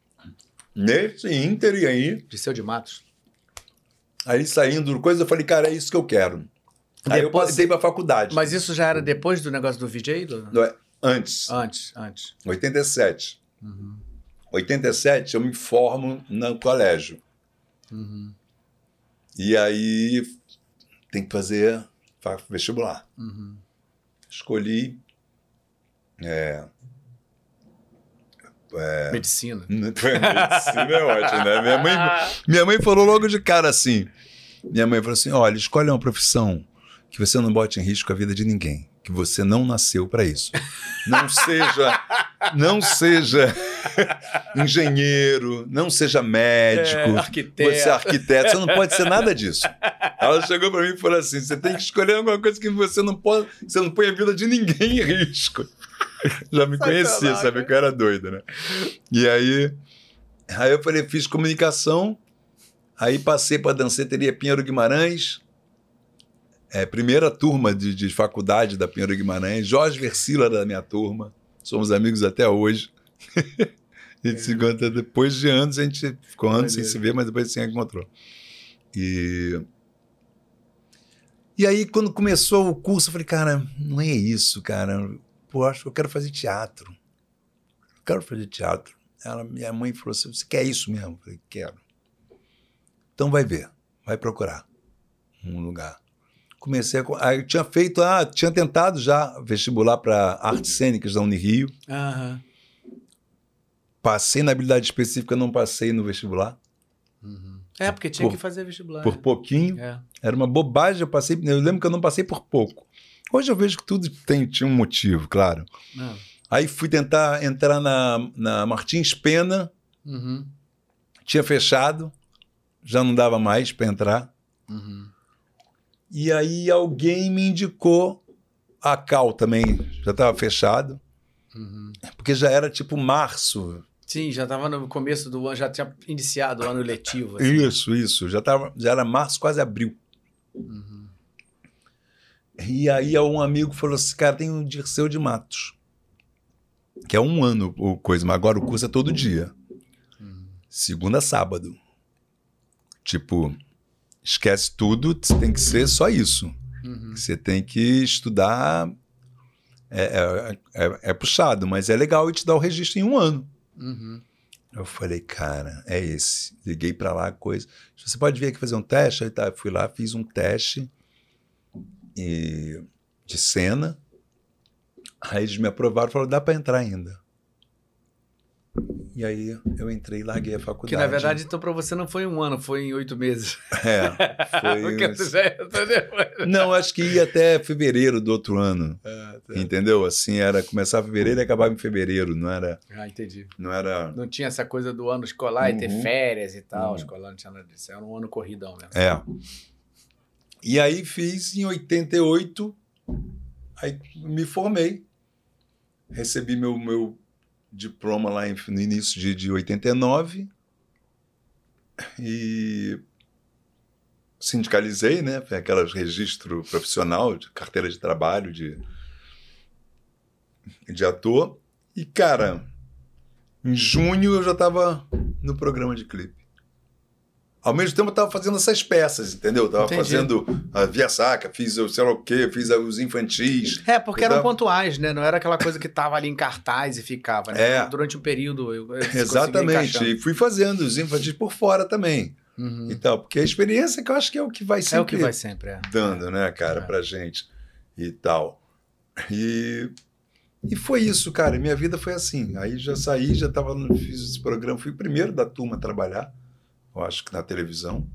Speaker 2: Nesse ínterim aí.
Speaker 1: Dirceu de Matos.
Speaker 2: Aí saindo do coisa, eu falei, cara, é isso que eu quero. Aí eu passei pra faculdade.
Speaker 1: Mas isso já era depois do negócio do VJ?
Speaker 2: Antes.
Speaker 1: Antes.
Speaker 2: 87. 87 eu me formo no colégio. E aí tem que fazer vestibular. Escolhi
Speaker 1: medicina.
Speaker 2: Medicina é ótimo, né? Minha mãe falou logo de cara assim. Minha mãe falou assim, olha, escolhe uma profissão que você não bote em risco a vida de ninguém, que você não nasceu para isso. Não seja engenheiro, não seja médico, você é arquiteto, você não pode ser nada disso. Ela chegou para mim e falou assim, você tem que escolher alguma coisa que você não põe a vida de ninguém em risco. Já me conhecia, sabia que eu era doido, né? E aí eu falei, fiz comunicação, aí passei para a Danceteria Pinheiro Guimarães, primeira turma de faculdade da Pinheiro Guimarães, Jorge Versilo era da minha turma, somos amigos até hoje. A gente se encontra depois de anos, a gente ficou anos sem se ver, mas depois se encontrou. E aí, quando começou o curso, eu falei, cara, não é isso, cara. Pô, acho que eu quero fazer teatro. Eu quero fazer teatro. Minha mãe falou assim, você quer isso mesmo? Eu falei, quero. Então vai ver, vai procurar um lugar. Comecei eu tinha tentado já vestibular para artes cênicas da Unirio. Passei na habilidade específica, não passei no vestibular.
Speaker 1: Porque tinha que fazer vestibular.
Speaker 2: Por pouquinho. Era uma bobagem, eu lembro que eu não passei por pouco. Hoje eu vejo que tudo tinha um motivo, claro. Aí fui tentar entrar na Martins Pena, tinha fechado, já não dava mais para entrar. E aí alguém me indicou a Cal também, já estava fechado, porque já era tipo março.
Speaker 1: Sim, já estava no começo do ano, já tinha iniciado o ano letivo. Assim.
Speaker 2: Isso, já era março, quase abril. E aí um amigo falou assim, cara, tem o Dirceu de Matos, que é 1 ano ou coisa, mas agora o curso é todo dia. Segunda a sábado. Tipo, esquece tudo, tem que ser só isso. Você tem que estudar, é puxado, mas é legal e te dar o registro em 1 ano. Eu falei, cara, é esse. Liguei pra lá, coisa. Você pode vir aqui fazer um teste? Aí tá, fui lá, fiz um teste de cena. Aí eles me aprovaram e falaram, dá pra entrar ainda. E aí eu entrei e larguei a faculdade.
Speaker 1: Que na verdade, então, para você não foi 1 ano, foi em 8 meses.
Speaker 2: Foi.
Speaker 1: Porque tu já entendeu?
Speaker 2: Não, acho que ia até fevereiro do outro ano.
Speaker 1: Tá.
Speaker 2: Entendeu? Assim, era começar em fevereiro e acabava em fevereiro, não era...
Speaker 1: Entendi.
Speaker 2: Não era...
Speaker 1: Não tinha essa coisa do ano escolar e ter férias e tal. Escolar não tinha nada disso. Era um ano corridão mesmo.
Speaker 2: E aí fiz em 88, aí me formei. Recebi meu diploma lá no início de 89 e sindicalizei, né? Foi aquele registro profissional, de carteira de trabalho, de ator. E, cara, em junho eu já estava no programa de clipe. Ao mesmo tempo eu estava fazendo essas peças, entendeu? Eu estava fazendo a Via Sacra, fiz o sei lá o quê, fiz os infantis.
Speaker 1: Porque eram pontuais, né? Não era aquela coisa que estava ali em cartaz e ficava, né? Durante um período eu
Speaker 2: exatamente. E fui fazendo os infantis por fora também. E tal, porque a experiência que eu acho que é o que vai sempre, dando, né, cara, pra gente e tal. E foi isso, cara. E minha vida foi assim. Aí já saí, fiz esse programa, fui o primeiro da turma a trabalhar. Eu acho que na televisão.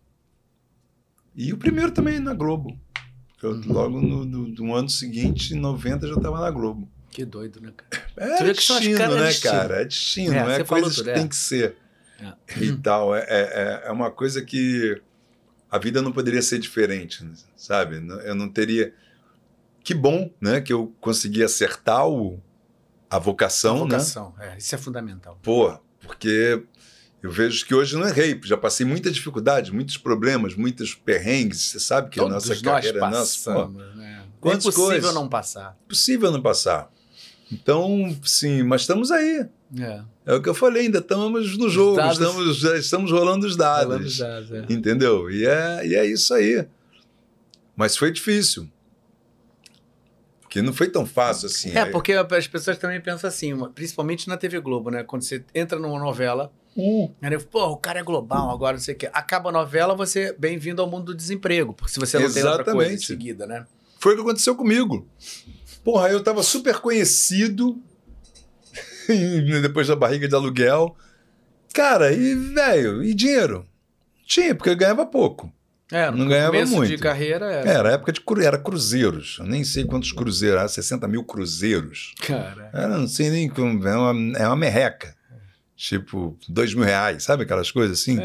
Speaker 2: E o primeiro também na Globo. Logo no ano seguinte, em 90, já estava na Globo.
Speaker 1: Que doido, né, cara?
Speaker 2: É destino, né, cara? É destino, é coisas que tem que ser. E tal. É uma coisa que a vida não poderia ser diferente, sabe? Eu não teria... Que bom, né, que eu consegui acertar a vocação, né?
Speaker 1: Isso é fundamental.
Speaker 2: Porque... Eu vejo que hoje não errei, já passei muita dificuldade, muitos problemas, muitos perrengues. Você sabe que
Speaker 1: todos
Speaker 2: a nossa carreira é nossa.
Speaker 1: Né?
Speaker 2: É impossível
Speaker 1: não passar.
Speaker 2: Impossível não passar. Então, sim, mas estamos aí. É o que eu falei, ainda estamos no jogo, já estamos rolando os dados.
Speaker 1: Rolando os dados,
Speaker 2: entendeu? E é isso aí. Mas foi difícil. Porque não foi tão fácil assim.
Speaker 1: Porque as pessoas também pensam assim, principalmente na TV Globo, né? Quando você entra numa novela, o cara é global agora, não sei o quê. Acaba a novela, você bem-vindo ao mundo do desemprego, porque se você não tem outra coisa em seguida, né?
Speaker 2: Foi o que aconteceu comigo. Porra, eu tava super conhecido depois da barriga de aluguel. Cara, e dinheiro? Tinha, porque eu ganhava pouco. Não ganhava muito.
Speaker 1: De carreira
Speaker 2: era época era cruzeiros. Eu nem sei quantos cruzeiros, era 60 mil cruzeiros.
Speaker 1: Cara.
Speaker 2: Não sei nem como. É uma merreca. Tipo, R$2.000, sabe aquelas coisas assim?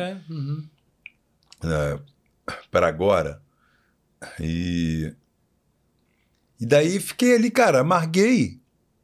Speaker 2: Para agora. E daí fiquei ali, cara, amarguei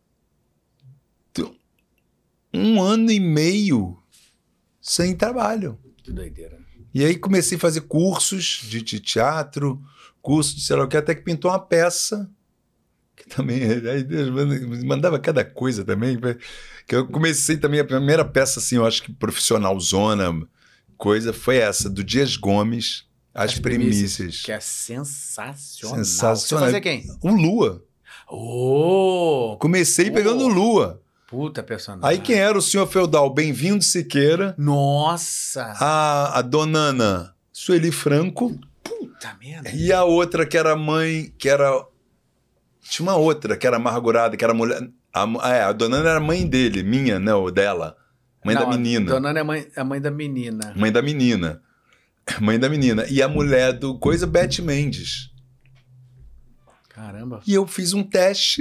Speaker 2: 1 ano e meio sem trabalho.
Speaker 1: Que doideira.
Speaker 2: E aí comecei a fazer cursos de teatro, curso de sei lá o que, até que pintou uma peça, que também, aí Deus mandava cada coisa também, que eu comecei também, a primeira peça, assim, eu acho que profissional zona, coisa, foi essa, do Dias Gomes, As Primícias.
Speaker 1: Que é sensacional.
Speaker 2: Sensacional.
Speaker 1: Você fazia quem?
Speaker 2: O Lua. Comecei pegando o Lua.
Speaker 1: Puta personagem.
Speaker 2: Aí quem era o senhor feudal? Bem-vindo Siqueira.
Speaker 1: Nossa!
Speaker 2: A dona Ana, Sueli Franco.
Speaker 1: Puta merda.
Speaker 2: E a outra que era mãe, tinha uma outra que era amargurada, que era mulher. A dona Ana era mãe dele, minha, não, dela. Mãe da menina.
Speaker 1: A dona Ana é a mãe da menina.
Speaker 2: Mãe da menina. Mãe da menina. E a mulher do coisa, Beth Mendes.
Speaker 1: Caramba.
Speaker 2: E eu fiz um teste.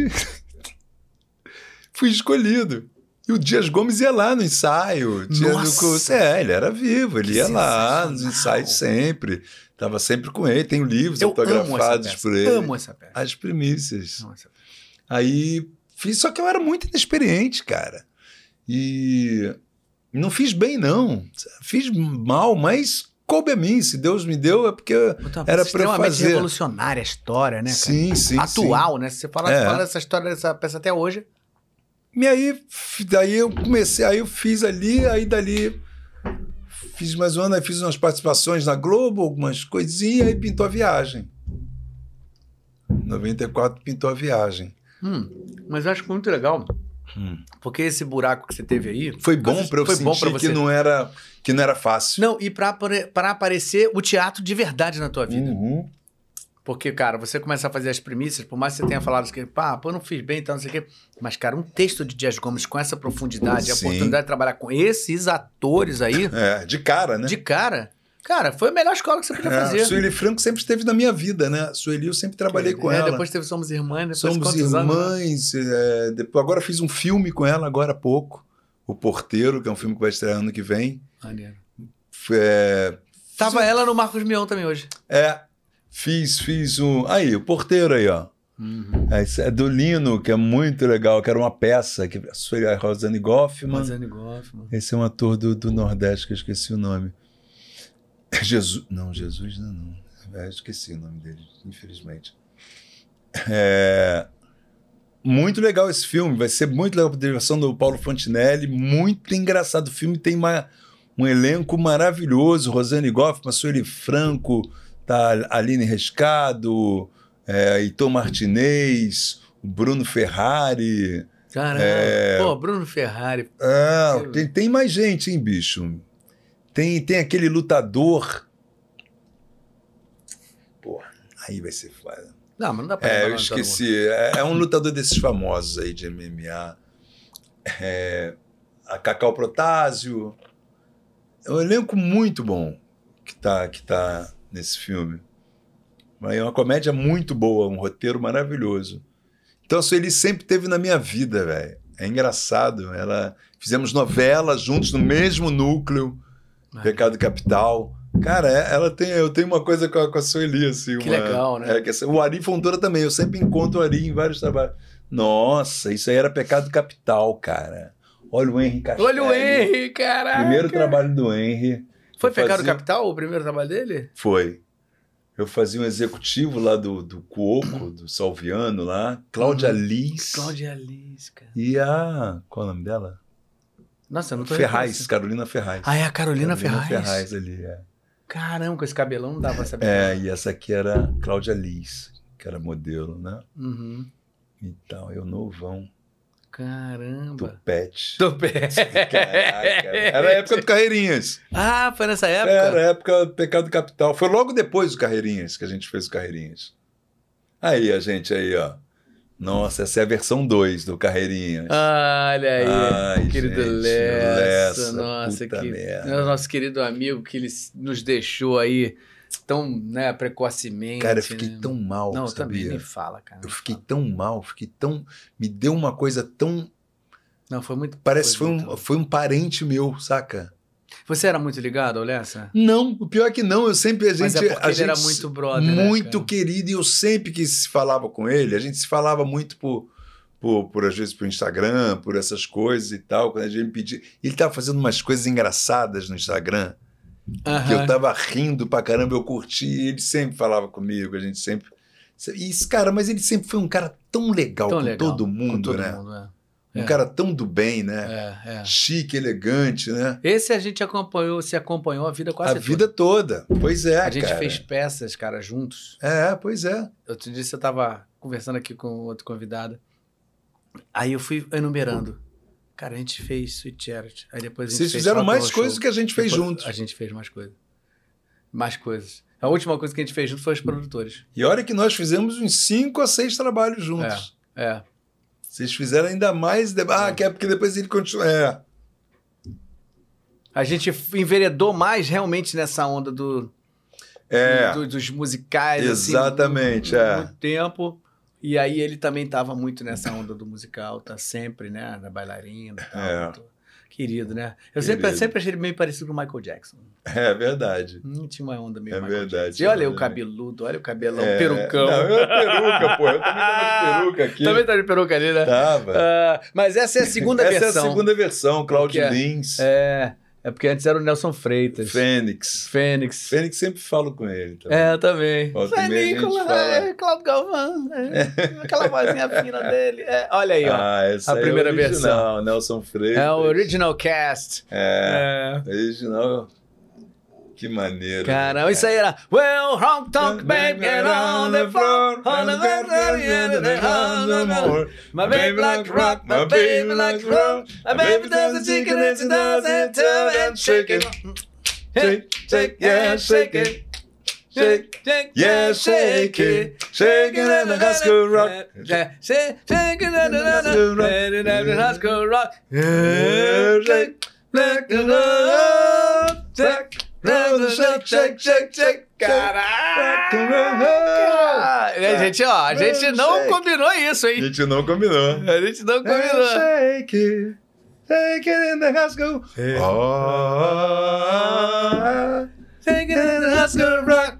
Speaker 2: Fui escolhido. E o Dias Gomes ia lá no ensaio. Ele era vivo, ele ia lá nos ensaios sempre. Estava sempre com ele, tenho livros autografados por ele.
Speaker 1: Amo essa peça.
Speaker 2: As Primícias. Aí fiz, só que eu era muito inexperiente, cara. E não fiz bem, não. Fiz mal, mas coube a mim. Se Deus me deu, é porque era para eu fazer.
Speaker 1: Revolucionária a história, né, cara?
Speaker 2: Sim.
Speaker 1: Atual, né? Se você fala dessa história dessa peça até hoje.
Speaker 2: E aí, daí eu comecei, aí eu fiz ali, aí dali fiz mais um ano, aí fiz umas participações na Globo, algumas coisinhas, aí pintou a viagem. 94 pintou a viagem.
Speaker 1: Mas eu acho muito legal, porque esse buraco que você teve aí...
Speaker 2: Foi bom para eu sentir que não era fácil.
Speaker 1: Não, e para aparecer o teatro de verdade na tua vida. Porque, cara, você começa a fazer as premissas, por mais que você tenha falado que, eu não fiz bem, então não sei o quê. Mas, cara, um texto de Dias Gomes com essa profundidade, a oportunidade de trabalhar com esses atores aí...
Speaker 2: de cara, né?
Speaker 1: De cara. Cara, foi a melhor escola que você podia fazer.
Speaker 2: Sueli Franco sempre esteve na minha vida, né? Sueli, eu sempre trabalhei com ela.
Speaker 1: Depois teve Somos Irmãs.
Speaker 2: Somos Irmãs. Depois, agora fiz um filme com ela, agora há pouco. O Porteiro, que é um filme que vai estrear ano que vem.
Speaker 1: Maneiro. Tava ela no Marcos Mion também hoje.
Speaker 2: Fiz um... Aí, o Porteiro aí, ó. É do Lino, que é muito legal, que era uma peça. Que foi a Rosane Goffman. Esse é um ator do Nordeste, que eu esqueci o nome. Jesus não. Esqueci o nome dele, infelizmente. Muito legal esse filme, vai ser muito legal a direção do Paulo Fontinelli, muito engraçado. O filme tem um elenco maravilhoso, Rosane Goffman, Sueli Franco, tá Aline Rescado, Heitor Martinez, o Bruno Ferrari.
Speaker 1: Caramba, Bruno Ferrari.
Speaker 2: Tem mais gente, hein, bicho? Tem aquele lutador. Pô, aí vai ser foda.
Speaker 1: Não, mas não dá pra
Speaker 2: eu esqueci. É um lutador desses famosos aí de MMA. A Cacau Protásio. É um elenco muito bom que tá nesse filme. É uma comédia muito boa, um roteiro maravilhoso. Então, ele sempre teve na minha vida, velho. É engraçado. Fizemos novela juntos no mesmo núcleo. Pecado Capital. Cara, eu tenho uma coisa com a Sueli, assim.
Speaker 1: Que legal, né?
Speaker 2: O Ari Fontoura também. Eu sempre encontro o Ari em vários trabalhos. Nossa, isso aí era Pecado Capital, cara. Olha o Henry Castelli.
Speaker 1: Olha o Henry, caraca.
Speaker 2: Primeiro trabalho do Henry.
Speaker 1: Foi Pecado Capital o primeiro trabalho dele?
Speaker 2: Foi. Eu fazia um executivo lá do Cuoco, do Salviano lá. Cláudia Liz.
Speaker 1: Cláudia Liz, cara.
Speaker 2: E qual é o nome dela?
Speaker 1: Nossa, eu não tô
Speaker 2: Ferraz, Carolina Ferraz.
Speaker 1: Ah, é a Carolina Ferraz?
Speaker 2: Ferraz ali,
Speaker 1: Caramba, com esse cabelão não dava pra saber.
Speaker 2: E essa aqui era Cláudia Liz, que era modelo, né?
Speaker 1: Uhum.
Speaker 2: Então, eu novão.
Speaker 1: Caramba.
Speaker 2: Tupete.
Speaker 1: Caraca.
Speaker 2: Era a época do Carreirinhas.
Speaker 1: Ah, foi nessa época?
Speaker 2: Era a época do Pecado Capital. Foi logo depois do Carreirinhas que a gente fez o Carreirinhas. Aí, a gente aí, ó. Nossa, essa é a versão 2 do Carreirinhas.
Speaker 1: Olha aí,
Speaker 2: Ai,
Speaker 1: querido
Speaker 2: gente,
Speaker 1: Lessa. Nossa,
Speaker 2: puta
Speaker 1: que
Speaker 2: merda.
Speaker 1: nosso querido amigo que ele nos deixou aí tão, né, precocemente.
Speaker 2: Cara, eu fiquei
Speaker 1: né?
Speaker 2: tão mal,
Speaker 1: Não,
Speaker 2: sabia?
Speaker 1: também nem fala, cara.
Speaker 2: Eu fiquei tão mal, me deu uma coisa tão...
Speaker 1: Não, foi muito...
Speaker 2: Parece que foi um parente meu, saca?
Speaker 1: Você era muito ligado ao Lessa?
Speaker 2: Não, o pior é que não.
Speaker 1: Mas é porque ele era muito brother,
Speaker 2: muito
Speaker 1: né,
Speaker 2: querido, e eu sempre que se falava com ele, a gente se falava muito por às vezes, por Instagram, por essas coisas e tal. Quando a gente me pedia... Ele estava fazendo umas coisas engraçadas no Instagram, que eu tava rindo pra caramba, eu curti, e ele sempre falava comigo, a gente sempre... E esse cara, mas ele sempre foi um cara tão legal com todo mundo, né? Um cara tão do bem, né? Chique, elegante, né?
Speaker 1: Esse a gente se acompanhou a vida quase toda.
Speaker 2: A vida toda. Pois é,
Speaker 1: A gente fez peças, cara, juntos.
Speaker 2: Pois é.
Speaker 1: Outro dia eu tava conversando aqui com outro convidado. Aí eu fui enumerando. Cara, a gente fez Sweet Charity. Aí depois a gente
Speaker 2: Vocês
Speaker 1: fez
Speaker 2: fizeram
Speaker 1: Rock and
Speaker 2: mais
Speaker 1: Roll
Speaker 2: coisas
Speaker 1: Show.
Speaker 2: que a gente fez
Speaker 1: Depois,
Speaker 2: juntos.
Speaker 1: A gente fez mais coisas. Mais coisas. A última coisa que a gente fez junto foi os produtores.
Speaker 2: E olha que nós fizemos uns 5 a 6 trabalhos juntos. Vocês fizeram ainda mais... que é porque depois ele continua...
Speaker 1: A gente enveredou mais realmente nessa onda dos musicais.
Speaker 2: Exatamente,
Speaker 1: assim, muito tempo. E aí ele também estava muito nessa onda do musical, tá sempre, né? Da bailarina e tal. Muito querido, né? Eu sempre achei ele meio parecido com o Michael Jackson.
Speaker 2: É verdade.
Speaker 1: Tinha uma onda meio
Speaker 2: Michael Jackson.
Speaker 1: E olha o cabeludo, olha o cabelão, perucão.
Speaker 2: Não, eu peruca, pô. Eu também tava de peruca aqui.
Speaker 1: Também tá de peruca ali, né?
Speaker 2: Tava.
Speaker 1: Mas essa é a segunda versão.
Speaker 2: Essa é a segunda versão, Claudio Lins.
Speaker 1: É porque antes era o Nelson Freitas.
Speaker 2: Fênix sempre falo com ele também.
Speaker 1: Eu também.
Speaker 2: Nicolas,
Speaker 1: Cláudio Galvão. Aquela vozinha fina dele. Olha aí, ó.
Speaker 2: Essa
Speaker 1: a primeira versão.
Speaker 2: Nelson Freitas.
Speaker 1: É o original cast.
Speaker 2: Original. Que maneiro.
Speaker 1: Caramba, isso aí era Well, honk, tonk, babe, get on the floor, on the floor, my baby like rock, my baby like roll, my baby does the chicken and she does it too, and shake it, shake, yeah, shake it, shake, yeah, shake it, shake it and the high school rock, shake it and the high school rock, shake, shake it up, shake. Shake. Caraca! Gente, a gente não combinou isso, hein?
Speaker 2: A gente não combinou.
Speaker 1: Shake
Speaker 2: it in the high school.
Speaker 1: Shake it in the high school rock.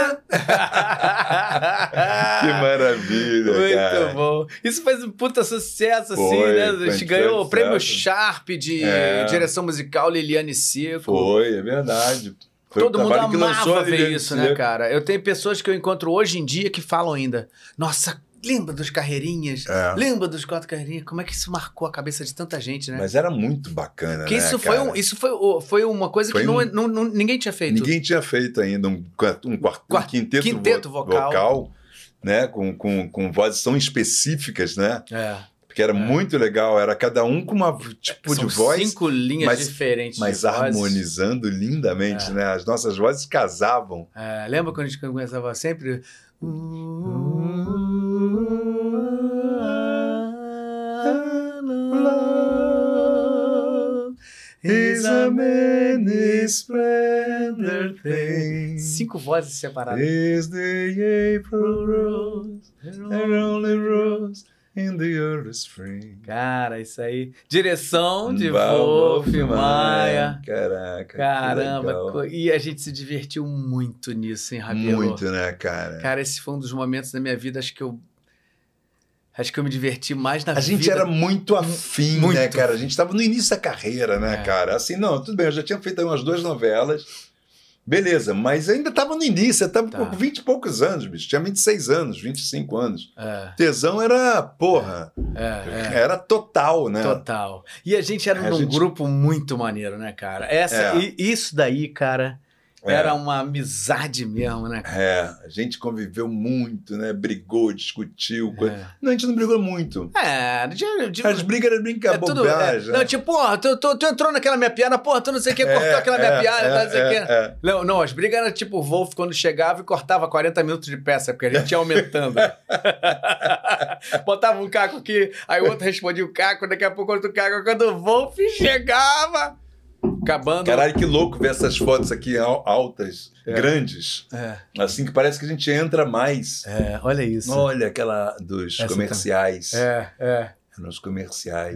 Speaker 2: Que maravilha, cara.
Speaker 1: Muito bom. Isso fez um puta sucesso, assim, né? A gente ganhou o prêmio Sharp de direção musical Liliane Seco.
Speaker 2: Foi, é verdade.
Speaker 1: Todo mundo amava ver isso, né, cara? Eu tenho pessoas que eu encontro hoje em dia que falam ainda, nossa, lembra dos Carreirinhas? Lembra dos 4 Carreirinhas? Como é que isso marcou a cabeça de tanta gente, né?
Speaker 2: Mas era muito bacana,
Speaker 1: porque
Speaker 2: né,
Speaker 1: isso foi uma coisa que ninguém tinha feito.
Speaker 2: Ninguém tinha feito ainda um quinteto vocal, né? Com vozes tão específicas, né? Porque era muito legal, era cada um com uma tipo de voz.
Speaker 1: 5 linhas diferentes
Speaker 2: mas
Speaker 1: de
Speaker 2: harmonizando lindamente, né? As nossas vozes casavam.
Speaker 1: Lembra quando a gente começava sempre...
Speaker 2: Is a many splendor thing.
Speaker 1: 5 vozes separadas.
Speaker 2: Is the April rose, the only rose in the early spring.
Speaker 1: Cara, isso aí. Direção de Wolf Maia.
Speaker 2: Caraca.
Speaker 1: Caramba. E a gente se divertiu muito nisso, hein, Rabelo?
Speaker 2: Muito, né, cara?
Speaker 1: Cara, esse foi um dos momentos da minha vida, acho que eu me diverti mais na vida.
Speaker 2: A gente era muito afim, né, cara? A gente estava no início da carreira, né, cara? Assim, não, tudo bem, eu já tinha feito aí umas 2 novelas. Beleza, mas ainda estava no início, eu tava com 20 e poucos anos, bicho. Tinha 26 anos, 25 anos. Tesão era, porra, era total, né?
Speaker 1: Total. E a gente era num grupo muito maneiro, né, cara? Isso daí, cara, era uma amizade mesmo, né, cara?
Speaker 2: A gente conviveu muito, né? Brigou, discutiu. Não, a gente não brigou muito. As brigas eram bobagem.
Speaker 1: Não, tipo, porra, tu entrou naquela minha piada, porra, tu não sei o que, cortou aquela minha piada, não sei o que. Não, as brigas eram tipo o Wolf quando chegava e cortava 40 minutos de peça, porque a gente ia aumentando. Botava um caco aqui, aí o outro respondia o caco, daqui a pouco outro caco. Quando o Wolf chegava... Acabando.
Speaker 2: Caralho, que louco ver essas fotos aqui altas, grandes. Assim que parece que a gente entra mais.
Speaker 1: Olha isso.
Speaker 2: Olha aquela dos comerciais. Nos comerciais.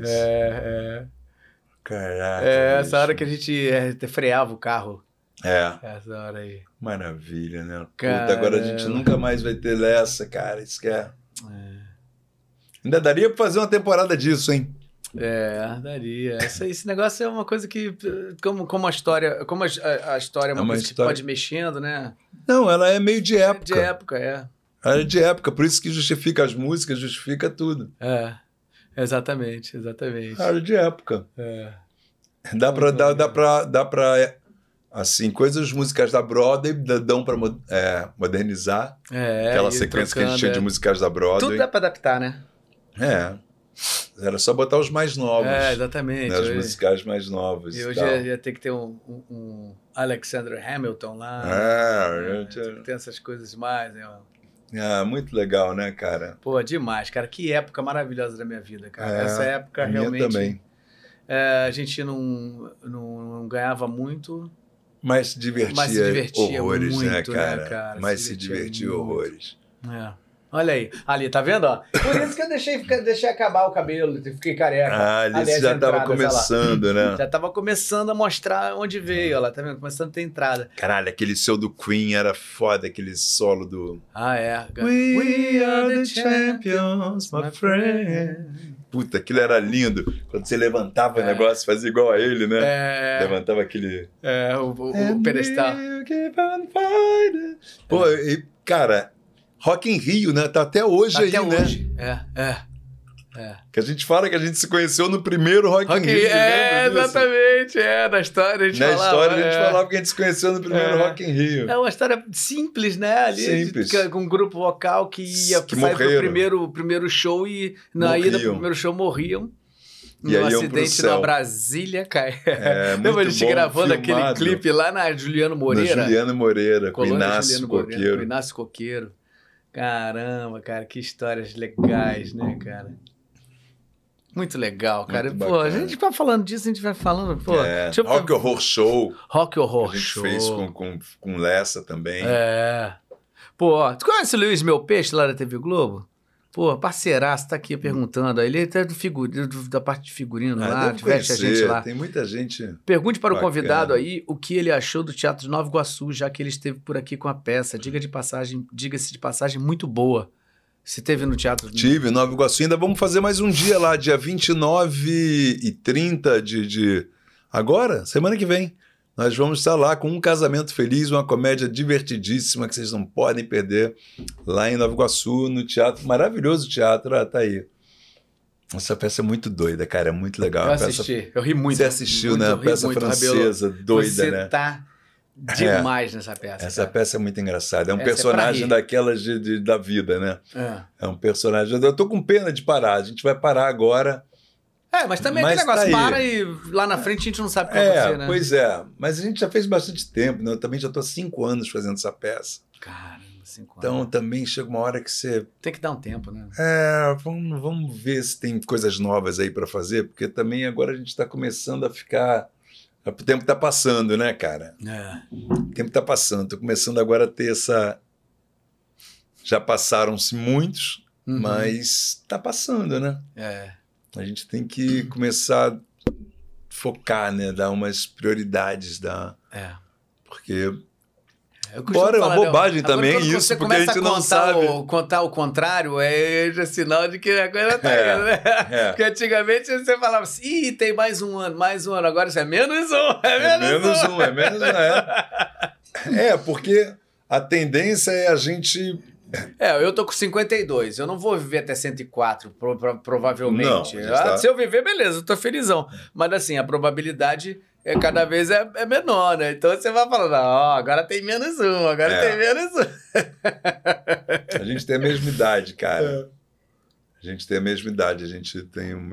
Speaker 2: Caralho.
Speaker 1: Essa hora que a gente freava o carro. Essa hora aí.
Speaker 2: Maravilha, né? Puta, agora a gente nunca mais vai ter essa, cara. Isso que é. Ainda daria pra fazer uma temporada disso, hein?
Speaker 1: Daria. Esse negócio é uma coisa que, como a história, a história é uma coisa que pode ir mexendo, né?
Speaker 2: Não, ela é meio de época.
Speaker 1: De época,
Speaker 2: Ela é de época, por isso que justifica as músicas, justifica tudo.
Speaker 1: Exatamente.
Speaker 2: Ela é de época. Dá pra assim, coisas musicais da Broadway dão pra modernizar. Aquela sequência que a gente tinha de musicais da Broadway.
Speaker 1: Tudo dá pra adaptar, né?
Speaker 2: Era só botar os mais novos.
Speaker 1: Exatamente.
Speaker 2: Né, os musicais mais novos.
Speaker 1: E hoje ia ter que ter um Alexander Hamilton lá. Tem essas coisas mais, né?
Speaker 2: Muito legal, né, cara?
Speaker 1: Pô, demais, cara. Que época maravilhosa da minha vida, cara. Essa época realmente...
Speaker 2: também.
Speaker 1: A gente não ganhava muito...
Speaker 2: Mas se divertia horrores,
Speaker 1: muito,
Speaker 2: né, cara? Mas se divertia horrores.
Speaker 1: Olha aí. Ali, tá vendo? Ó? Por isso que eu deixei acabar o cabelo, fiquei careca.
Speaker 2: Ali já estava começando, né?
Speaker 1: Já estava começando a mostrar onde veio, ó lá, tá vendo? Começando a ter entrada.
Speaker 2: Caralho, aquele show do Queen era foda, aquele solo do...
Speaker 1: We are the champions, my friend.
Speaker 2: Puta, aquilo era lindo. Quando você levantava o negócio, fazia igual a ele, né? Levantava aquele...
Speaker 1: o pedestal.
Speaker 2: Pô, e, cara... Rock in Rio, né? Tá até hoje aí, né? Até hoje, Que a gente fala que a gente se conheceu no primeiro Rock in Rio.
Speaker 1: Exatamente, na história a gente falava. Na
Speaker 2: história a gente falava que a gente se conheceu no primeiro Rock in Rio.
Speaker 1: É uma história simples, né? Ali,
Speaker 2: simples.
Speaker 1: Com um grupo vocal que ia sair pro primeiro show e na ida pro primeiro show morriam.
Speaker 2: E
Speaker 1: um acidente na Brasília, cara. Lembra a gente gravando aquele clipe lá na Juliano Moreira?
Speaker 2: Na Juliano Moreira, com Inácio Coqueiro.
Speaker 1: Com Inácio Coqueiro. Caramba, cara, que histórias legais, né, cara? Muito legal, cara. Pô, a gente vai falando disso, a gente vai falando. Pô,
Speaker 2: Rock Horror Show.
Speaker 1: Rock Horror
Speaker 2: Show. A
Speaker 1: gente
Speaker 2: fez com Lessa também.
Speaker 1: Pô, tu conhece o Luiz Meu Peixe lá da TV Globo? Pô, parceiraço, tá aqui perguntando. Ele é até da parte de figurino lá, tivesse a gente lá.
Speaker 2: Tem muita gente.
Speaker 1: Pergunte para o convidado aí o que ele achou do Teatro de Nova Iguaçu, já que ele esteve por aqui com a peça. Diga-se de passagem, muito boa. Você esteve no Teatro?
Speaker 2: Tive, Nova Iguaçu. Ainda vamos fazer mais um dia lá, dia 29 e 30 de... Agora, semana que vem. Nós vamos estar lá com Um Casamento Feliz, uma comédia divertidíssima que vocês não podem perder, lá em Nova Iguaçu, no teatro, maravilhoso teatro, tá aí. Essa peça é muito doida, cara, é muito legal.
Speaker 1: Eu assisti, eu ri muito.
Speaker 2: Você assistiu, né? A peça francesa, doida,
Speaker 1: você
Speaker 2: né?
Speaker 1: Você tá demais nessa peça.
Speaker 2: Essa peça é muito engraçada, é um personagem daquelas da vida, né? É um personagem... Eu tô com pena de parar, a gente vai parar agora...
Speaker 1: Mas também aquele negócio, para e lá na frente a gente não sabe o que vai acontecer, né?
Speaker 2: Pois é. Mas a gente já fez bastante tempo, né? Eu também já estou há 5 anos fazendo essa peça.
Speaker 1: Caramba, 5 anos.
Speaker 2: Então também chega uma hora que você...
Speaker 1: Tem que dar um tempo, né?
Speaker 2: Vamos ver se tem coisas novas aí para fazer, porque também agora a gente está começando a ficar... O tempo está passando, né, cara? O tempo está passando. Estou começando agora a ter essa... Já passaram-se muitos, mas está passando, né? A gente tem que começar a focar, né? Dar umas prioridades. Porque... Embora é uma bobagem também isso, porque a gente não sabe.
Speaker 1: Contar o contrário é sinal de que agora tá indo, né? Porque antigamente você falava assim, tem mais um ano. Agora isso é menos um, é menos um.
Speaker 2: Porque a tendência é a gente...
Speaker 1: Eu tô com 52, eu não vou viver até 104, provavelmente.
Speaker 2: Não,
Speaker 1: se eu viver, beleza, eu tô felizão. Mas assim, a probabilidade cada vez é menor, né? Então você vai falando, agora tem menos um, agora tem menos um.
Speaker 2: A gente tem a mesma idade, cara. A gente tem a mesma idade, a gente tem o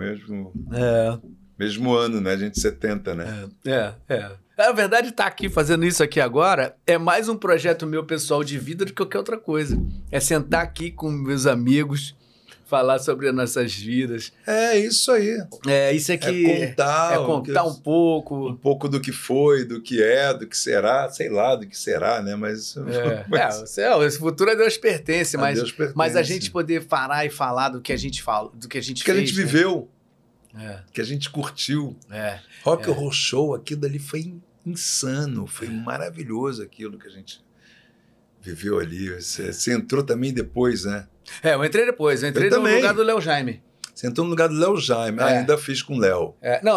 Speaker 2: mesmo ano, né? A gente 70, né?
Speaker 1: Na verdade, estar aqui fazendo isso aqui agora é mais um projeto meu pessoal de vida do que qualquer outra coisa. É sentar aqui com meus amigos, falar sobre as nossas vidas.
Speaker 2: É isso aí.
Speaker 1: Isso aqui.
Speaker 2: É
Speaker 1: contar um pouco.
Speaker 2: Um pouco do que foi, do que é, do que será, sei lá, do que será, né? Mas.
Speaker 1: Esse futuro a Deus pertence, mas a gente poder parar e falar do que a gente fala, do que a gente fez.
Speaker 2: Que a gente viveu. Que a gente curtiu. Rock and Roll Show, aquilo dali foi insano, foi maravilhoso aquilo que a gente viveu ali. Você entrou também depois, né?
Speaker 1: Eu entrei depois, eu entrei no lugar do Léo Jaime.
Speaker 2: Você entrou no lugar do Léo Jaime, ainda fiz com o Léo.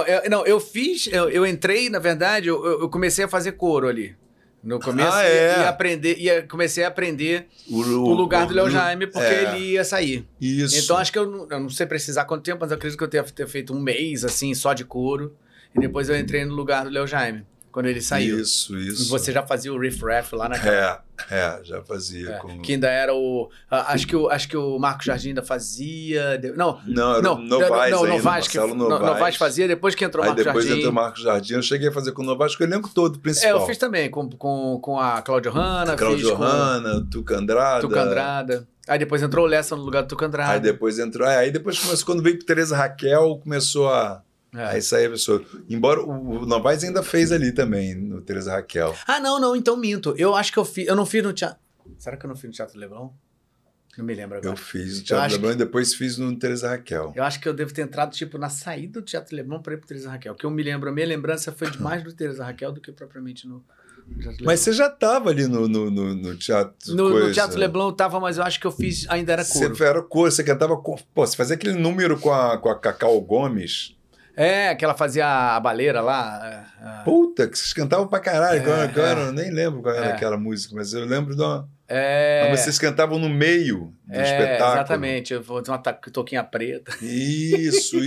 Speaker 1: Eu entrei, na verdade, eu comecei a fazer coro ali. No começo, comecei a aprender o lugar do Léo Jaime, porque ele ia sair.
Speaker 2: Isso.
Speaker 1: Então, acho que eu não sei precisar quanto tempo, mas eu acredito que eu tenha feito um mês, assim, só de coro. E depois eu entrei no lugar do Léo Jaime, quando ele saiu.
Speaker 2: Isso.
Speaker 1: E você já fazia o Riff Raff lá na
Speaker 2: já fazia.
Speaker 1: Que ainda era o... acho que o Marco Jardim ainda fazia... Não,
Speaker 2: era o Novaes ainda,
Speaker 1: Novaes fazia, depois que entrou o Marco Jardim.
Speaker 2: Depois entrou o Marco Jardim, eu cheguei a fazer com o Novaes, com o elenco todo, principal.
Speaker 1: Eu fiz também, com a Cláudia Hanna.
Speaker 2: Tuca Andrada.
Speaker 1: Aí depois entrou o Lessa no lugar do Tuca Andrada.
Speaker 2: Aí depois começou, quando veio Tereza Raquel, começou a... Aí saiu a pessoa. Embora o Novaes ainda fez ali também, no Tereza Raquel.
Speaker 1: Não, então minto. Eu acho que eu não fiz no teatro. Será que eu não fiz no Teatro Leblon? Não me lembro agora.
Speaker 2: Eu fiz no Teatro Leblon e depois fiz no Tereza Raquel.
Speaker 1: Eu acho que eu devo ter entrado, na saída do Teatro Leblon para ir pro Tereza Raquel. Que eu me lembro, a minha lembrança foi de mais do Tereza Raquel do que propriamente no Teatro Leblon.
Speaker 2: Mas você já estava ali no Teatro
Speaker 1: no Teatro Leblon eu tava, mas eu acho que eu fiz, ainda era coro.
Speaker 2: Você era coro, você cantava... você fazia aquele número com a Cacau Gomes...
Speaker 1: que ela fazia a baleira lá.
Speaker 2: Puta, que vocês cantavam pra caralho. Eu nem lembro qual era aquela música, mas eu lembro de uma... Mas vocês cantavam no meio do espetáculo.
Speaker 1: Exatamente. Eu vou dizer uma toquinha preta.
Speaker 2: Isso.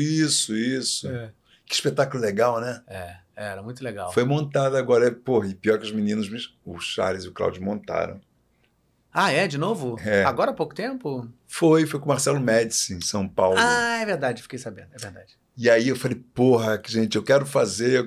Speaker 2: Que espetáculo legal, né?
Speaker 1: Era muito legal.
Speaker 2: Foi montado agora. E pior que os meninos, o Charles e o Cláudio montaram.
Speaker 1: De novo? Agora há pouco tempo?
Speaker 2: Foi com o Marcelo Médici, em São Paulo.
Speaker 1: É verdade, fiquei sabendo, é verdade.
Speaker 2: E aí eu falei, gente, eu quero fazer.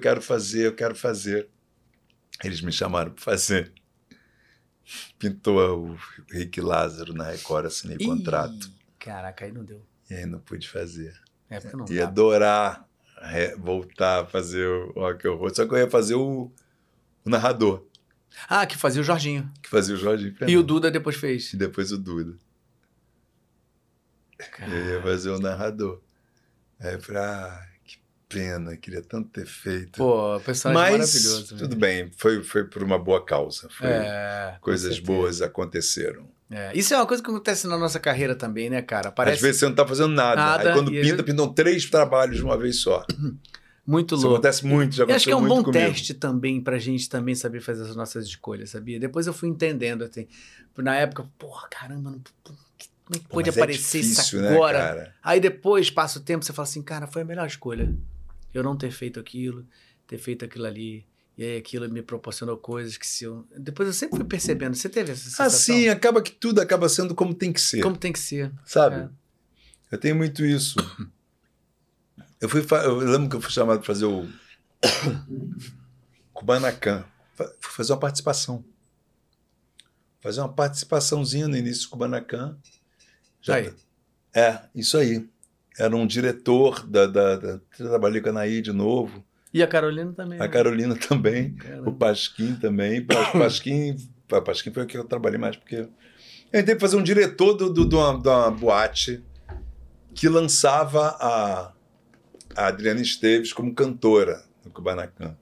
Speaker 2: Eles me chamaram para fazer. Pintou o Rick Lázaro na Record, assinei contrato.
Speaker 1: Caraca, aí não deu.
Speaker 2: E aí não pude fazer.
Speaker 1: Porque não
Speaker 2: ia adorar voltar a fazer o Rock and Roll, só que eu ia fazer o narrador.
Speaker 1: Que fazia o Jorginho.
Speaker 2: E
Speaker 1: o Duda depois fez.
Speaker 2: E depois o Duda. Eu ia fazer o narrador. Aí eu falei, que pena, queria tanto ter feito.
Speaker 1: O personagem é maravilhoso.
Speaker 2: Tudo bem, foi por uma boa causa. Coisas boas aconteceram.
Speaker 1: Isso é uma coisa que acontece na nossa carreira também, né, cara?
Speaker 2: Às vezes você não tá fazendo nada. Aí quando pintam 3 trabalhos de uma vez só.
Speaker 1: Muito
Speaker 2: Isso
Speaker 1: louco.
Speaker 2: acontece muito, já aconteceu muito comigo.
Speaker 1: Acho que é um bom teste também pra gente também saber fazer as nossas escolhas, sabia? Depois eu fui entendendo, assim, na época, caramba, como é que pode aparecer isso agora?
Speaker 2: Né, cara?
Speaker 1: Aí depois, passa o tempo, você fala assim, cara, foi a melhor escolha. Eu não ter feito aquilo, ter feito aquilo ali. E aí aquilo me proporcionou coisas que se eu... Depois eu sempre fui percebendo. Você teve essa sensação?
Speaker 2: Sim, acaba que tudo acaba sendo como tem que ser.
Speaker 1: Como tem que ser.
Speaker 2: Sabe? Eu tenho muito isso. Eu lembro que eu fui chamado para fazer o Kubanacan. Fui fazer uma participação. Fazer uma participaçãozinha no início do Kubanacan. Isso aí. Era um diretor trabalhei com a Anaí de novo.
Speaker 1: E a Carolina também.
Speaker 2: A Carolina também. Caramba. O Pasquim também. Pasquim foi o que eu trabalhei mais, porque eu entrei para fazer um diretor de uma boate que lançava a Adriana Esteves como cantora no Kubanacan.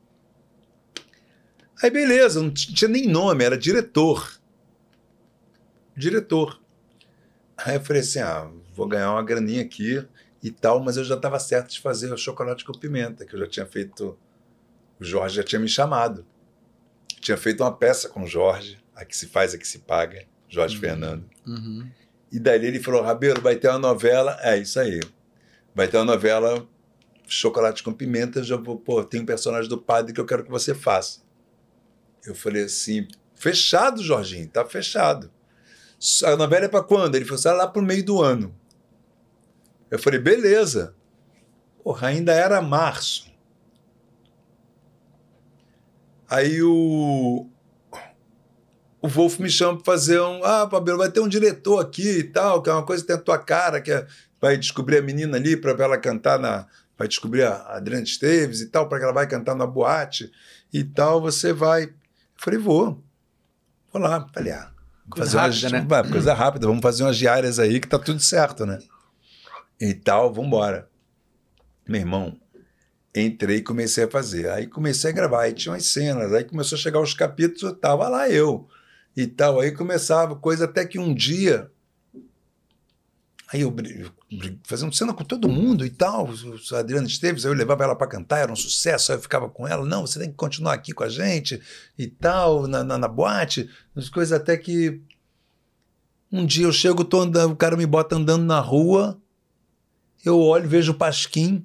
Speaker 2: Aí beleza, não tinha nem nome, era diretor. Aí eu falei assim, vou ganhar uma graninha aqui e tal, mas eu já estava certo de fazer o Chocolate com Pimenta, que eu já tinha feito, o Jorge já tinha me chamado. tinha feito uma peça com o Jorge, A Que Se Faz, A Que Se Paga, Jorge Fernando. E daí ele falou, Rabelo, vai ter uma novela, é isso aí, vai ter uma novela Chocolate com Pimenta, já vou, tem um personagem do padre que eu quero que você faça. Eu falei assim, fechado, Jorginho, tá fechado. A novela é para quando? Ele falou assim, lá pro meio do ano. Eu falei, beleza. Porra, ainda era março. Aí o Wolf me chama para fazer Rabelo, vai ter um diretor aqui e tal, que é uma coisa que tem a tua cara, que vai descobrir a menina ali para ela cantar vai descobrir a Adriana Esteves e tal, para que ela vai cantar na boate e tal, você vai. Eu falei, vou lá. Falei,
Speaker 1: coisa rápida, né?
Speaker 2: Coisa rápida, vamos fazer umas diárias aí que tá tudo certo, né? E tal, vamos embora. Meu irmão, entrei e comecei a fazer. Aí comecei a gravar, aí tinha umas cenas, aí começou a chegar os capítulos, tava lá eu e tal. Aí começava coisa até que um dia... Aí eu fazendo cena com todo mundo e tal, a Adriana Esteves, aí eu levava ela para cantar, era um sucesso, aí eu ficava com ela, não, você tem que continuar aqui com a gente e tal, na boate, as coisas até que um dia eu chego, o cara me bota andando na rua, eu olho, vejo o Pasquim,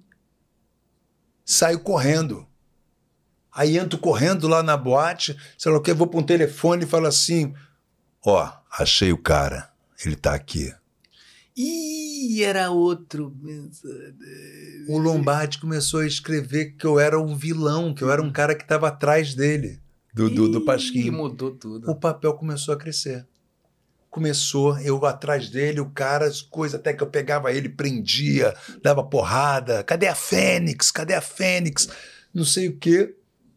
Speaker 2: saio correndo. Aí entro correndo lá na boate, sei lá o que, vou para um telefone e falo assim, achei o cara, ele tá aqui.
Speaker 1: Ih, era outro.
Speaker 2: O Lombardi começou a escrever que eu era um vilão, que eu era um cara que estava atrás dele, do Pasquim.
Speaker 1: Mudou tudo.
Speaker 2: O papel começou a crescer. Começou, eu atrás dele, o cara, as coisas, até que eu pegava ele, prendia, dava porrada. Cadê a Fênix? Cadê a Fênix? Não sei o quê.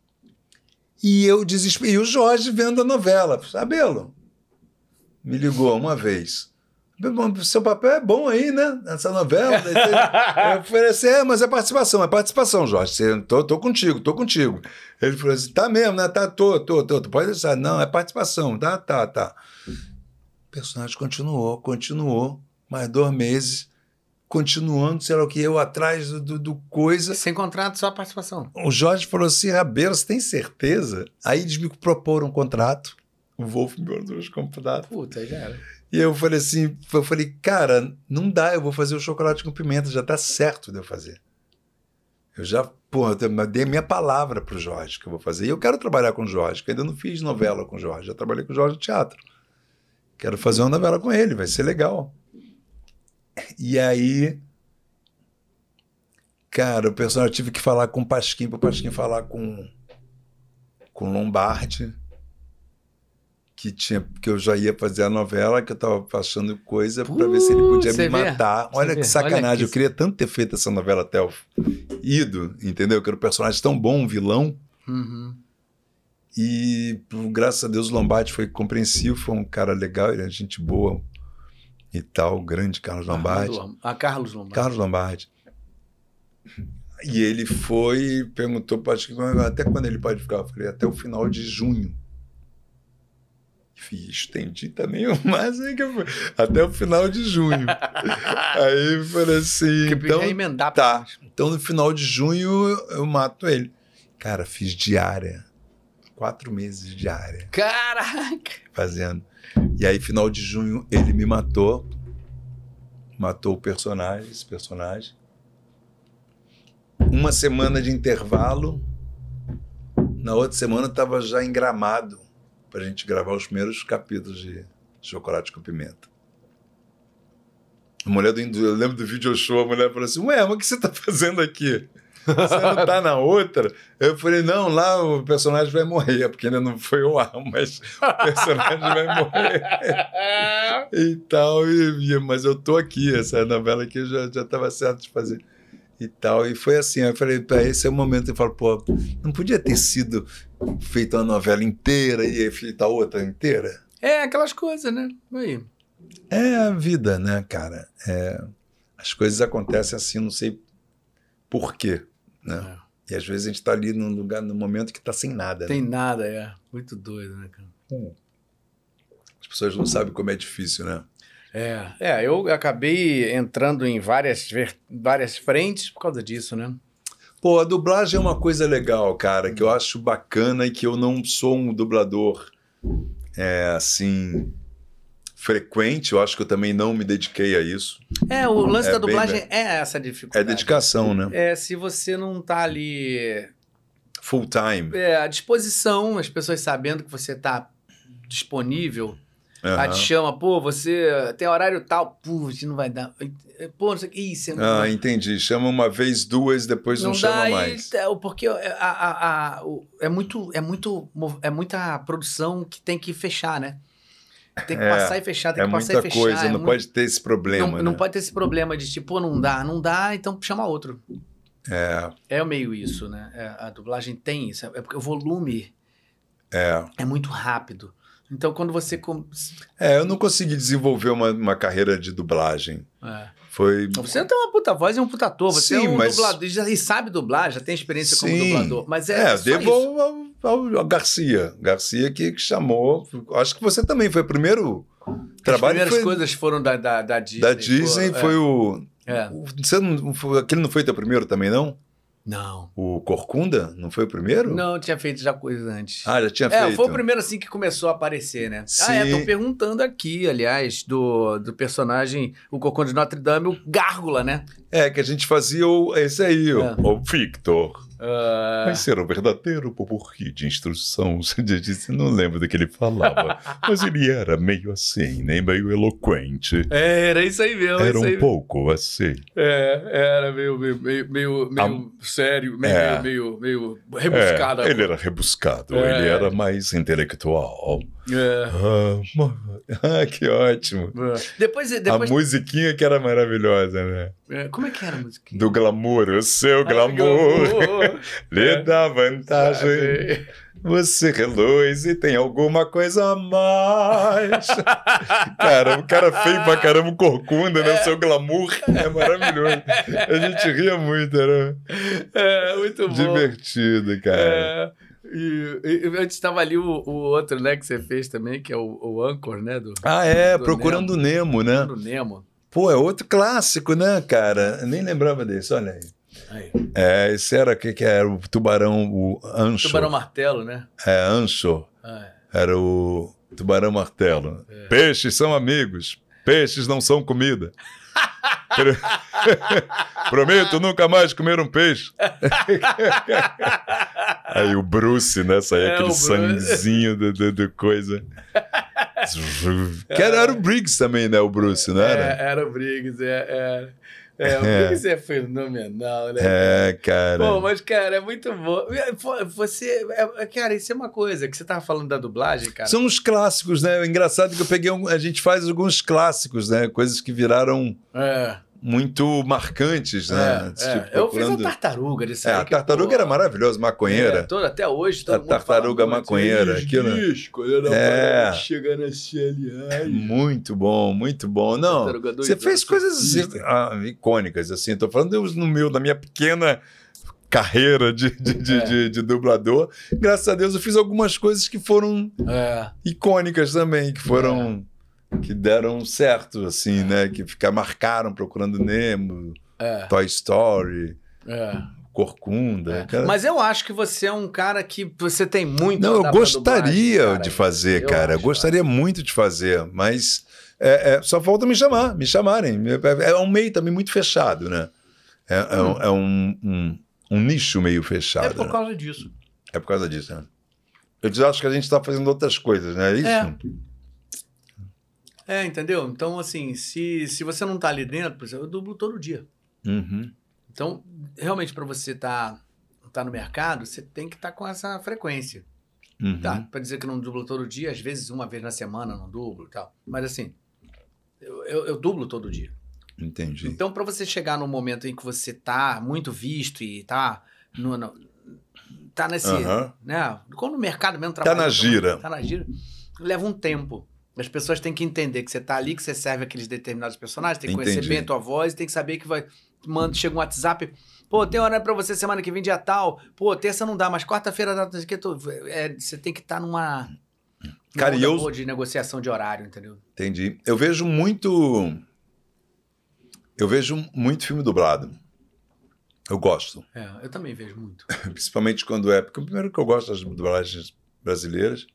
Speaker 2: E eu desesperei. E o Jorge vendo a novela. Rabelo, me ligou uma vez. Seu papel é bom aí, né? Nessa novela. Eu falei assim, mas é participação, Jorge. Tô contigo. Ele falou assim, tá mesmo, né? Tá, tô. Pode deixar. Não, é participação. Tá. O personagem continuou, mais 2 meses, continuando, sei lá o que, eu atrás do coisa.
Speaker 1: Sem contrato, só a participação.
Speaker 2: O Jorge falou assim, Rabelo, você tem certeza? Aí eles me proporam um contrato. O Wolf me botou os contratos.
Speaker 1: Puta, aí já era.
Speaker 2: E eu falei assim, cara, não dá, eu vou fazer o Chocolate com Pimenta, já tá certo de eu fazer. Eu já, dei a minha palavra pro Jorge que eu vou fazer. E eu quero trabalhar com o Jorge, que ainda não fiz novela com o Jorge, já trabalhei com o Jorge no teatro. Quero fazer uma novela com ele, vai ser legal. E aí, cara, o personagem tive que falar com o Pasquim, para o Pasquim falar com Lombardi, que eu já ia fazer a novela, que eu estava passando coisa para ver se ele podia me matar. Olha que sacanagem, eu queria tanto ter feito essa novela até o ido, entendeu? Que era um personagem tão bom, um vilão. E graças a Deus o Lombardi foi compreensivo, foi um cara legal, ele é gente boa e tal, o grande Carlos Lombardi. Carlos Lombardi. E ele foi, perguntou, até quando ele pode ficar? Eu falei, até o final de junho. Estendi também, mas até o final de junho. Aí eu falei assim, então no final de junho eu mato ele. Cara, fiz diária. 4 meses diária.
Speaker 1: Caraca!
Speaker 2: Fazendo. E aí, final de junho, ele me matou. Matou esse personagem. 1 semana de intervalo. Na outra semana, eu estava já em Gramado para a gente gravar os primeiros capítulos de Chocolate com Pimenta. Eu lembro do video show, a mulher falou assim, mas o que você está fazendo aqui? Você não tá na outra? Eu falei, não, lá o personagem vai morrer, porque ainda não foi ao ar, mas o personagem vai morrer. E tal, mas eu tô aqui, essa novela aqui já estava certo de fazer. E tal, e foi assim, eu falei, esse é o momento, eu falo, não podia ter sido feita uma novela inteira e feita outra inteira?
Speaker 1: É, aquelas coisas, né? Aí.
Speaker 2: É a vida, né, cara? As coisas acontecem assim, não sei por quê. Né? E às vezes a gente está ali num lugar, num momento que está sem nada.
Speaker 1: Tem nada, muito doido, né, cara?
Speaker 2: As pessoas não sabem como é difícil, né?
Speaker 1: Eu acabei entrando em várias frentes por causa disso, né?
Speaker 2: Pô, a dublagem é uma coisa legal, cara, que eu acho bacana e que eu não sou um dublador, assim, frequente. Eu acho que eu também não me dediquei a isso.
Speaker 1: O lance da dublagem é essa dificuldade.
Speaker 2: É dedicação, né?
Speaker 1: Se você não tá ali...
Speaker 2: Full time.
Speaker 1: À disposição, as pessoas sabendo que você tá disponível, te chama, pô, você tem horário tal, putz, não vai dar... Pô, não sei o que. Ih, você não
Speaker 2: entendi. Chama uma vez, duas, depois não chama mais.
Speaker 1: Porque é muita produção que tem que fechar, né? Tem que passar e fechar, tem que passar e fechar.
Speaker 2: É muita coisa, não pode ter esse problema,
Speaker 1: não pode ter esse problema de tipo, não dá, então chama outro. É meio isso, né? A dublagem tem isso, porque o volume é muito rápido. Então, quando você...
Speaker 2: eu não consegui desenvolver uma carreira de dublagem.
Speaker 1: Você tem uma puta voz e um puta ator. Você é um dublador e sabe dublar, já tem experiência como dublador. Mas
Speaker 2: devo ao Garcia. Garcia que chamou. Acho que você também foi o primeiro trabalho.
Speaker 1: As primeiras coisas foram da Disney.
Speaker 2: Da Disney foi o... Aquele não foi teu primeiro também, não?
Speaker 1: Não.
Speaker 2: O Corcunda não foi o primeiro?
Speaker 1: Não, tinha feito já coisa antes.
Speaker 2: Já tinha feito.
Speaker 1: Foi o primeiro assim que começou a aparecer, né?
Speaker 2: Sim.
Speaker 1: Tô perguntando aqui, aliás, do personagem, o Corcunda de Notre Dame, o Gárgula, né?
Speaker 2: Que a gente fazia esse aí, o Victor. Vai ser um verdadeiro popurrí de instrução. Não lembro do que ele falava. Mas ele era meio assim, nem meio eloquente.
Speaker 1: Era isso aí mesmo.
Speaker 2: Era um pouco assim.
Speaker 1: Era meio sério, meio rebuscado.
Speaker 2: Ele era rebuscado, ele era mais intelectual. Que ótimo.
Speaker 1: Depois...
Speaker 2: A musiquinha que era maravilhosa, né?
Speaker 1: Como é que era a musiquinha?
Speaker 2: Do glamour, o seu glamour lhe dá vantagem. Você reluz e tem alguma coisa a mais. Cara, o cara feio pra caramba, o Corcunda, né? O seu glamour é maravilhoso. A gente ria muito, era
Speaker 1: muito bom.
Speaker 2: Divertido, cara.
Speaker 1: E antes estava ali o outro, né, que você fez também, que é o Anchor, né? Do
Speaker 2: Procurando Nemo, né?
Speaker 1: Procurando Nemo.
Speaker 2: Pô, é outro clássico, né, cara? Eu nem lembrava desse, olha aí. Esse era que era o tubarão, o ancho.
Speaker 1: Tubarão martelo, né?
Speaker 2: Ancho. Era o tubarão martelo. Peixes são amigos, peixes não são comida. Prometo nunca mais comer um peixe. Aí o Bruce, né? Saía aquele sanguezinho do coisa. Que era o Briggs também, né? O Bruce, não era?
Speaker 1: Era o Briggs, o Briggs é fenomenal, né?
Speaker 2: Cara.
Speaker 1: Pô, mas, cara, é muito bom. Você... cara, isso é uma coisa que você tava falando da dublagem, cara.
Speaker 2: São os clássicos, né? O engraçado é que eu peguei... A gente faz alguns clássicos, né? Coisas que viraram... muito marcantes, né?
Speaker 1: Tipo, eu fiz a tartaruga disso aí.
Speaker 2: A tartaruga era maravilhosa, maconheira.
Speaker 1: Até hoje, todo
Speaker 2: mundo tartaruga maconheira.
Speaker 1: Chegando assim, aliás.
Speaker 2: Muito bom, muito bom. Não, você fez coisas icônicas, assim. Tô falando na minha pequena carreira de dublador. Graças a Deus eu fiz algumas coisas que foram icônicas também, que foram... que deram certo, assim, né? Que marcaram Procurando Nemo, Toy Story, Corcunda.
Speaker 1: Mas eu acho que você é um cara que você tem muito...
Speaker 2: Não, eu gostaria de fazer, cara. Eu gostaria muito de fazer, mas só falta me chamarem. É um meio também muito fechado, né? É um nicho meio fechado.
Speaker 1: É por causa disso.
Speaker 2: É por causa disso, né? Eu acho que a gente está fazendo outras coisas, né? É isso?
Speaker 1: Entendeu? Então, assim, se você não tá ali dentro, por exemplo, eu dublo todo dia.
Speaker 2: Uhum.
Speaker 1: Então, realmente, para você tá no mercado, você tem que estar com essa frequência.
Speaker 2: Uhum.
Speaker 1: Tá? Para dizer que não dublo todo dia, às vezes uma vez na semana não dublo e tal. Mas, assim, eu dublo todo dia.
Speaker 2: Entendi.
Speaker 1: Então, para você chegar no momento em que você tá muito visto e tá nesse... né? Quando o mercado mesmo trabalha...
Speaker 2: Tá na gira.
Speaker 1: Leva um tempo. As pessoas têm que entender que você tá ali, que você serve aqueles determinados personagens, tem que conhecer bem a tua voz, tem que saber que chega um WhatsApp, pô, tem horário pra você semana que vem, dia tal, pô, terça não dá, mas quarta-feira dá, você tem que estar numa boa de negociação de horário, entendeu?
Speaker 2: Entendi. Eu vejo muito filme dublado. Eu gosto.
Speaker 1: Eu também vejo muito.
Speaker 2: Principalmente quando é... Porque primeiro que eu gosto das dublagens brasileiras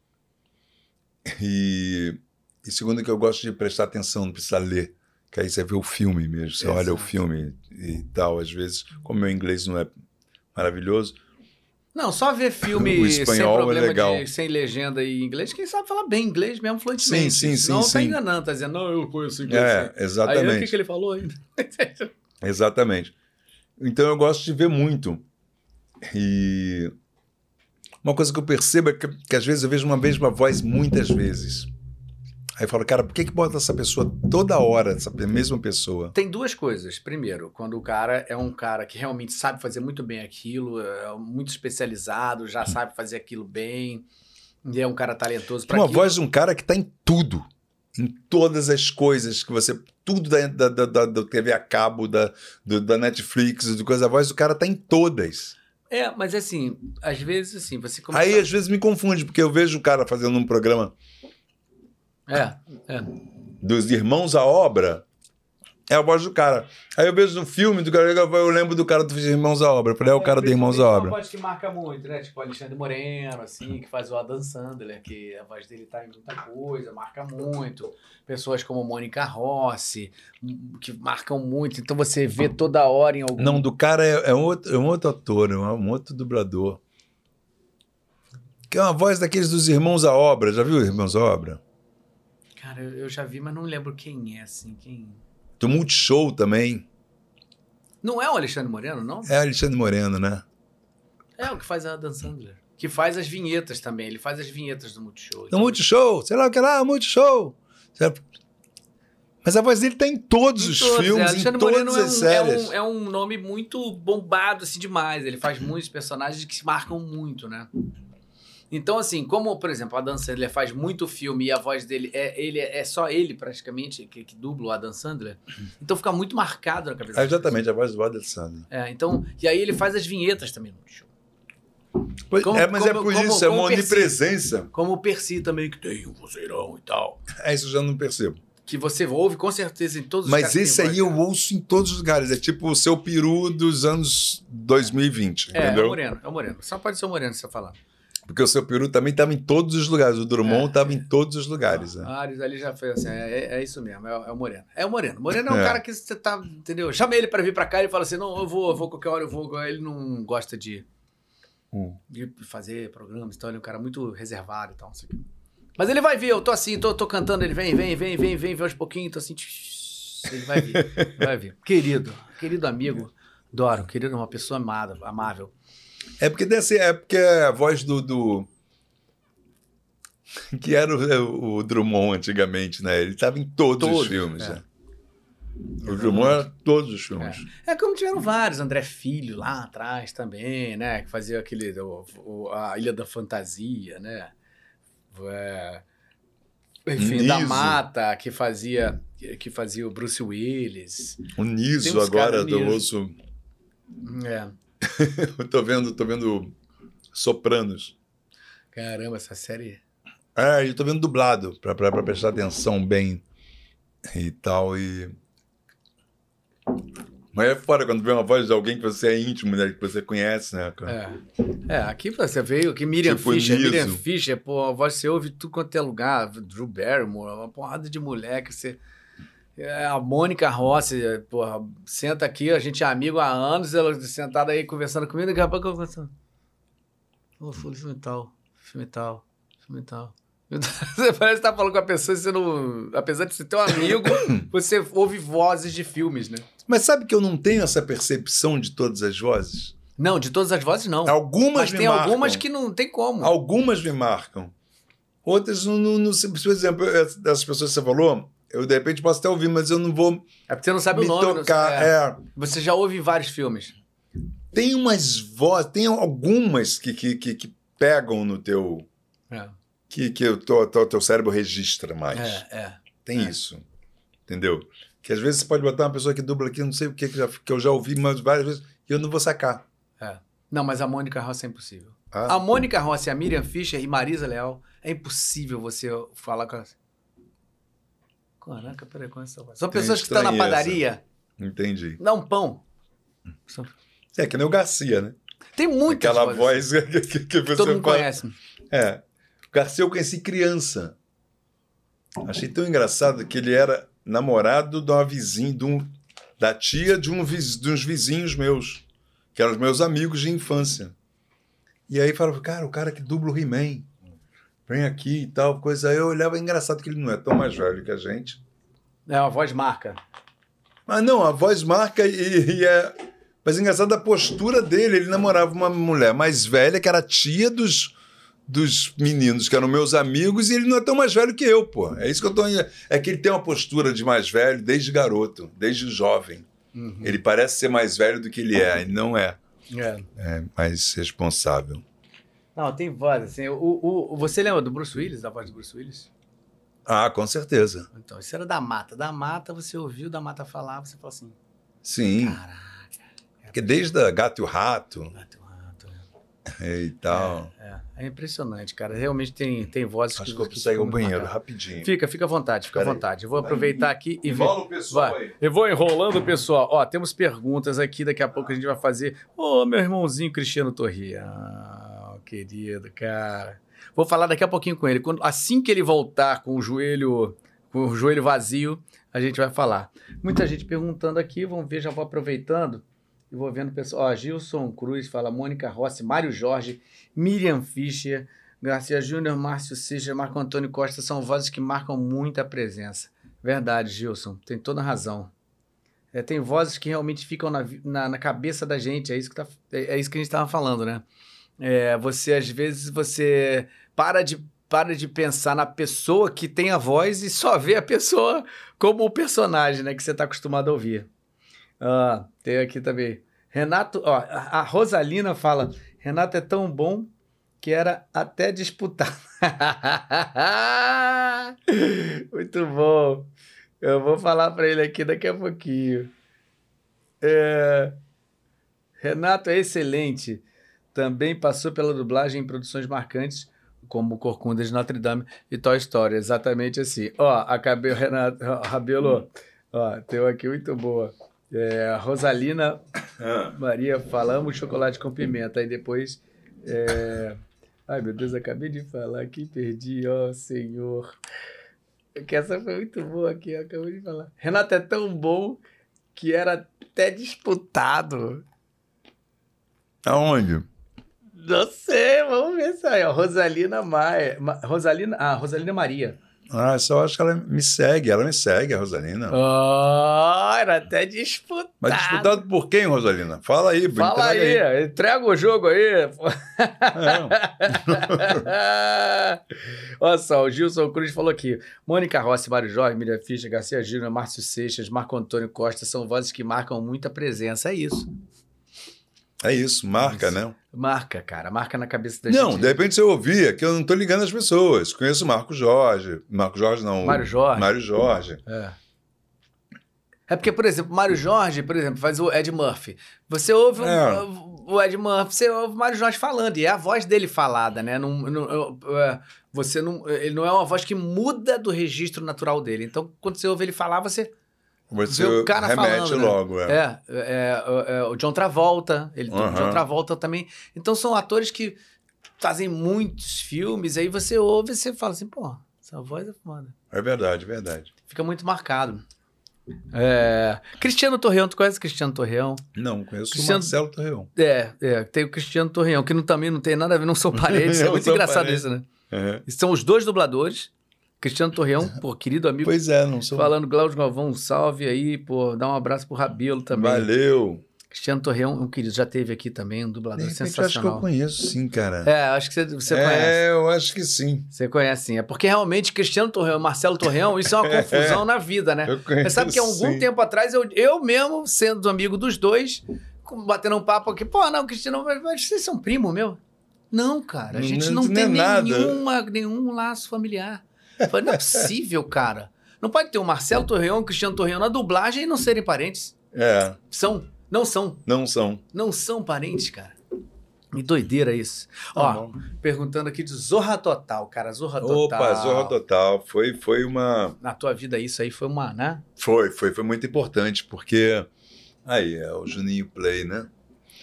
Speaker 2: e segundo que eu gosto de prestar atenção, não precisar ler. Que aí você vê o filme mesmo, você olha o filme e tal. Às vezes, como meu inglês não é maravilhoso...
Speaker 1: Não, só ver filme
Speaker 2: o espanhol
Speaker 1: sem problema
Speaker 2: é legal.
Speaker 1: Sem legenda em inglês, quem sabe falar bem inglês mesmo fluentemente.
Speaker 2: Sim.
Speaker 1: Não tá enganando, tá dizendo, não, eu conheço inglês.
Speaker 2: Exatamente.
Speaker 1: Aí o que ele falou ainda?
Speaker 2: Exatamente. Então eu gosto de ver muito. E uma coisa que eu percebo é que às vezes eu vejo uma mesma voz muitas vezes. Aí eu falo, cara, por que bota essa pessoa toda hora, essa mesma pessoa?
Speaker 1: Tem duas coisas. Primeiro, quando o cara é um cara que realmente sabe fazer muito bem aquilo, é muito especializado, já sabe fazer aquilo bem, e é um cara talentoso para
Speaker 2: aquilo.
Speaker 1: Uma
Speaker 2: voz de um cara que tá em tudo. Em todas as coisas que você... Tudo da TV a cabo, da Netflix, de coisa. A voz do cara tá em todas.
Speaker 1: Mas assim, às vezes assim, você começa...
Speaker 2: Aí às vezes me confunde, porque eu vejo o cara fazendo um programa... dos Irmãos à Obra, é a voz do cara. Aí eu vejo no filme do cara, eu lembro do cara dos Irmãos à Obra. Eu falei, é o cara dos Irmãos à Obra.
Speaker 1: É uma voz que marca muito, né? Tipo o Alexandre Moreno, assim, que faz o Adam Sandler, que a voz dele tá em muita coisa, marca muito. Pessoas como Mônica Rossi, que marcam muito. Então você vê toda hora em algum...
Speaker 2: Não, do cara é um outro ator, é um outro dublador. Que é uma voz daqueles dos Irmãos à Obra. Já viu os Irmãos à Obra?
Speaker 1: Cara, eu já vi, mas não lembro quem é, assim,
Speaker 2: Do Multishow também.
Speaker 1: Não é o Alexandre Moreno, não?
Speaker 2: É o Alexandre Moreno, né?
Speaker 1: É o que faz a Adam Sandler. Que faz as vinhetas também. Ele faz as vinhetas do Multishow.
Speaker 2: Do Multishow, sei lá o que lá, Multishow. Mas a voz dele tá em todos os filmes, em todas as séries.
Speaker 1: É um nome muito bombado, assim, demais. Ele faz muitos personagens que se marcam muito, né? Então, assim, como, por exemplo, o Adam Sandler faz muito filme e a voz dele é só ele, praticamente, que dubla o Adam Sandler, então fica muito marcado na cabeça.
Speaker 2: Exatamente, a voz do Adam Sandler.
Speaker 1: Então, e aí ele faz as vinhetas também no show.
Speaker 2: Mas é por isso, é uma onipresença.
Speaker 1: Como o Percy também, que tem um vozeirão e tal.
Speaker 2: Isso eu já não percebo.
Speaker 1: Que você ouve com certeza em todos os
Speaker 2: lugares. Mas esse aí eu ouço em todos os lugares. É tipo o seu peru dos anos 2020, entendeu?
Speaker 1: É o Moreno. Só pode ser o Moreno se você falar.
Speaker 2: Porque o seu peru também estava em todos os lugares. O Drummond estava em todos os lugares.
Speaker 1: Ares ali já foi assim, é isso mesmo, é o Moreno. É o Moreno. O Moreno é um cara que você tá, entendeu? Chama ele para vir para cá e ele fala assim, não, eu vou qualquer hora eu vou. Ele não gosta de fazer programas, então ele é um cara muito reservado e tal, assim. Mas ele vai vir, eu tô assim, tô cantando, ele vem aos pouquinhos, tô assim, ele vai vir. Querido amigo, adoro, querido, uma pessoa amada, amável.
Speaker 2: É porque a voz do que era o Drummond antigamente, né? Ele estava em todos os filmes. Né? O Drummond era todos os filmes.
Speaker 1: Como tiveram vários, André Filho lá atrás também, né? Que fazia aquele a Ilha da Fantasia, né? Enfim, da Mata, que fazia o Bruce Willis.
Speaker 2: O Niso agora do osso. Eu tô vendo Sopranos.
Speaker 1: Caramba, essa série...
Speaker 2: eu tô vendo dublado, pra prestar atenção bem e tal. Mas é fora quando vê uma voz de alguém que você é íntimo, né, que você conhece, né?
Speaker 1: Aqui você veio que Miriam Fisher, pô, a voz você ouve tudo quanto é lugar. Drew Barrymore, uma porrada de mulher que você... A Mônica Rossi, porra, senta aqui, a gente é amigo há anos, ela sentada aí conversando comigo, daqui a pouco eu conversando. Filme tal. Você parece que tá falando com a pessoa, você não... Apesar de ser teu amigo, você ouve vozes de filmes, né?
Speaker 2: Mas sabe que eu não tenho essa percepção de todas as vozes?
Speaker 1: Não, de todas as vozes não.
Speaker 2: Algumas me marcam.
Speaker 1: Mas tem algumas que não tem como.
Speaker 2: Algumas me marcam. Outras não sei. Por exemplo, dessas pessoas que você falou... Eu, de repente, posso até ouvir, mas eu não vou...
Speaker 1: É porque você não sabe o nome.
Speaker 2: Tocar,
Speaker 1: Você já ouve vários filmes.
Speaker 2: Tem umas vozes... Tem algumas que pegam no teu... Que o teu cérebro registra mais. Tem isso. Entendeu? Que às vezes você pode botar uma pessoa que dubla aqui, não sei o que eu já ouvi várias vezes, e eu não vou sacar.
Speaker 1: Não, mas a Mônica Rossi é impossível. A Mônica Rossi, a Miriam Fisher e Marisa Leal, é impossível você falar com elas. Caraca, peraí, com essa voz. São pessoas que estão na padaria.
Speaker 2: Entendi.
Speaker 1: Dá um pão.
Speaker 2: É que nem o Garcia, né?
Speaker 1: Tem muitas
Speaker 2: Aquela
Speaker 1: vozes.
Speaker 2: voz que você
Speaker 1: Todo mundo
Speaker 2: fala.
Speaker 1: conhece.
Speaker 2: É. O Garcia eu conheci criança. Achei tão engraçado que ele era namorado de uma vizinha, da tia de uns vizinhos meus, que eram os meus amigos de infância. E aí falava, cara, o cara que dubla o He-Man, vem aqui e tal, coisa. Aí eu olhava, engraçado que ele não é tão mais velho que a gente.
Speaker 1: É uma voz marca.
Speaker 2: Mas não, a voz marca e é... Mas engraçado a postura dele, ele namorava uma mulher mais velha, que era tia dos meninos, que eram meus amigos, e ele não é tão mais velho que eu, pô. É isso que eu tô... É que ele tem uma postura de mais velho desde garoto, desde jovem. Uhum. Ele parece ser mais velho do que ele é, ele não é. É mais responsável.
Speaker 1: Não, tem voz, assim. Você lembra do Bruce Willis, da voz do Bruce Willis?
Speaker 2: Ah, com certeza.
Speaker 1: Então, isso era da Mata. Da Mata, você ouviu da Mata falar, você falou assim...
Speaker 2: Sim.
Speaker 1: Caraca.
Speaker 2: Porque desde a Gato e o Rato...
Speaker 1: Gato e o Rato.
Speaker 2: E tal.
Speaker 1: É impressionante, cara. Realmente tem vozes
Speaker 2: Acho que eu preciso sair ao banheiro rapidinho.
Speaker 1: Fica à vontade, fica à vontade. Eu vou aproveitar aqui e
Speaker 2: enrola o pessoal aí.
Speaker 1: Eu vou enrolando o pessoal. Ó, temos perguntas aqui, daqui a pouco a gente vai fazer. Ô, meu irmãozinho Cristiano Torrião, querido, cara. Vou falar daqui a pouquinho com ele. Assim que ele voltar com o joelho vazio, a gente vai falar. Muita gente perguntando aqui, vamos ver, já vou aproveitando. E vou vendo o pessoal. Ó, Gilson Cruz fala, Mônica Rossi, Mário Jorge, Miriam Fischer, Garcia Júnior, Márcio Seixas, Marco Antônio Costa são vozes que marcam muita presença. Verdade, Gilson, tem toda a razão. Tem vozes que realmente ficam na cabeça da gente, é isso que a gente estava falando, né? Você, às vezes, para de pensar na pessoa que tem a voz e só vê a pessoa como o personagem, né, que você está acostumado a ouvir. Tem aqui também. Renato, a Rosalina fala, Renato é tão bom que era até disputado. Muito bom. Eu vou falar para ele aqui daqui a pouquinho. Renato é excelente. Também passou pela dublagem em produções marcantes, como Corcunda de Notre Dame e Toy Story. Exatamente assim. Acabei, Renato, Rabelo. Tem aqui muito boa. A Rosalina Maria fala, amo chocolate com pimenta. Aí depois... Ai, meu Deus, acabei de falar aqui, perdi, senhor. Que essa foi muito boa aqui, acabei de falar. Renato é tão bom que era até disputado.
Speaker 2: Aonde?
Speaker 1: Não sei, vamos ver isso aí. Rosalina Maia. Rosalina Maria.
Speaker 2: Só acho que ela me segue, a Rosalina.
Speaker 1: Era até disputado.
Speaker 2: Mas disputado por quem, Rosalina? Fala aí,
Speaker 1: Fala aí, entrega o jogo aí. Olha só, o Gilson Cruz falou aqui. Mônica Rossi, Mário Jorge, Miriam Fischer, Garcia Júnior, Márcio Seixas, Marco Antônio Costa são vozes que marcam muita presença. É isso.
Speaker 2: É isso, marca, isso. Né?
Speaker 1: Marca, cara, marca na cabeça da gente.
Speaker 2: Não, de repente você ouvia, que eu não tô ligando as pessoas. Conheço o Mário Jorge não.
Speaker 1: Mário
Speaker 2: Jorge.
Speaker 1: É porque, por exemplo, Mário Jorge, faz o Ed Murphy. Você ouve o Ed Murphy, você ouve o Mário Jorge falando, e é a voz dele falada, né? Ele não é uma voz que muda do registro natural dele. Então, quando você ouve ele falar, você vê o cara
Speaker 2: remete
Speaker 1: falando,
Speaker 2: logo.
Speaker 1: Né? O John Travolta, John Travolta também. Então, são atores que fazem muitos filmes, aí você ouve e você fala assim, pô, essa voz é foda.
Speaker 2: É verdade, verdade.
Speaker 1: Fica muito marcado. Cristiano Torreão, tu conhece Cristiano Torreão?
Speaker 2: Não, conheço o Marcelo Torreão.
Speaker 1: Tem o Cristiano Torreão, que também não tem nada a ver, não são parentes. É muito engraçado isso, né? São os dois dubladores. Cristiano Torreão, querido amigo.
Speaker 2: Pois é, não sou.
Speaker 1: Falando, Glaucio Galvão, salve aí, dá um abraço pro Rabelo também.
Speaker 2: Valeu.
Speaker 1: Cristiano Torreão, um querido, já teve aqui também, um dublador sensacional.
Speaker 2: Eu acho que eu conheço, sim, cara.
Speaker 1: Acho que você conhece.
Speaker 2: Eu acho que sim.
Speaker 1: Você conhece, sim. É porque realmente Cristiano Torreão e Marcelo Torreão, isso é uma confusão na vida, né?
Speaker 2: Eu conheço,
Speaker 1: você sabe que há algum tempo atrás, eu mesmo, sendo amigo dos dois, batendo um papo aqui, Cristiano, mas vocês são primo meu? Não, cara, a gente não tem nenhum laço familiar. Falei, não é possível, cara. Não pode ter o Marcelo Torreão e o Cristiano Torreão na dublagem e não serem parentes. Não são parentes, cara. Me doideira isso. Perguntando aqui de Zorra Total, cara. Zorra Total.
Speaker 2: Opa, Zorra Total. Foi uma...
Speaker 1: Na tua vida isso aí foi uma, né?
Speaker 2: Foi muito importante, porque... Aí, é o Juninho Play, né?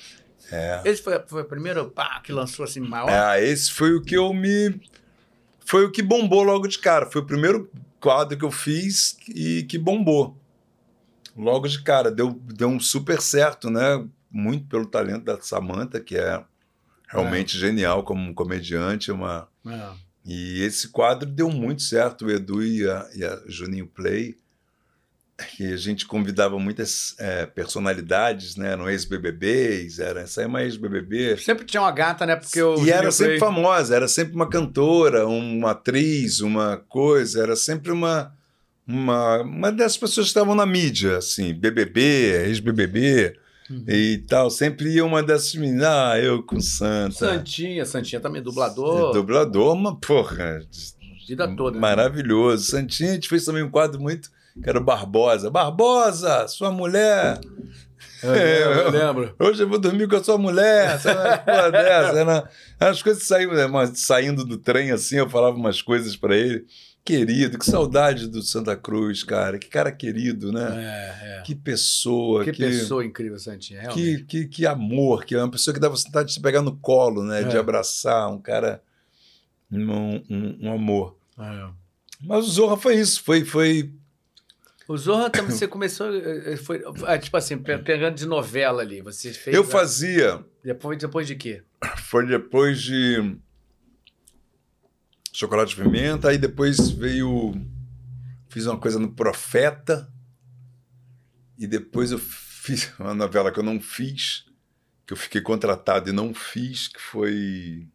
Speaker 1: Esse foi o primeiro que lançou assim maior?
Speaker 2: Esse foi o que Foi o que bombou logo de cara. Foi o primeiro quadro que eu fiz e que bombou. Logo de cara. Deu um super certo, né? Muito pelo talento da Samantha, que é realmente genial como comediante. E esse quadro deu muito certo. O Edu e a Juninho Play. Que a gente convidava muitas personalidades, né? Eram ex-BBBs, essa é uma ex-BBB.
Speaker 1: Sempre tinha uma gata, né? Porque
Speaker 2: e era sempre famosa, era sempre uma cantora, uma atriz, uma coisa, era sempre uma dessas pessoas que estavam na mídia, assim, BBB, ex-BBB e tal. Sempre ia uma dessas meninas, eu com Santa.
Speaker 1: Santinha também, dublador.
Speaker 2: Dublador, uma porra.
Speaker 1: Vida toda.
Speaker 2: Maravilhoso. Né? Santinha, a gente fez também um quadro muito... que era o Barbosa. Barbosa, sua mulher.
Speaker 1: Eu lembro.
Speaker 2: Hoje eu vou dormir com a sua mulher. Porra dessa. As coisas saindo do trem assim, eu falava umas coisas para ele. Querido, que saudade do Santa Cruz, cara. Que cara querido, né? Que pessoa.
Speaker 1: Que pessoa incrível, Santinha. Realmente.
Speaker 2: Que amor. Que é uma pessoa que dava vontade de se pegar no colo, né? De abraçar. Um cara... Um amor. Mas o Zorra foi isso. Foi
Speaker 1: O Zorra também, você começou, tipo assim, pegando de novela ali, você fez...
Speaker 2: Eu fazia...
Speaker 1: Depois de quê?
Speaker 2: Foi depois de Chocolate de Pimenta, aí depois fiz uma coisa no Profeta, e depois eu fiz uma novela que eu não fiz, que eu fiquei contratado e não fiz, que foi...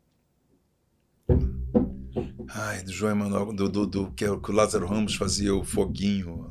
Speaker 2: do João Emanuel, que o Lázaro Ramos fazia o Foguinho.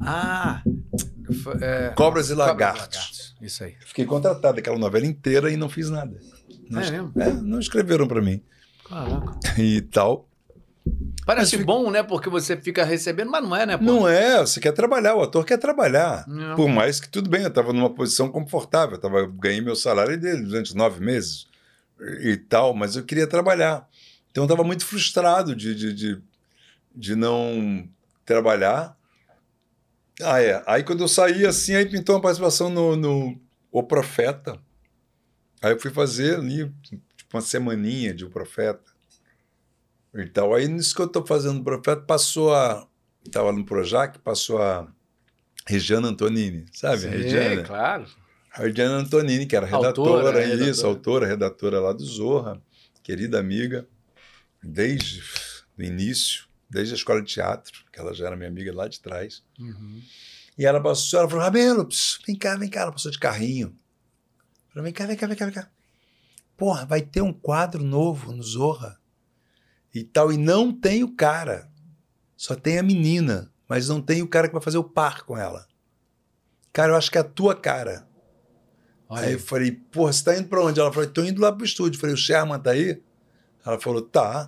Speaker 2: Cobras e Lagartos.
Speaker 1: Isso aí.
Speaker 2: Fiquei contratado aquela novela inteira e não fiz nada. Não escreveram para mim.
Speaker 1: Caraca.
Speaker 2: E tal.
Speaker 1: Parece bom, né? Porque você fica recebendo, mas não é, né? Pô?
Speaker 2: Não é, você quer trabalhar, o ator quer trabalhar. Não. Por mais que tudo bem, eu estava numa posição confortável, ganhei meu salário dele durante 9 meses e tal, mas eu queria trabalhar. Então eu estava muito frustrado de não trabalhar. Aí quando eu saí assim, aí pintou uma participação no O Profeta. Aí eu fui fazer ali, tipo, uma semaninha de O Profeta. E tal. Aí nisso que eu estou fazendo o Profeta, estava no Projac, passou a Regiana Antonini, sabe?
Speaker 1: Sim,
Speaker 2: Regiana.
Speaker 1: Claro.
Speaker 2: A Regiana Antonini, que era autora, redatora lá do Zorra, querida amiga. Desde o início, desde a escola de teatro, que ela já era minha amiga lá de trás. E ela passou, ela falou, Rabelo, vem cá, ela passou de carrinho. Falei, vem cá. Porra, vai ter um quadro novo no Zorra e tal, e não tem o cara, só tem a menina, mas não tem o cara que vai fazer o par com ela. Cara, eu acho que é a tua cara. Aí eu falei, porra, você tá indo pra onde? Ela falou, tô indo lá pro estúdio. Eu falei, o Sherman tá aí? Ela falou, tá.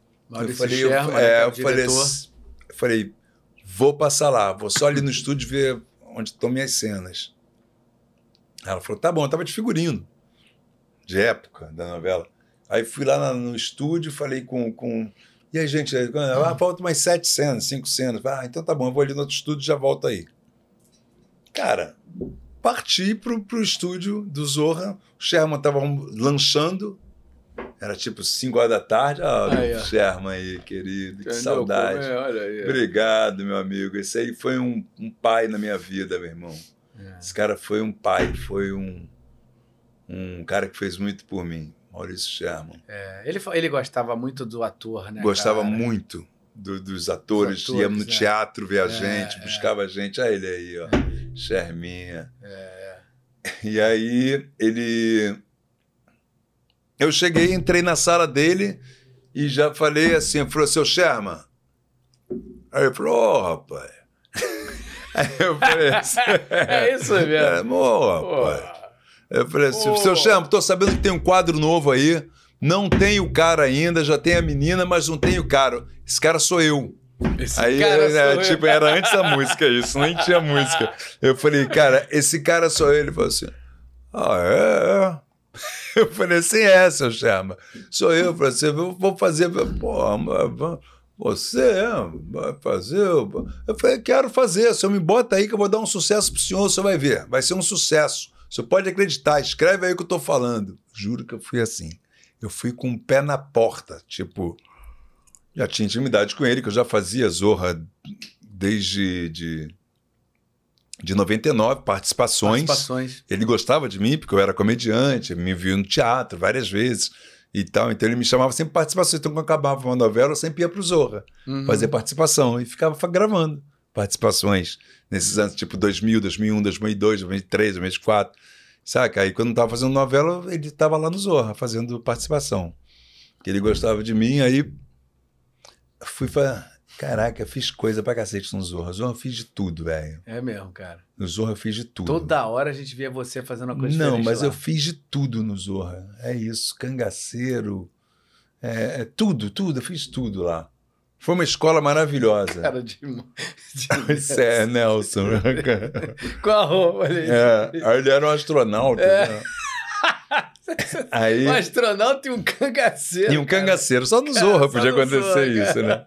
Speaker 2: Eu falei, vou passar lá, vou só ali no estúdio ver onde estão minhas cenas. Ela falou, tá bom, eu tava de figurino, de época da novela. Aí fui lá no estúdio, falei com... E aí, gente, falta mais 7 cenas, 5 cenas. Então tá bom, eu vou ali no outro estúdio e já volto aí. Cara, parti pro estúdio do Zorra, o Sherman tava lanchando, era tipo 5 horas da tarde. O Sherman aí, querido, que saudade.
Speaker 1: Olha aí.
Speaker 2: Obrigado, meu amigo. Esse aí foi um pai na minha vida, meu irmão. Esse cara foi um pai, foi um cara que fez muito por mim, Maurício Sherman.
Speaker 1: Ele gostava muito do ator, né?
Speaker 2: Gostava muito dos atores, ia no teatro ver a gente, buscava a gente. Ele aí, ó, Sherminha. E aí eu cheguei, entrei na sala dele e já falei assim, eu falei, seu Sherman? Aí ele falou, rapaz. Aí eu falei assim,
Speaker 1: é isso mesmo.
Speaker 2: Rapaz. Eu falei assim, seu Sherman, tô sabendo que tem um quadro novo aí, não tem o cara ainda, já tem a menina, mas não tem o cara. Esse cara sou eu. Tipo, era antes da música isso, nem tinha música. Eu falei, cara, esse cara sou eu. Ele falou assim, Eu falei assim, seu Sherman, sou eu. Eu falei assim, vou fazer, você vai fazer? Eu falei, quero fazer, o senhor me bota aí que eu vou dar um sucesso pro senhor, o senhor vai ver, vai ser um sucesso. Você pode acreditar, escreve aí o que eu tô falando. Juro que eu fui assim. Eu fui com o pé na porta, tipo... Já tinha intimidade com ele, que eu já fazia Zorra desde de 99, participações. Ele gostava de mim, porque eu era comediante, me viu no teatro várias vezes e tal. Então ele me chamava sempre participações. Então quando acabava uma novela, eu sempre ia pro Zorra fazer participação e ficava gravando participações nesses anos, tipo 2000, 2001, 2002, 2003, 2004. Saca? Aí quando eu tava fazendo novela, ele tava lá no Zorra fazendo participação. Ele gostava de mim, aí fui pra... Caraca, fiz coisa pra cacete no Zorra. No Zorra eu fiz de tudo, velho.
Speaker 1: É mesmo, cara.
Speaker 2: No Zorra eu fiz de tudo.
Speaker 1: Toda hora a gente via você fazendo uma coisa diferente.
Speaker 2: Não, mas
Speaker 1: lá.
Speaker 2: eu fiz de tudo no Zorra. É isso, cangaceiro, tudo, eu fiz tudo lá. Foi uma escola maravilhosa.
Speaker 1: Cara de
Speaker 2: Isso é, Nelson.
Speaker 1: Com a roupa ali.
Speaker 2: Aí ele era um astronauta. Né? Aí,
Speaker 1: um astronauta e um cangaceiro.
Speaker 2: E um cangaceiro. Só no Zorra podia acontecer Zorra, isso, né?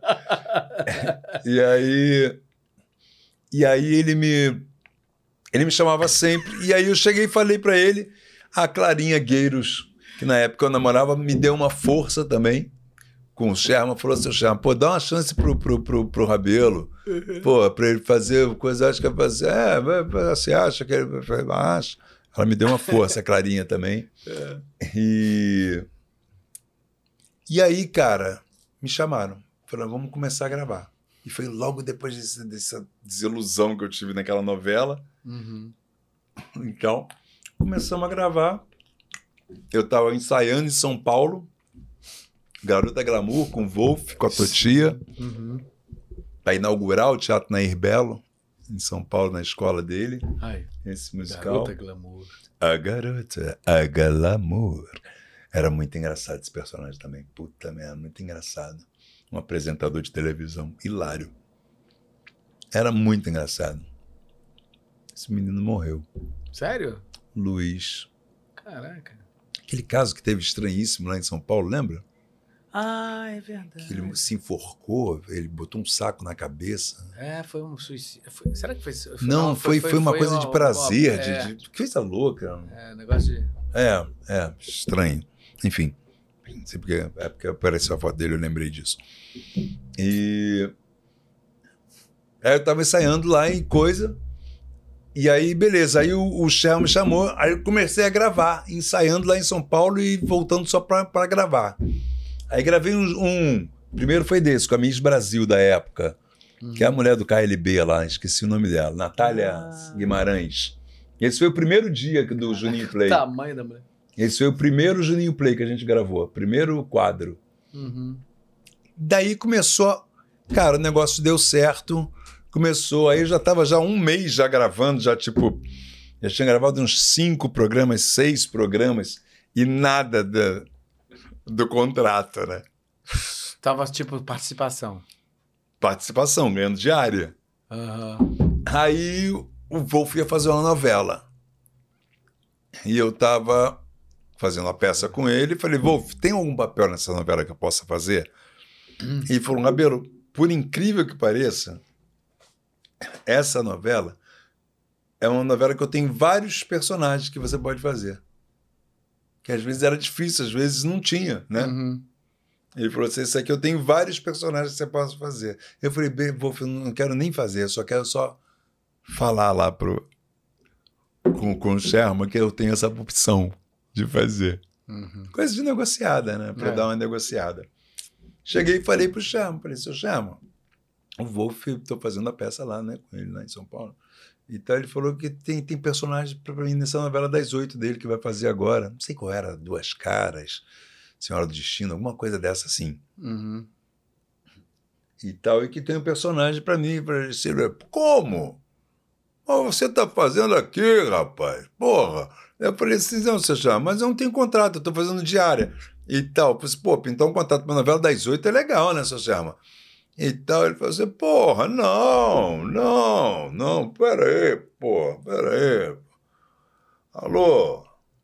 Speaker 2: E aí ele me chamava sempre. E aí eu cheguei e falei pra ele, a Clarinha Gueiros, que na época eu namorava, me deu uma força também com o Sherman. Falou assim, Sherman, pô, dá uma chance pro Rabelo. Pô, pra ele fazer coisa, acho que vai fazer. Você acha que ele vai fazer? Acho. Ela me deu uma força, a Clarinha também. E aí, cara, me chamaram. Falaram, vamos começar a gravar. E foi logo depois dessa desilusão que eu tive naquela novela. Então, começamos a gravar. Eu estava ensaiando em São Paulo, Garota Glamour, com o Wolf, com a Totia, para inaugurar o Teatro Nair Belo, em São Paulo, na escola dele. Esse musical.
Speaker 1: Garota Glamour.
Speaker 2: A Garota, a Glamour. Era muito engraçado esse personagem também. Puta merda, muito engraçado. Um apresentador de televisão, hilário. Era muito engraçado. Esse menino morreu.
Speaker 1: Sério?
Speaker 2: Luiz.
Speaker 1: Caraca.
Speaker 2: Aquele caso que teve estranhíssimo lá em São Paulo, lembra?
Speaker 1: Ah, é verdade.
Speaker 2: Que ele se enforcou, ele botou um saco na cabeça.
Speaker 1: Foi um suicídio. Será que foi?
Speaker 2: Não, foi uma coisa de prazer, de coisa louca.
Speaker 1: Negócio de...
Speaker 2: Estranho. Enfim, não sei porque, porque apareceu a foto dele, eu lembrei disso. E aí eu tava ensaiando lá em coisa, e aí beleza, aí o Sherman me chamou, aí eu comecei a gravar, ensaiando lá em São Paulo e voltando só pra gravar. Aí gravei primeiro foi desse, com a Miss Brasil da época, que é a mulher do KLB lá, esqueci o nome dela, Natália Guimarães. Esse foi o primeiro dia do Juninho Play.
Speaker 1: O tamanho da mulher.
Speaker 2: Esse foi o primeiro Juninho Play que a gente gravou, primeiro quadro. Daí começou, cara, o negócio deu certo, começou, aí eu já estava um mês já gravando, já tinha gravado uns 5 programas, 6 programas, e nada do contrato, né?
Speaker 1: Tava participação.
Speaker 2: Participação, ganhando diária. Aí o Wolf ia fazer uma novela. E eu tava fazendo a peça com ele e falei, Wolf, tem algum papel nessa novela que eu possa fazer? E ele falou, Rabelo, por incrível que pareça, essa novela é uma novela que eu tenho vários personagens que você pode fazer. Que às vezes era difícil, às vezes não tinha, né? Ele falou assim, isso aqui eu tenho vários personagens que você pode fazer. Eu falei, Wolf, eu não quero nem fazer, eu só quero falar lá com o Sherman que eu tenho essa opção de fazer. Coisa de negociada, né? Para dar uma negociada. Cheguei e falei pro Sherman, falei, seu Sherman, o Wolf, estou fazendo a peça lá, né, com ele lá em São Paulo. Então ele falou que tem personagem para mim nessa novela das 8 dele que vai fazer agora. Não sei qual era, Duas Caras, Senhora do Destino, alguma coisa dessa assim. E tal, e que tem um personagem para mim. Ele disse, como? Mas você tá fazendo aqui, rapaz? Porra! Eu falei assim, não, você chama, mas eu não tenho contrato, eu tô fazendo diária. E tal. Eu falei, pô, pintar um contrato para novela das 8 é legal, né, seu Sherman? E tal, ele falou assim, porra, não, peraí. Alô?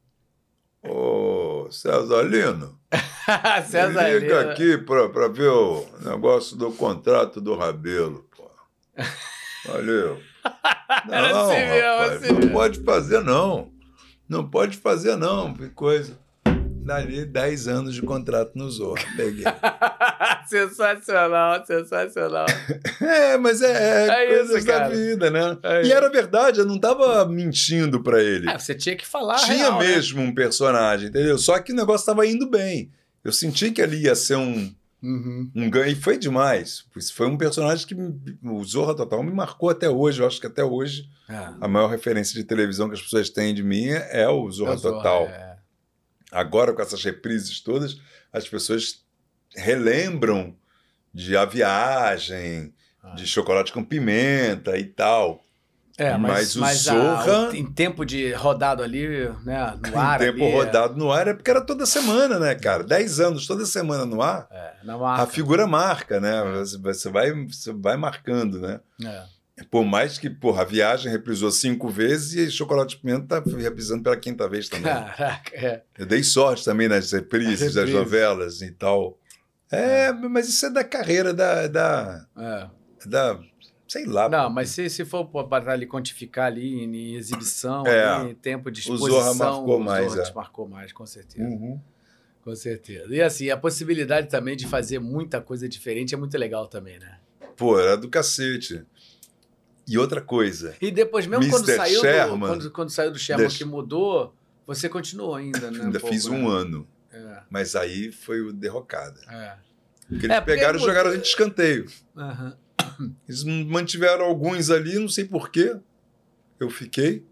Speaker 2: Ô, Cesarino?
Speaker 1: Cesarino.
Speaker 2: Liga aqui pra ver o negócio do contrato do Rabelo, pô. Valeu. Não, rapaz, não pode fazer, não. Não pode fazer, não, que coisa. Dali 10 anos de contrato no Zorra. Peguei.
Speaker 1: Sensacional, sensacional.
Speaker 2: Mas é coisas
Speaker 1: isso,
Speaker 2: da vida, né? E era verdade, eu não tava mentindo pra ele.
Speaker 1: Você tinha que falar
Speaker 2: Tinha
Speaker 1: real,
Speaker 2: mesmo um personagem, entendeu? Só que o negócio tava indo bem. Eu senti que ali ia ser um ganho, e foi demais. Foi um personagem que o Zorra Total me marcou até hoje. Eu acho que até hoje a maior referência de televisão que as pessoas têm de mim é o Zorra Total. Agora, com essas reprises todas, as pessoas relembram de A Viagem, de Chocolate com Pimenta e tal. Mas o Zorra...
Speaker 1: em tempo de rodado ali, né, no ar...
Speaker 2: Em tempo rodado no ar é porque era toda semana, né, cara? 10 anos, toda semana no ar, a figura marca, né? Você vai marcando, né? Por mais que, A Viagem reprisou 5 vezes e Chocolate de Pimenta tá reprisando pela 5ª vez também.
Speaker 1: Caraca,
Speaker 2: Eu dei sorte também nas reprises das novelas e tal. Mas isso é da carreira da sei lá.
Speaker 1: Não, mas se for para ali quantificar ali em exibição, ali, em tempo de exposição...
Speaker 2: O Zorra marcou mais.
Speaker 1: O Zorra te marcou mais, com certeza. Com certeza. E assim, a possibilidade também de fazer muita coisa diferente é muito legal também, né?
Speaker 2: Pô, era do cacete. E outra coisa...
Speaker 1: E depois, mesmo quando saiu do Sherman, que mudou, você continuou ainda, né?
Speaker 2: Ainda fiz um ano. Mas aí foi o derrocada. Porque eles
Speaker 1: porque
Speaker 2: pegaram e jogaram a gente de escanteio.
Speaker 1: Aham.
Speaker 2: Eles mantiveram alguns ali, não sei porquê. Eu fiquei.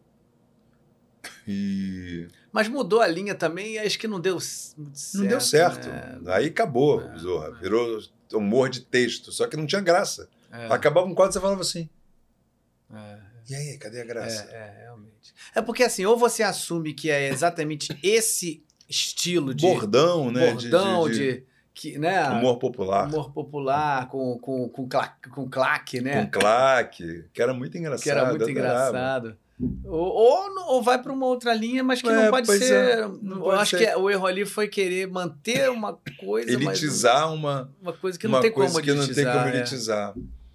Speaker 1: Mas mudou a linha também e acho que não deu certo.
Speaker 2: Não deu certo.
Speaker 1: Né?
Speaker 2: Aí acabou, Zorra. Virou humor de texto. Só que não tinha graça. Acabava um quadro e você falava assim. E aí, cadê a graça?
Speaker 1: Realmente. É porque assim, ou você assume que é exatamente esse estilo de...
Speaker 2: Bordão, né?
Speaker 1: né?
Speaker 2: Humor popular.
Speaker 1: Humor popular, com claque, né?
Speaker 2: Com claque, que era muito engraçado.
Speaker 1: Que era muito engraçado. Ou vai para uma outra linha, mas que não pode ser... Eu acho que o erro ali foi querer manter uma coisa...
Speaker 2: Elitizar
Speaker 1: uma coisa que não tem como
Speaker 2: elitizar.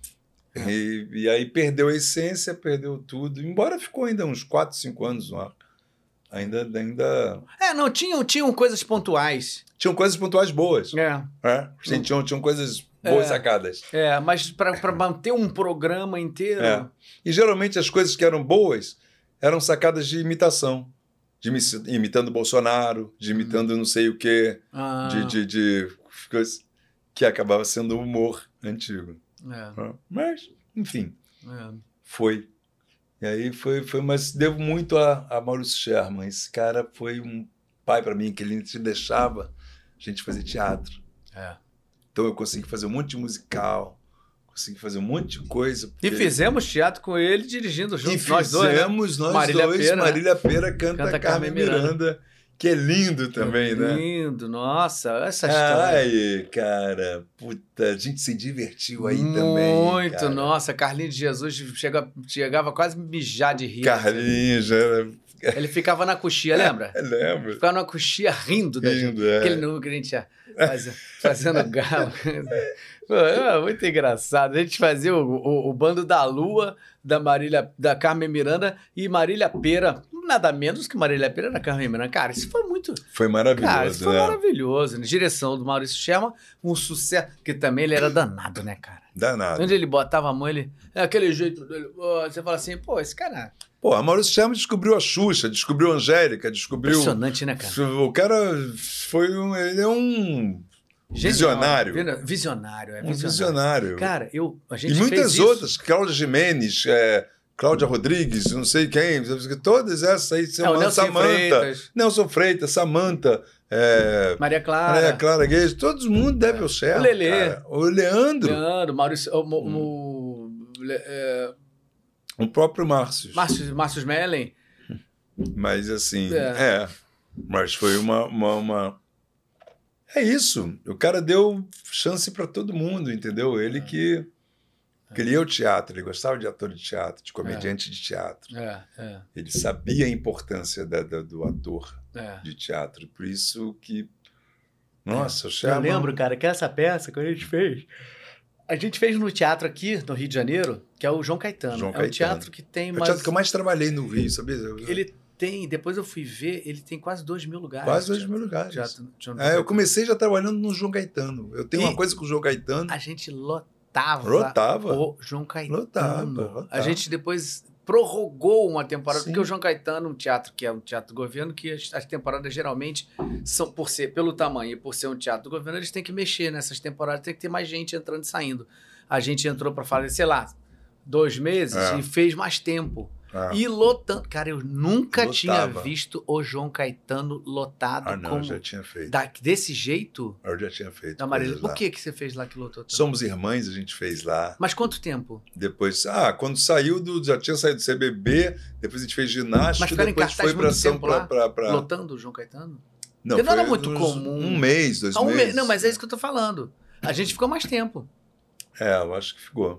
Speaker 2: E aí perdeu a essência, perdeu tudo. Embora ficou ainda uns 4, 5 anos no ar. Ainda...
Speaker 1: não, tinham coisas pontuais.
Speaker 2: Tinham coisas pontuais boas. Tinham coisas boas sacadas.
Speaker 1: Mas para manter um programa inteiro...
Speaker 2: E geralmente as coisas que eram boas eram sacadas de imitação. Imitando Bolsonaro, imitando não sei o quê, de coisas que acabava sendo humor antigo. Mas, enfim, foi. E aí foi, mas devo muito a Maurício Sherman. Esse cara foi um pai para mim, que ele deixava a gente fazer teatro. Então eu consegui fazer um monte de musical, consegui fazer um monte de coisa.
Speaker 1: E fizemos teatro com ele dirigindo juntos, nós dois.
Speaker 2: Fizemos nós dois. Marília Pêra canta Carmen Miranda. Que é lindo também, né?
Speaker 1: Lindo, nossa, essa história.
Speaker 2: Ai, cara, puta, a gente se divertiu aí também.
Speaker 1: Muito,
Speaker 2: cara.
Speaker 1: Nossa, Carlinhos de Jesus chegava quase a mijar de rir.
Speaker 2: Carlinhos,
Speaker 1: ele ficava na coxia, lembra?
Speaker 2: Lembro.
Speaker 1: Ficava na coxia rindo da gente. Aquele número que a gente ia fazendo galo. Muito engraçado. A gente fazia o Bando da Lua, da Carmen Miranda e Marília Pêra. Nada menos que Marília Pêra da Carmen Miranda. Cara, isso foi muito...
Speaker 2: Foi maravilhoso,
Speaker 1: cara, isso foi maravilhoso. Direção do Maurício Sherman, um sucesso. Porque também ele era danado, né, cara?
Speaker 2: Danado.
Speaker 1: Onde ele botava a mão, ele... aquele jeito dele... Você fala assim, esse cara...
Speaker 2: A Maurício Sherman descobriu a Xuxa, descobriu a Angélica, descobriu...
Speaker 1: Impressionante, né, cara?
Speaker 2: O cara foi ele é um... Visionário.
Speaker 1: Visionário.
Speaker 2: Um visionário.
Speaker 1: Cara, a gente
Speaker 2: e muitas
Speaker 1: fez
Speaker 2: outras.
Speaker 1: isso.
Speaker 2: Cláudia Gimenez, Cláudia Rodrigues, não sei quem. Todas essas aí. Nelson Freitas, Samanta.
Speaker 1: Maria Clara
Speaker 2: Guedes. Todo mundo deve ao Sherman.
Speaker 1: O Lelê.
Speaker 2: Cara. O Leandro.
Speaker 1: Maurício...
Speaker 2: O próprio Márcio.
Speaker 1: Márcio Smelling.
Speaker 2: Mas assim... Mas foi uma... É isso. O cara deu chance para todo mundo, entendeu? Ele que queria o teatro, ele gostava de ator de teatro, de comediante de teatro. Ele sabia a importância do ator de teatro. Por isso que... Nossa, o Sherman...
Speaker 1: Eu lembro, cara, que essa peça, quando a gente fez no teatro aqui, no Rio de Janeiro, que é o João Caetano. É um teatro que tem...
Speaker 2: É o teatro que eu mais trabalhei no Rio, sabia?
Speaker 1: Tem, depois eu fui ver, ele tem quase 2 mil lugares.
Speaker 2: Quase 2 mil lugares. Eu comecei já trabalhando no João Caetano. Eu tenho uma coisa com o João Caetano.
Speaker 1: A gente lotava o João Caetano.
Speaker 2: Lotava.
Speaker 1: A gente depois prorrogou uma temporada, porque o João Caetano, um teatro que é um teatro do governo, que as temporadas geralmente são, pelo tamanho e por ser um teatro do governo, eles têm que mexer nessas temporadas, tem que ter mais gente entrando e saindo. A gente entrou para fazer, sei lá, 2 meses e fez mais tempo. E lotando. Cara, eu nunca tinha visto o João Caetano lotado
Speaker 2: eu já tinha feito.
Speaker 1: Desse jeito?
Speaker 2: Eu já tinha feito.
Speaker 1: Da Marília. O que você fez lá que lotou tanto?
Speaker 2: Somos Irmãs, a gente fez lá.
Speaker 1: Mas quanto tempo?
Speaker 2: Depois, quando saiu já tinha saído do CBB, depois a gente fez ginástica.
Speaker 1: Mas ficaram em
Speaker 2: depois
Speaker 1: cartaz
Speaker 2: foi pra
Speaker 1: muito tempo lá,
Speaker 2: pra...
Speaker 1: lotando o João Caetano?
Speaker 2: Não,
Speaker 1: porque não era muito comum.
Speaker 2: 1 mês, 2 meses.
Speaker 1: Não, mas é isso que eu tô falando. A gente ficou mais tempo.
Speaker 2: Eu acho que ficou.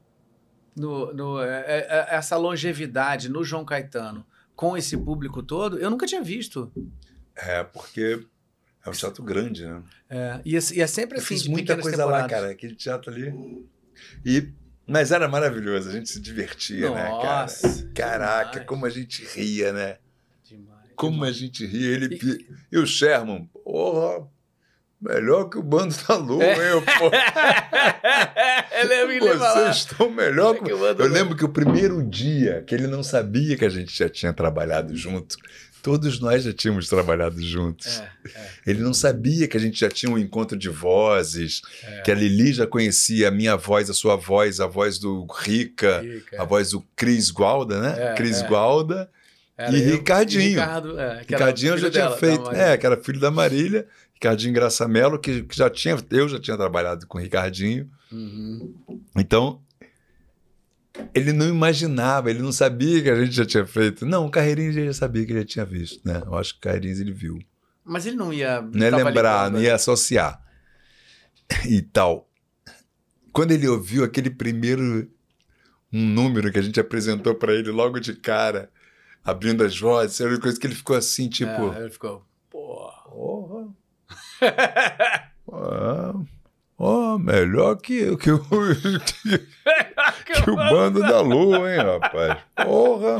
Speaker 1: Essa longevidade no João Caetano com esse público todo, eu nunca tinha visto.
Speaker 2: Porque é um teatro grande, né?
Speaker 1: E é sempre assim.
Speaker 2: Eu fiz muita coisa lá, cara. Aquele teatro ali. Mas era maravilhoso, a gente se divertia, né, cara? Caraca, demais. Como a gente ria, né? Como a gente ria. E o Sherman, porra... Melhor que o Bando da Lua, hein, pô? Vocês estão melhor que o Eu lembro que o primeiro dia que ele não sabia que a gente já tinha trabalhado junto, todos nós já tínhamos trabalhado juntos. Ele não sabia que a gente já tinha um encontro de vozes, que a Lili já conhecia a minha voz, a sua voz, a voz do Rica, a voz do Cris Gualda, né? Cris Gualda. E Ricardinho. Ricardinho eu já tinha feito, que era filho da Marília. Ricardinho Graçamelo, que eu já tinha trabalhado com o Ricardinho. Então, ele não imaginava, ele não sabia que a gente já tinha feito. Não, o Carreirinhos já sabia que ele já tinha visto, né? Eu acho que o Carreirinhos ele viu.
Speaker 1: Mas ele não ia...
Speaker 2: Não ia lembrar, não ia associar. E tal. Quando ele ouviu aquele primeiro número que a gente apresentou para ele logo de cara, abrindo as vozes, era uma coisa que ele ficou assim, tipo...
Speaker 1: ele ficou, porra...
Speaker 2: melhor que o Bando da Lua, hein, rapaz? Porra!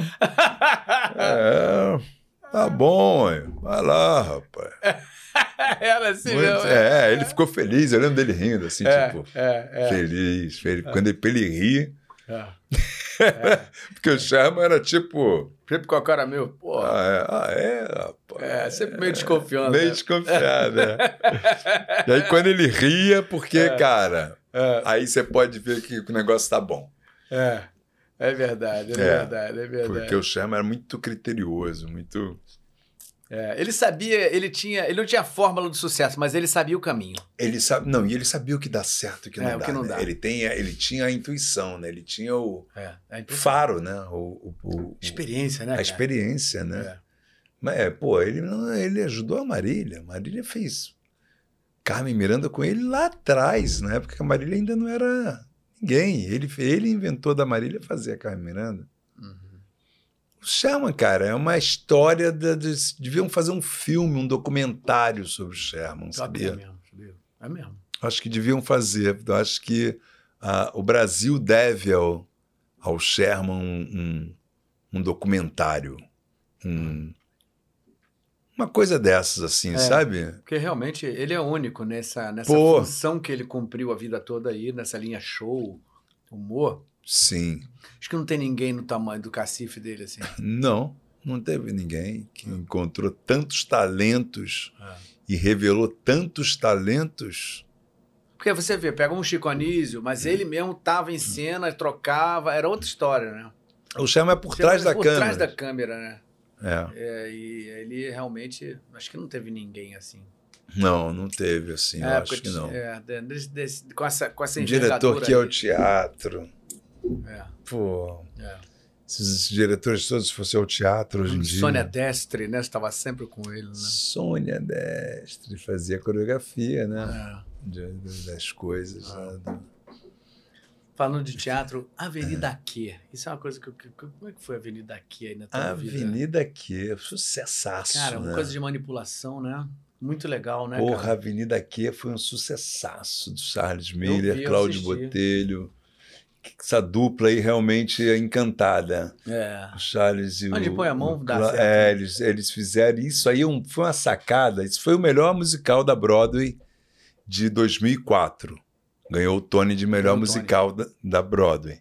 Speaker 2: Tá bom, hein? Vai lá, rapaz.
Speaker 1: Era assim mesmo.
Speaker 2: Ele ficou feliz, eu lembro dele rindo, assim, feliz. Quando ele ri... Porque o Sherman era tipo...
Speaker 1: Sempre com a cara meio...
Speaker 2: rapaz.
Speaker 1: Sempre meio desconfiado.
Speaker 2: Meio desconfiado, E aí quando ele ria, porque, cara... Aí você pode ver que o negócio tá bom.
Speaker 1: É verdade.
Speaker 2: Porque o Sherman era muito criterioso, muito...
Speaker 1: Ele sabia, ele não tinha a fórmula do sucesso, mas ele sabia o caminho.
Speaker 2: Ele sabia o que dá certo e o que não dá. Que não dá. Ele tinha a intuição, né? Ele tinha o faro, né?
Speaker 1: Experiência, né?
Speaker 2: A experiência, né? Mas, ele ajudou a Marília. A Marília fez Carmen Miranda com ele lá atrás, na época que a Marília ainda não era ninguém. Ele inventou da Marília fazer a Carmen Miranda. O Sherman, cara, é uma história deviam fazer um filme, um documentário sobre o Sherman, sabia?
Speaker 1: É mesmo.
Speaker 2: Acho que deviam fazer. Acho que o Brasil deve ao Sherman um documentário. Uma coisa dessas, assim, sabe?
Speaker 1: Porque realmente ele é único nessa função que ele cumpriu a vida toda aí, nessa linha show, humor.
Speaker 2: Sim.
Speaker 1: Acho que não tem ninguém no tamanho do cacife dele, assim.
Speaker 2: Não teve ninguém que encontrou tantos talentos e revelou tantos talentos.
Speaker 1: Porque você vê, pega um Chico Anísio, mas ele mesmo estava em cena, trocava, era outra história, né?
Speaker 2: O Sherman é por trás da câmera.
Speaker 1: Por trás da câmera, né? E ele realmente, acho que não teve ninguém assim.
Speaker 2: Não teve assim, eu acho que não.
Speaker 1: Com essa
Speaker 2: um diretor que é o teatro.
Speaker 1: Pô.
Speaker 2: Se os diretores todos fossem ao teatro hoje em dia.
Speaker 1: Sônia Destre, né? Estava sempre com ele, né?
Speaker 2: Sônia Destre fazia coreografia, né? Das coisas.
Speaker 1: Falando de teatro, Avenida Q. Isso é uma coisa que... Como é que foi a Avenida Q aí na tua vida?
Speaker 2: Avenida Q, sucessaço,
Speaker 1: cara, uma coisa de manipulação, né? Muito legal, né,
Speaker 2: Porra,
Speaker 1: cara?
Speaker 2: Avenida Q foi um sucessaço do Charles Miller, Cláudio Botelho. essa dupla aí realmente é encantada. O Charles e
Speaker 1: Onde põe a mão, dá certo.
Speaker 2: Eles fizeram isso aí, foi uma sacada. Isso foi o melhor musical da Broadway de 2004. Ganhou o Tony de melhor musical da Broadway.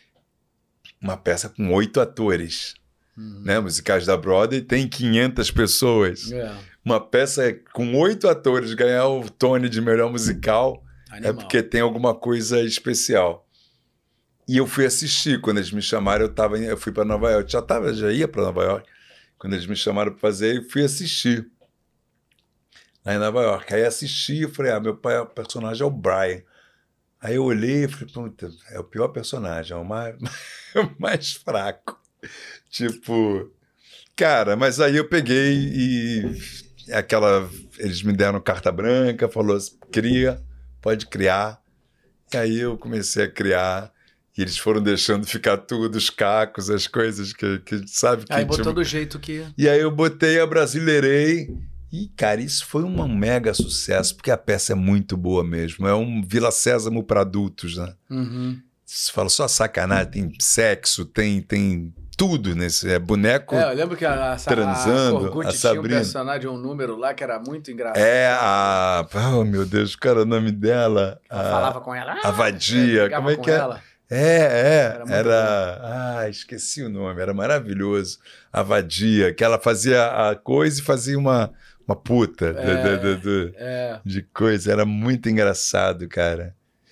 Speaker 2: Uma peça com 8 atores. Né? Musicais da Broadway tem 500 pessoas. Uma peça com 8 atores ganhar o Tony de melhor musical é porque tem alguma coisa especial. E eu fui assistir. Quando eles me chamaram, eu fui para Nova York. Já ia para Nova York. Quando eles me chamaram para fazer, eu fui assistir. Lá em Nova York. Aí assisti e falei, meu pai, o personagem é o Brian. Aí eu olhei e falei, puta, é o pior personagem, é o mais fraco. Tipo, cara, mas aí eu peguei e eles me deram carta branca, falou assim, pode criar. E aí eu comecei a criar e eles foram deixando ficar tudo, os cacos, as coisas que sabe que...
Speaker 1: Aí botou do jeito que...
Speaker 2: E aí eu botei, abrasileirei. E, cara, isso foi um mega sucesso, porque a peça é muito boa mesmo. É um Vila Sésamo para adultos, né? Você fala só sacanagem, tem sexo, tem tudo nesse boneco
Speaker 1: eu lembro que
Speaker 2: transando, a Sabrina
Speaker 1: tinha um personagem, um número lá que era muito engraçado.
Speaker 2: Oh meu Deus, qual era o nome dela?
Speaker 1: Falava com ela.
Speaker 2: A Vadia, como é que é? Esqueci o nome, era maravilhoso. A Vadia, que ela fazia a coisa e fazia uma puta de coisa, era muito engraçado, cara.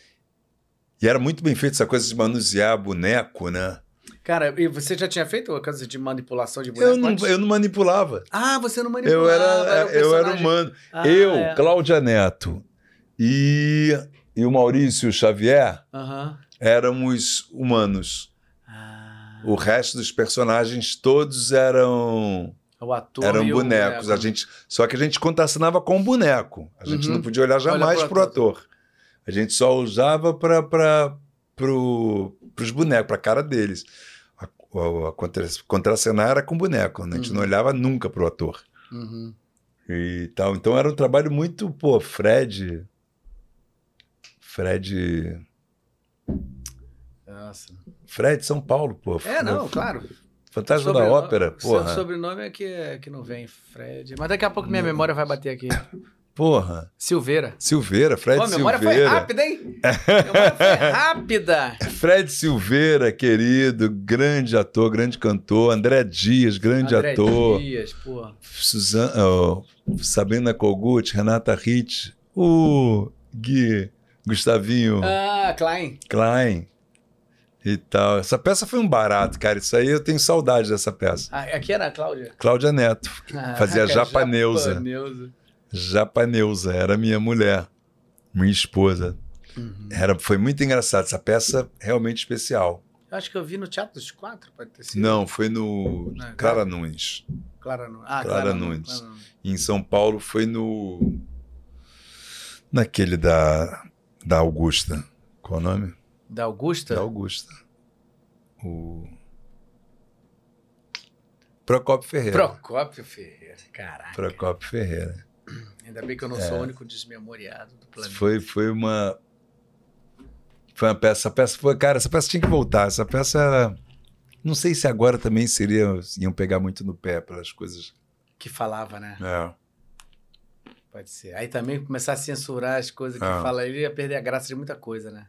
Speaker 2: E era muito bem feito essa coisa de manusear boneco, né?
Speaker 1: Cara, e você já tinha feito a coisa de manipulação de boneco?
Speaker 2: Eu não manipulava.
Speaker 1: Você não manipulava.
Speaker 2: Eu era humano. Cláudia Neto e o Maurício Xavier éramos humanos. O resto dos personagens todos eram bonecos. Só que a gente contracenava com o boneco. A gente não podia olhar jamais para o ator. A gente só usava para os bonecos, para a cara deles. A contracenar era com boneco, né? A gente não olhava nunca para o ator. E tal. Então era um trabalho muito... Fred...
Speaker 1: Nossa.
Speaker 2: Fred São Paulo,
Speaker 1: claro.
Speaker 2: Fantasma da Ópera, porra.
Speaker 1: Seu sobrenome é que não vem, Fred. Mas daqui a pouco minha memória vai bater aqui.
Speaker 2: Porra.
Speaker 1: Silveira,
Speaker 2: Fred Silveira.
Speaker 1: A memória foi rápida, hein? A memória foi rápida.
Speaker 2: Fred Silveira, querido, grande ator, grande cantor. André Dias, grande ator.
Speaker 1: André Dias, pô.
Speaker 2: Sabrina Kogut, Renata Ritt, o Gui, Gustavinho. Klein. E tal. Essa peça foi um barato, cara. Isso aí eu tenho saudade dessa peça.
Speaker 1: Aqui era a Cláudia?
Speaker 2: Cláudia Neto. Fazia Japaneusa. Japaneusa, era minha mulher, minha esposa. Foi muito engraçado. Essa peça realmente especial.
Speaker 1: Eu acho que eu vi no Teatro dos Quatro, pode ter sido.
Speaker 2: Não, foi no Clara Nunes. Clara Nunes. E em São Paulo foi naquele da Augusta. Qual o nome?
Speaker 1: Da Augusta?
Speaker 2: Da Augusta. O Procópio Ferreira.
Speaker 1: Caraca.
Speaker 2: Procópio Ferreira.
Speaker 1: Ainda bem que eu não sou o único desmemoriado do planeta.
Speaker 2: Foi uma peça. Essa peça tinha que voltar. Essa peça era... Não sei se agora também iam pegar muito no pé pelas coisas...
Speaker 1: Que falava, né? Pode ser. Aí também começar a censurar as coisas que fala, ele ia perder a graça de muita coisa, né?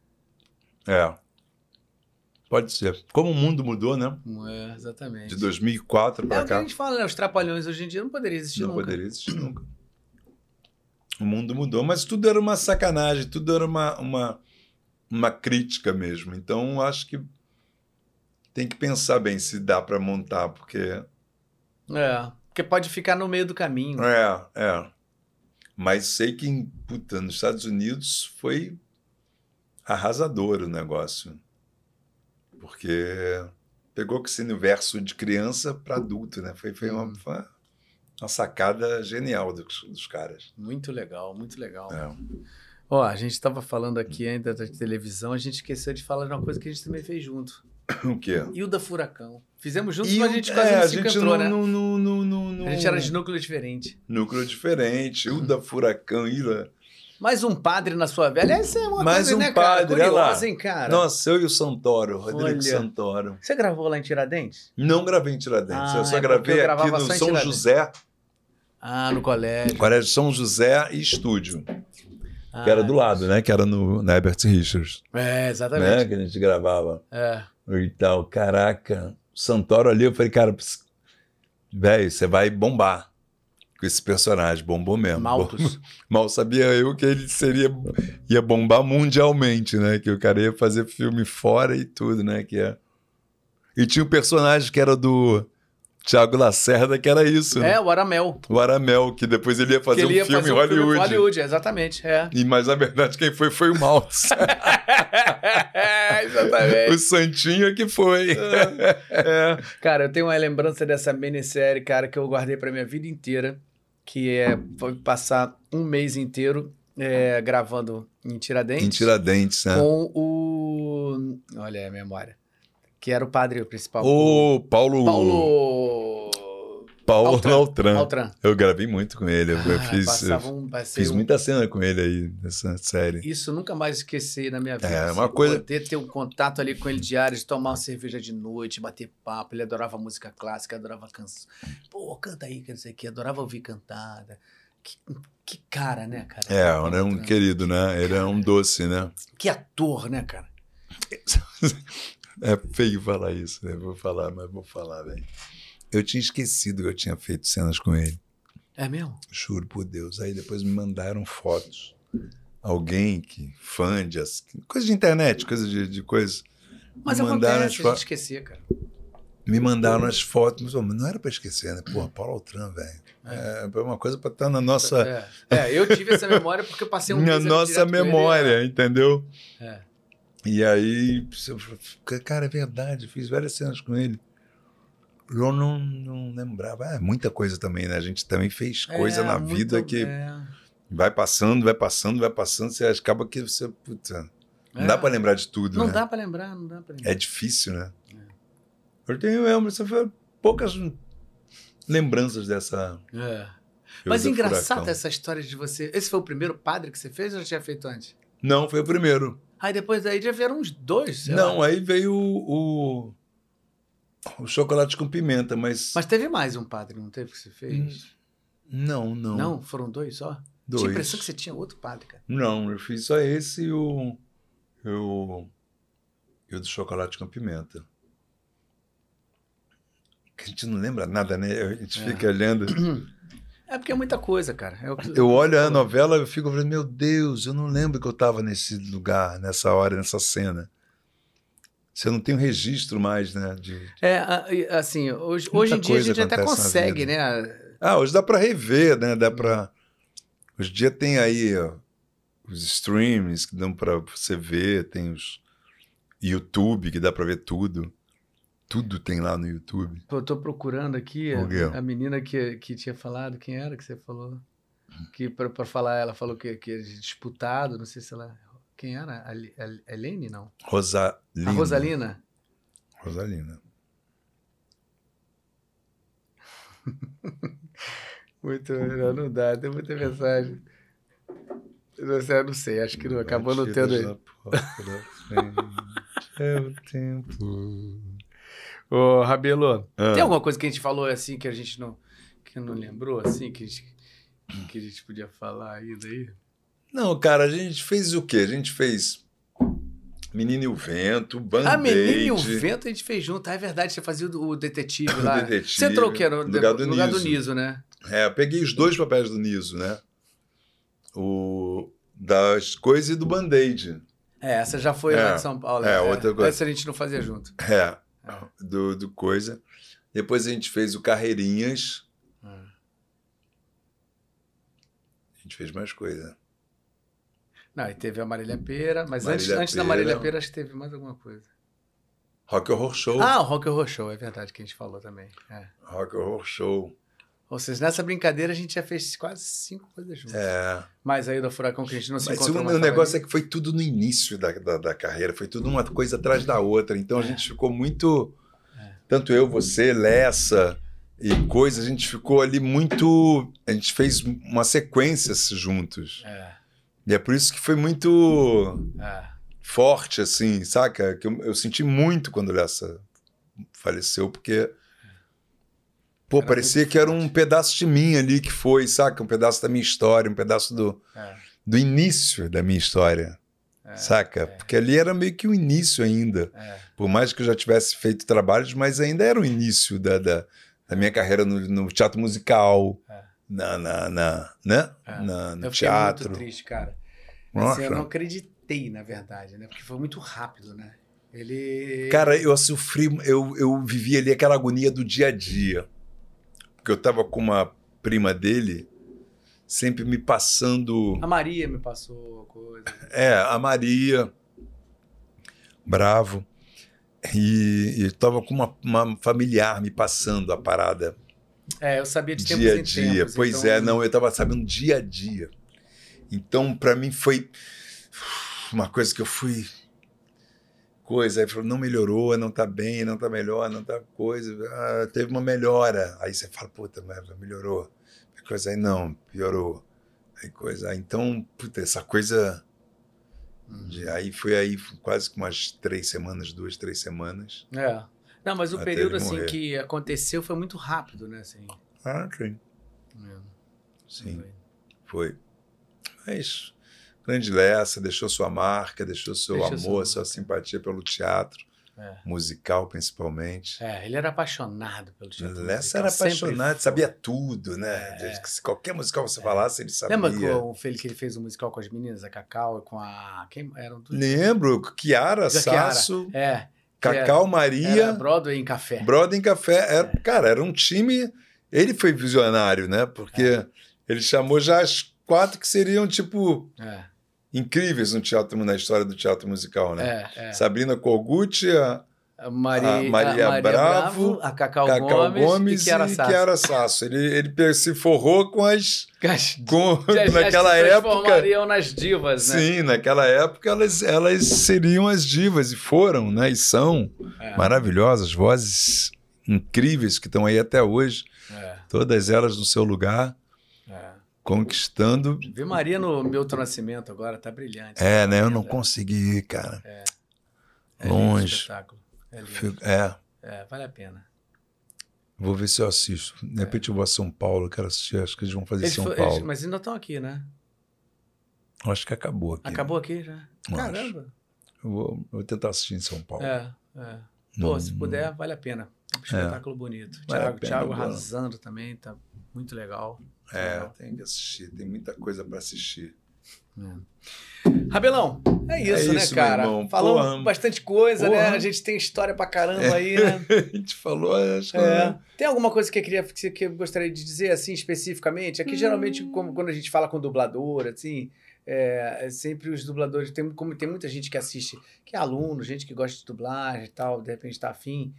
Speaker 2: Pode ser. Como o mundo mudou, né?
Speaker 1: Exatamente.
Speaker 2: De 2004 para cá.
Speaker 1: É o que a gente fala, né? Os trapalhões hoje em dia não poderiam existir nunca.
Speaker 2: Não poderia existir nunca. O mundo mudou, mas tudo era uma sacanagem, tudo era uma crítica mesmo. Então, acho que tem que pensar bem se dá para montar, porque...
Speaker 1: porque pode ficar no meio do caminho.
Speaker 2: Mas sei que nos Estados Unidos foi arrasador o negócio. Porque pegou esse universo de criança para adulto, né? Foi uma sacada genial dos caras.
Speaker 1: Muito legal, muito legal. A gente estava falando aqui ainda da televisão, a gente esqueceu de falar de uma coisa que a gente também fez junto.
Speaker 2: O quê?
Speaker 1: Hilda Furacão. Fizemos juntos, mas a gente quase não se encontrou, né? A gente era de núcleo diferente.
Speaker 2: Núcleo diferente. Hilda Furacão, Hilda...
Speaker 1: Mais um padre na sua vida. Essa é uma
Speaker 2: Mais
Speaker 1: coisa,
Speaker 2: um
Speaker 1: né,
Speaker 2: padre,
Speaker 1: cara?
Speaker 2: olha lá.
Speaker 1: Curiosa, hein, cara?
Speaker 2: Nossa, eu e o Santoro, Rodrigo
Speaker 1: Olha.
Speaker 2: Santoro.
Speaker 1: Você gravou lá em Tiradentes?
Speaker 2: Não gravei em Tiradentes, eu só
Speaker 1: é porque
Speaker 2: gravei
Speaker 1: eu
Speaker 2: aqui
Speaker 1: gravava
Speaker 2: no
Speaker 1: só em
Speaker 2: São
Speaker 1: Tiradentes.
Speaker 2: José,
Speaker 1: Ah, no colégio.
Speaker 2: Colégio São José e estúdio.
Speaker 1: Ah,
Speaker 2: Que era do lado, né? Que era na Herbert Richards.
Speaker 1: É,
Speaker 2: Né?
Speaker 1: exatamente.
Speaker 2: Que a gente gravava.
Speaker 1: É.
Speaker 2: E tal. Caraca, o Santoro ali, eu falei, cara, velho, você vai bombar com esse personagem. Bombou mesmo.
Speaker 1: Maltos.
Speaker 2: Mal sabia eu que ele ia bombar mundialmente, né? Que o cara ia fazer filme fora e tudo, né? E tinha um personagem que era do Thiago Lacerda, que era isso, né?
Speaker 1: É, o Aramel.
Speaker 2: O Aramel, que depois ele ia fazer um filme em Hollywood.
Speaker 1: Hollywood, exatamente. É.
Speaker 2: Mas, na verdade, quem foi o Maltz.
Speaker 1: Exatamente.
Speaker 2: O Santinho é que foi.
Speaker 1: É. Cara, eu tenho uma lembrança dessa minissérie, cara, que eu guardei pra minha vida inteira, que foi passar um mês inteiro gravando em Tiradentes.
Speaker 2: Em Tiradentes, né?
Speaker 1: Com o... Olha a memória. Que era o padre principal.
Speaker 2: O Paulo Altran.
Speaker 1: Altran.
Speaker 2: Eu gravei muito com ele. Eu fiz
Speaker 1: um...
Speaker 2: muita cena com ele aí nessa série.
Speaker 1: Isso eu nunca mais esqueci na minha vida.
Speaker 2: É, uma coisa...
Speaker 1: Poder ter um contato ali com ele diário, de tomar uma cerveja de noite, bater papo. Ele adorava música clássica, adorava canção. Pô, canta aí, que não sei o que. Adorava ouvir cantada. Que cara, né, cara?
Speaker 2: Ele é um querido, né? Ele é um doce, né?
Speaker 1: Que ator, né, cara?
Speaker 2: É feio falar isso, né? Vou falar, velho. Eu tinha esquecido que eu tinha feito cenas com ele.
Speaker 1: É mesmo?
Speaker 2: Juro por Deus. Aí depois me mandaram fotos. Alguém fã de... Coisa de internet, coisa de coisa.
Speaker 1: Mas acontece, a gente esquecer, cara.
Speaker 2: Me mandaram as fotos. Mas não era pra esquecer, né? Porra, Paulo Altran, velho. É uma coisa pra estar na nossa...
Speaker 1: eu tive essa memória porque eu passei um mês...
Speaker 2: Na nossa memória, ele, entendeu?
Speaker 1: É.
Speaker 2: E aí, cara, é verdade, fiz várias cenas com ele. Eu não lembrava. É muita coisa também, né? A gente também fez coisa na vida que vai passando, você acaba que você... Puta, não dá pra lembrar de tudo,
Speaker 1: não
Speaker 2: né?
Speaker 1: Dá pra lembrar.
Speaker 2: É difícil, né? Eu tenho poucas lembranças dessa...
Speaker 1: Mas engraçado essa história de você... Esse foi o primeiro padre que você fez ou já tinha feito antes?
Speaker 2: Não, foi o primeiro.
Speaker 1: Aí depois daí já vieram uns dois, sei
Speaker 2: Não,
Speaker 1: lá.
Speaker 2: aí veio o chocolate com pimenta, mas...
Speaker 1: Mas teve mais um padre, não teve que você fez?
Speaker 2: Não.
Speaker 1: Não? Foram dois só?
Speaker 2: Dois.
Speaker 1: Tinha a impressão que você tinha outro padre, cara.
Speaker 2: Não, eu fiz só esse e o do chocolate com pimenta. Que a gente não lembra nada, né? A gente fica olhando...
Speaker 1: É porque é muita coisa, cara.
Speaker 2: Eu olho a novela e fico falando, meu Deus, eu não lembro que eu estava nesse lugar, nessa hora, nessa cena. Você não tem um registro mais, né?
Speaker 1: Assim, hoje em dia a gente até consegue, né?
Speaker 2: Hoje dá para rever, né? Hoje em dia tem aí os streams que dão para você ver, tem os YouTube que dá para ver tudo. Tudo tem lá no YouTube.
Speaker 1: Eu tô procurando aqui a menina que tinha falado. Quem era que você falou? Que para falar, ela falou que é disputado, não sei se ela... Quem era? A Helene, não?
Speaker 2: Rosalina.
Speaker 1: A Rosalina?
Speaker 2: Rosalina.
Speaker 1: Muito... Não dá, tem muita mensagem. Eu não sei, acho que não, acabou não tendo aí.
Speaker 2: É o tempo...
Speaker 1: Ô, Rabelo, tem alguma coisa que a gente falou assim que a gente não lembrou, assim, que a gente podia falar aí daí?
Speaker 2: Não, cara, a gente fez o quê? A gente fez Menino e o Vento, Band-Aid.
Speaker 1: Menino e o Vento a gente fez junto, é verdade, você fazia o detetive lá.
Speaker 2: Detetive,
Speaker 1: você entrou o quê? No lugar do
Speaker 2: Niso.
Speaker 1: Niso, né?
Speaker 2: Eu peguei os dois papéis do Niso, né? Das coisas e do Band-Aid.
Speaker 1: Essa já foi lá de São Paulo.
Speaker 2: Outra coisa.
Speaker 1: Essa a gente não fazia junto.
Speaker 2: Do coisa. Depois a gente fez o Carreirinhas. A gente fez mais coisa.
Speaker 1: Não, e teve a Marília Pêra, mas antes da Marília Pêra acho que teve mais alguma coisa.
Speaker 2: Rock Horror Show.
Speaker 1: O Rock Horror Show, é verdade que a gente falou também.
Speaker 2: Rock Horror Show.
Speaker 1: Ou seja, nessa brincadeira a gente já fez quase 5 coisas juntas. Mas aí do Furacão que a gente não se encontrou mais.
Speaker 2: O negócio é que foi tudo no início da carreira, foi tudo uma coisa atrás da outra. Então a gente ficou muito... Tanto eu, você, Lessa e coisa, a gente ficou ali muito... A gente fez uma sequência juntos. E é por isso que foi muito forte, assim, saca? Que eu senti muito quando o Lessa faleceu, porque... Pô,
Speaker 1: Era
Speaker 2: parecia que era um pedaço de mim ali que foi, saca? Um pedaço da minha história, um pedaço do início da minha história, saca? Porque ali era meio que o início ainda. Por mais que eu já tivesse feito trabalhos, mas ainda era o início da minha carreira no teatro musical, no
Speaker 1: eu
Speaker 2: teatro.
Speaker 1: Fiquei muito triste, cara.
Speaker 2: Nossa.
Speaker 1: Assim, eu não acreditei, na verdade, né? Porque foi muito rápido, né? Ele...
Speaker 2: Cara, eu sofri, eu vivi ali aquela agonia do dia a dia. Porque eu tava com uma prima dele, sempre me passando...
Speaker 1: A Maria me passou coisa.
Speaker 2: A Maria, Bravo. E eu tava com uma familiar me passando a parada.
Speaker 1: Eu sabia de tempos
Speaker 2: dia a
Speaker 1: em
Speaker 2: dia.
Speaker 1: tempos.
Speaker 2: Pois
Speaker 1: então...
Speaker 2: eu tava sabendo dia a dia. Então, pra mim, foi uma coisa que eu fui... Aí falou, não melhorou, não tá bem, não tá melhor, não tá coisa. Teve uma melhora. Aí você fala, puta, melhorou. Coisa aí, não, piorou. Aí coisa. Então, puta, essa coisa... Aí foi quase que umas 3 semanas, 2, 3 semanas.
Speaker 1: Não, mas o período assim que aconteceu foi muito rápido, né? Assim.
Speaker 2: Sim. Sim, foi. Mas grande Lessa, deixou sua marca, deixou seu amor, sua simpatia pelo teatro. Musical, principalmente.
Speaker 1: Ele era apaixonado pelo teatro musical.
Speaker 2: Lessa era apaixonado, sabia tudo, né? Se qualquer musical você falasse, ele sabia.
Speaker 1: Lembra que ele fez um musical com as meninas, a Cacau e com a... Quem eram tudo?
Speaker 2: Lembro, Chiara, Sasso, Cacau, Maria...
Speaker 1: Era Broadway em Café.
Speaker 2: Broadway em Café. Cara, era um time... Ele foi visionário, né? Porque ele chamou já as 4 que seriam, tipo... incríveis na história do teatro musical, né? Sabrina Kogut, a Maria Bravo,
Speaker 1: a Cacau Gomes e
Speaker 2: Chiara Sasso. Ele se forrou com as... naquela
Speaker 1: época...
Speaker 2: transformariam
Speaker 1: nas divas, né?
Speaker 2: Sim, naquela época elas seriam as divas, e foram, né? E são maravilhosas, vozes incríveis que estão aí até hoje. Todas elas no seu lugar. Conquistando.
Speaker 1: Vi Maria no Milton Nascimento agora, tá brilhante.
Speaker 2: Né? Eu não consegui, cara. Longe.
Speaker 1: Espetáculo. Vale a pena.
Speaker 2: Vou ver se eu assisto. De repente eu vou a São Paulo, quero assistir. Acho que eles vão fazer São Paulo.
Speaker 1: Mas ainda estão aqui, né?
Speaker 2: Acho que acabou aqui.
Speaker 1: Acabou aqui já? Caramba.
Speaker 2: Eu vou tentar assistir em São Paulo.
Speaker 1: Pô, se puder, vale a pena. É um espetáculo bonito. Thiago arrasando também, tá muito legal.
Speaker 2: Tem que assistir, tem muita coisa para assistir.
Speaker 1: Rabelão, é isso, né, cara? Falamos bastante coisa, né? A gente tem história pra caramba aí, né?
Speaker 2: A gente falou, acho que...
Speaker 1: Tem alguma coisa que eu gostaria de dizer, assim, especificamente? Aqui, geralmente, quando a gente fala com dublador, assim... sempre os dubladores, tem muita gente que assiste, que é aluno, gente que gosta de dublagem e tal, de repente tá afim.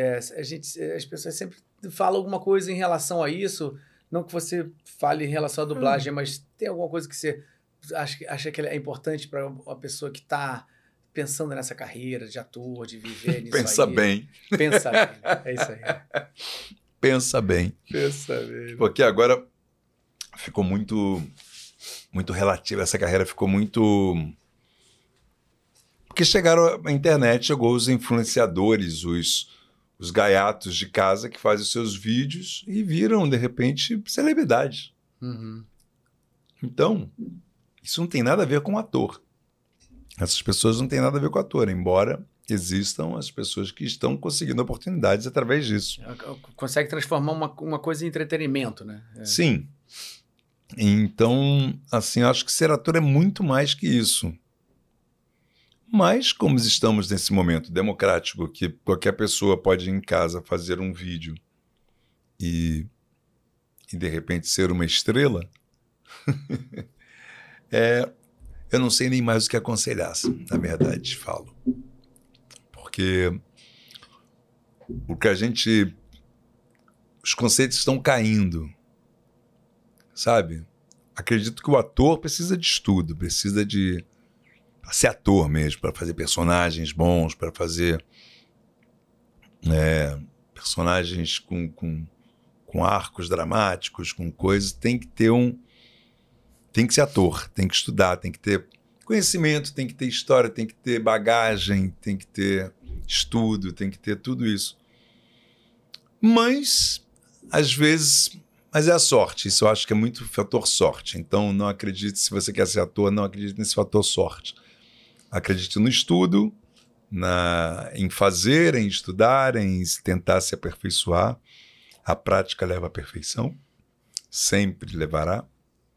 Speaker 1: As pessoas sempre falam alguma coisa em relação a isso, não que você fale em relação à dublagem, mas tem alguma coisa que você acha que é importante para uma pessoa que está pensando nessa carreira de ator, de viver nisso
Speaker 2: Pensa bem.
Speaker 1: Pensa bem, é isso aí.
Speaker 2: Pensa bem. Porque agora ficou muito relativo, essa carreira ficou muito... Porque a internet, chegou os influenciadores, os gaiatos de casa que fazem os seus vídeos e viram, de repente, celebridades. Então, isso não tem nada a ver com o ator. Essas pessoas não têm nada a ver com o ator, embora existam as pessoas que estão conseguindo oportunidades através disso.
Speaker 1: Consegue transformar uma coisa em entretenimento, né?
Speaker 2: Sim. Então, assim, eu acho que ser ator é muito mais que isso. Mas, como estamos nesse momento democrático, que qualquer pessoa pode ir em casa fazer um vídeo e de repente ser uma estrela, eu não sei nem mais o que aconselhar, na verdade, te falo. Porque os conceitos estão caindo, sabe? Acredito que o ator precisa de estudo, precisa de ser ator mesmo, para fazer personagens bons, para fazer personagens com arcos dramáticos, com coisas. Tem que ter tem que ser ator, tem que estudar, tem que ter conhecimento, tem que ter história, tem que ter bagagem, tem que ter estudo, tem que ter tudo isso. Mas, às vezes... Mas é a sorte, isso eu acho que é muito fator sorte. Então, não acredite, se você quer ser ator, não acredite nesse fator sorte. Acredite no estudo, em fazer, em estudar, em tentar se aperfeiçoar. A prática leva à perfeição, sempre levará.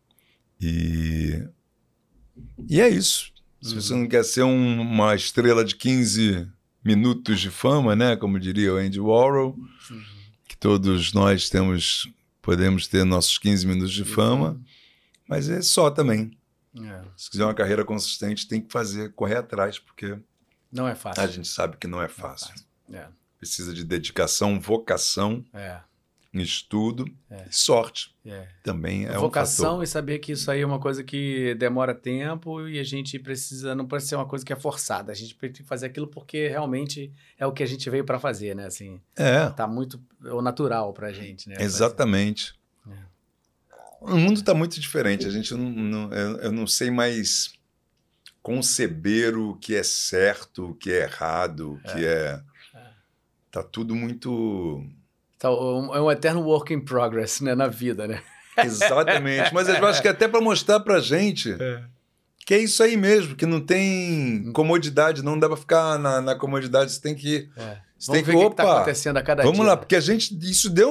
Speaker 2: E é isso. Se você não quer ser uma estrela de 15 minutos de fama, né? Como diria o Andy Warhol, que todos nós podemos ter nossos 15 minutos de fama, mas é só também. Se quiser uma carreira consistente, tem que correr atrás, porque
Speaker 1: não é fácil.
Speaker 2: A gente sabe que não é fácil. Precisa de dedicação, vocação, estudo e sorte. Também é
Speaker 1: vocação
Speaker 2: um fator.
Speaker 1: E saber que isso aí é uma coisa que demora tempo e a gente não precisa ser uma coisa que é forçada. A gente precisa fazer aquilo porque realmente é o que a gente veio para fazer, né? Assim, tá muito natural pra gente, né?
Speaker 2: Exatamente. O mundo está muito diferente. A gente eu não sei mais conceber o que é certo, o que é errado, o que é... Tá tudo muito...
Speaker 1: É um eterno work in progress, né, na vida, né?
Speaker 2: Exatamente. Mas eu acho que até para mostrar pra gente que é isso aí mesmo, que não tem comodidade, não dá para ficar na comodidade, você tem que... Você tem que,
Speaker 1: o que tá acontecendo a cada dia.
Speaker 2: Vamos lá, porque isso deu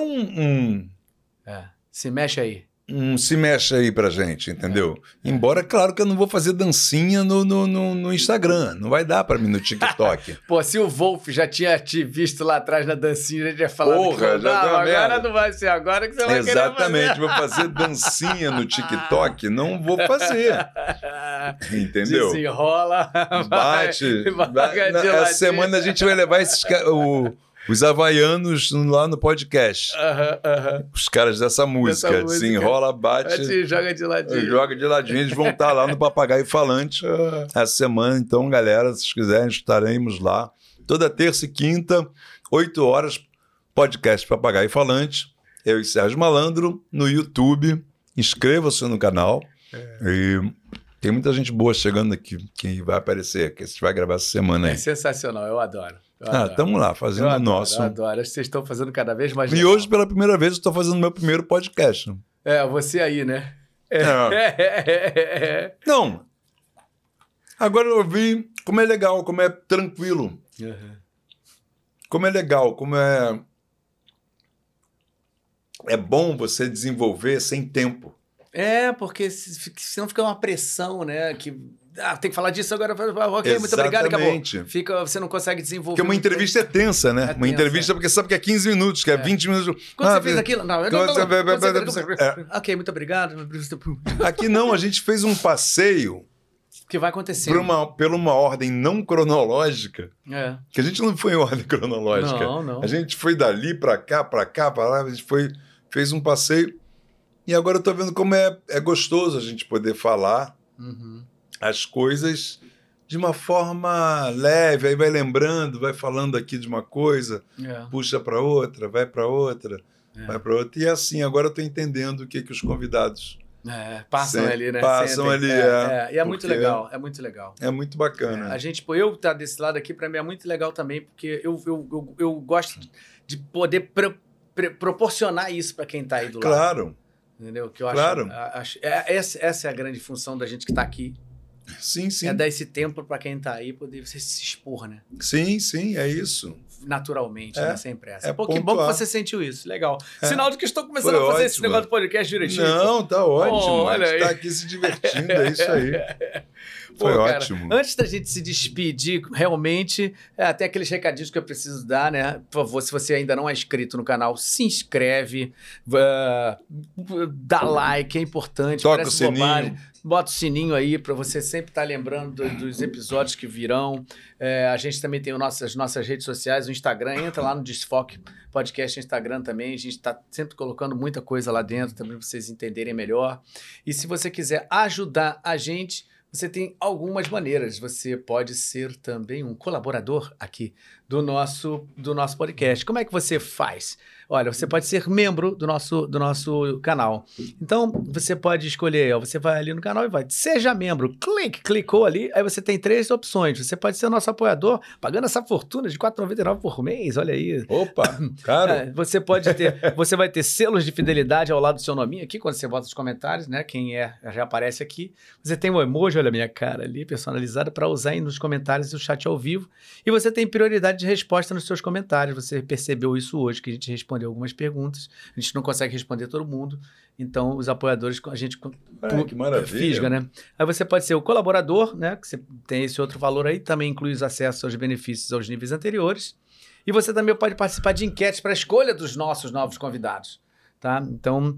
Speaker 1: se mexe aí.
Speaker 2: Se mexe aí pra gente, entendeu? Embora, claro que eu não vou fazer dancinha no Instagram. Não vai dar pra mim no TikTok.
Speaker 1: Pô, se o Wolf já tinha te visto lá atrás na dancinha, já tinha falado
Speaker 2: que não
Speaker 1: agora não vai ser agora que você vai querer fazer.
Speaker 2: Exatamente, vou fazer dancinha no TikTok, não vou fazer. Entendeu?
Speaker 1: Desenrola,
Speaker 2: bate. Essa semana a gente vai levar os havaianos lá no podcast. Os caras dessa música. Desenrola, bate.
Speaker 1: Joga de ladinho.
Speaker 2: Joga de ladinho. Eles vão estar lá no Papagaio Falante essa semana. Então, galera, se quiserem, estaremos lá. Toda terça e quinta, 8 horas, podcast Papagaio Falante. Eu e Sérgio Malandro, no YouTube. Inscreva-se no canal. E tem muita gente boa chegando aqui que vai aparecer, que a gente vai gravar essa semana aí.
Speaker 1: É sensacional, eu adoro.
Speaker 2: Estamos lá, fazendo o nosso.
Speaker 1: Eu adoro, acho que vocês estão fazendo cada vez mais.
Speaker 2: E hoje, pela primeira vez, eu estou fazendo meu primeiro podcast.
Speaker 1: Você aí, né?
Speaker 2: Não. Agora eu vi como é legal, como é tranquilo. Como é legal, como é bom você desenvolver sem tempo.
Speaker 1: Porque senão fica uma pressão, né? Que tem que falar disso agora. Ok, muito obrigado, acabou. Você não consegue desenvolver.
Speaker 2: Porque uma entrevista é tensa, né? Uma entrevista, porque sabe que é 15 minutos, que é 20 minutos.
Speaker 1: Quando você fez aquilo? Não. Ok, muito obrigado.
Speaker 2: Aqui não, a gente fez um passeio.
Speaker 1: Que vai acontecer.
Speaker 2: Por uma ordem não cronológica. Que a gente não foi em ordem cronológica.
Speaker 1: Não.
Speaker 2: A gente foi dali pra cá, pra lá. A gente fez um passeio. E agora eu tô vendo como é gostoso a gente poder falar as coisas de uma forma leve. Aí vai lembrando, vai falando aqui de uma coisa, puxa para outra, vai para outra, vai para outra. E assim, agora eu tô entendendo o que os convidados
Speaker 1: passam ali, né?
Speaker 2: Passam ali,
Speaker 1: E é muito legal, é muito legal.
Speaker 2: É muito bacana.
Speaker 1: A gente, eu estar desse lado aqui, para mim é muito legal também, porque eu gosto de poder proporcionar isso para quem tá aí do lado.
Speaker 2: Claro.
Speaker 1: Entendeu? Que eu acho, essa é a grande função da gente que está aqui.
Speaker 2: Sim.
Speaker 1: É dar esse tempo para quem está aí poder você se expor, né?
Speaker 2: Sim, é isso.
Speaker 1: Naturalmente, né? Sempre essa. Bom que você sentiu isso. Legal. Sinal de que estou começando a fazer esse negócio do podcast direitinho.
Speaker 2: Não, tá ótimo.
Speaker 1: Olha aí.
Speaker 2: Tá aqui se divertindo, é isso aí. Foi ótimo.
Speaker 1: Antes da gente se despedir, realmente, até aqueles recadinhos que eu preciso dar, né? Por favor, se você ainda não é inscrito no canal, se inscreve, dá like, é importante.
Speaker 2: Toca o sininho.
Speaker 1: Bota o sininho aí para você sempre estar lembrando dos episódios que virão. A gente também tem as nossas redes sociais, o Instagram. Entra lá no Desfoque Podcast Instagram também. A gente está sempre colocando muita coisa lá dentro também para vocês entenderem melhor. E se você quiser ajudar a gente, você tem algumas maneiras. Você pode ser também um colaborador aqui do nosso podcast. Como é que você faz? Olha, você pode ser membro do nosso canal. Então, você pode escolher, você vai ali no canal e vai, seja membro, clicou ali, aí você tem 3 opções. Você pode ser nosso apoiador, pagando essa fortuna de R$ 4,99 por mês, olha aí.
Speaker 2: Opa, caro.
Speaker 1: Você vai ter selos de fidelidade ao lado do seu nominho aqui, quando você bota os comentários, né? Quem já aparece aqui. Você tem um emoji, olha a minha cara ali, personalizada, para usar aí nos comentários do chat ao vivo. E você tem prioridade de resposta nos seus comentários. Você percebeu isso hoje, que a gente respondeu algumas perguntas. A gente não consegue responder todo mundo. Então, os apoiadores, a gente
Speaker 2: que maravilha.
Speaker 1: fisga, né? Aí você pode ser o colaborador, né? Que você tem esse outro valor aí. Também inclui os acessos aos benefícios aos níveis anteriores. E você também pode participar de enquetes para a escolha dos nossos novos convidados. Tá? Então,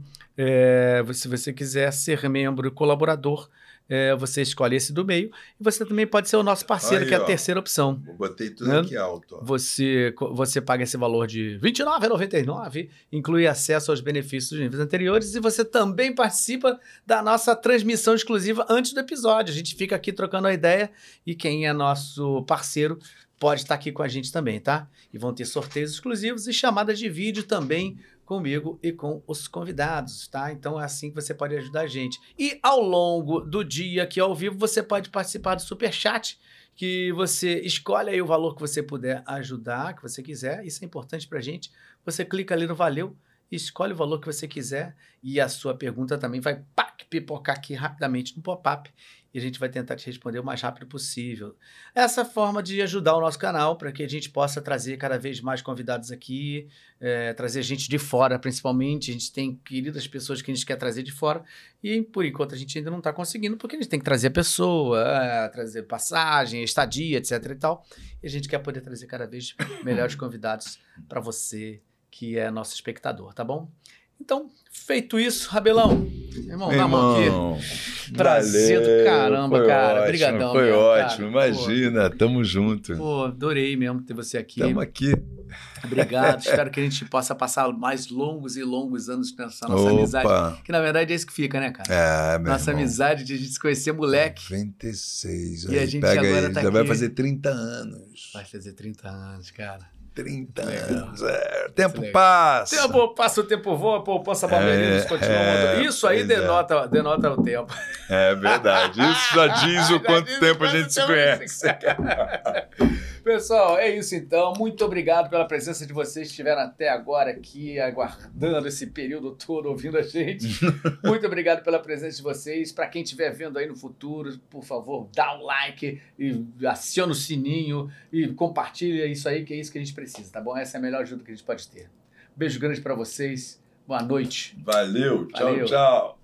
Speaker 1: se você quiser ser membro e colaborador, você escolhe esse do meio. E você também pode ser o nosso parceiro, aí, que é a terceira opção.
Speaker 2: Eu botei tudo aqui alto. Ó.
Speaker 1: Você paga esse valor de R$ 29,99, inclui acesso aos benefícios dos níveis anteriores e você também participa da nossa transmissão exclusiva antes do episódio. A gente fica aqui trocando a ideia e quem é nosso parceiro pode estar aqui com a gente também, tá? E vão ter sorteios exclusivos e chamadas de vídeo também comigo e com os convidados, tá? Então é assim que você pode ajudar a gente. E ao longo do dia aqui ao vivo, você pode participar do Superchat, que você escolhe aí o valor que você puder ajudar, que você quiser. Isso é importante pra gente. Você clica ali no Valeu, escolhe o valor que você quiser e a sua pergunta também vai pipocar aqui rapidamente no pop-up e a gente vai tentar te responder o mais rápido possível. Essa forma de ajudar o nosso canal para que a gente possa trazer cada vez mais convidados aqui, trazer gente de fora principalmente. A gente tem queridas pessoas que a gente quer trazer de fora e por enquanto a gente ainda não está conseguindo porque a gente tem que trazer a pessoa, trazer passagem, estadia, etc e tal. E a gente quer poder trazer cada vez melhores convidados para você que é nosso espectador, tá bom? Então, feito isso, Rabelão, irmão, dá a mão aqui. Prazer do caramba, cara. Obrigadão.
Speaker 2: Foi ótimo, cara. Imagina, tamo junto.
Speaker 1: Pô, adorei mesmo ter você aqui.
Speaker 2: Tamo aqui.
Speaker 1: Obrigado, espero que a gente possa passar mais longos e longos anos nessa nossa amizade. Que na verdade é isso que fica, né, cara? Nossa amizade de a gente se conhecer moleque.
Speaker 2: 96.
Speaker 1: E a gente agora tá
Speaker 2: já
Speaker 1: aqui.
Speaker 2: Vai fazer 30 anos.
Speaker 1: Vai fazer 30 anos, cara.
Speaker 2: 30 anos. Tempo passa.
Speaker 1: Tempo passa, o tempo voa, a poupança Bamerinos continua mandando. Isso aí denota o tempo.
Speaker 2: É verdade. Isso já diz o quanto tempo a gente se conhece.
Speaker 1: Pessoal, é isso então. Muito obrigado pela presença de vocês que estiveram até agora aqui, aguardando esse período todo, ouvindo a gente. Muito obrigado pela presença de vocês. Para quem estiver vendo aí no futuro, por favor, dá um like e aciona o sininho e compartilha isso aí, que é isso que a gente precisa, tá bom? Essa é a melhor ajuda que a gente pode ter. Beijo grande para vocês. Boa noite.
Speaker 2: Valeu. Tchau, tchau.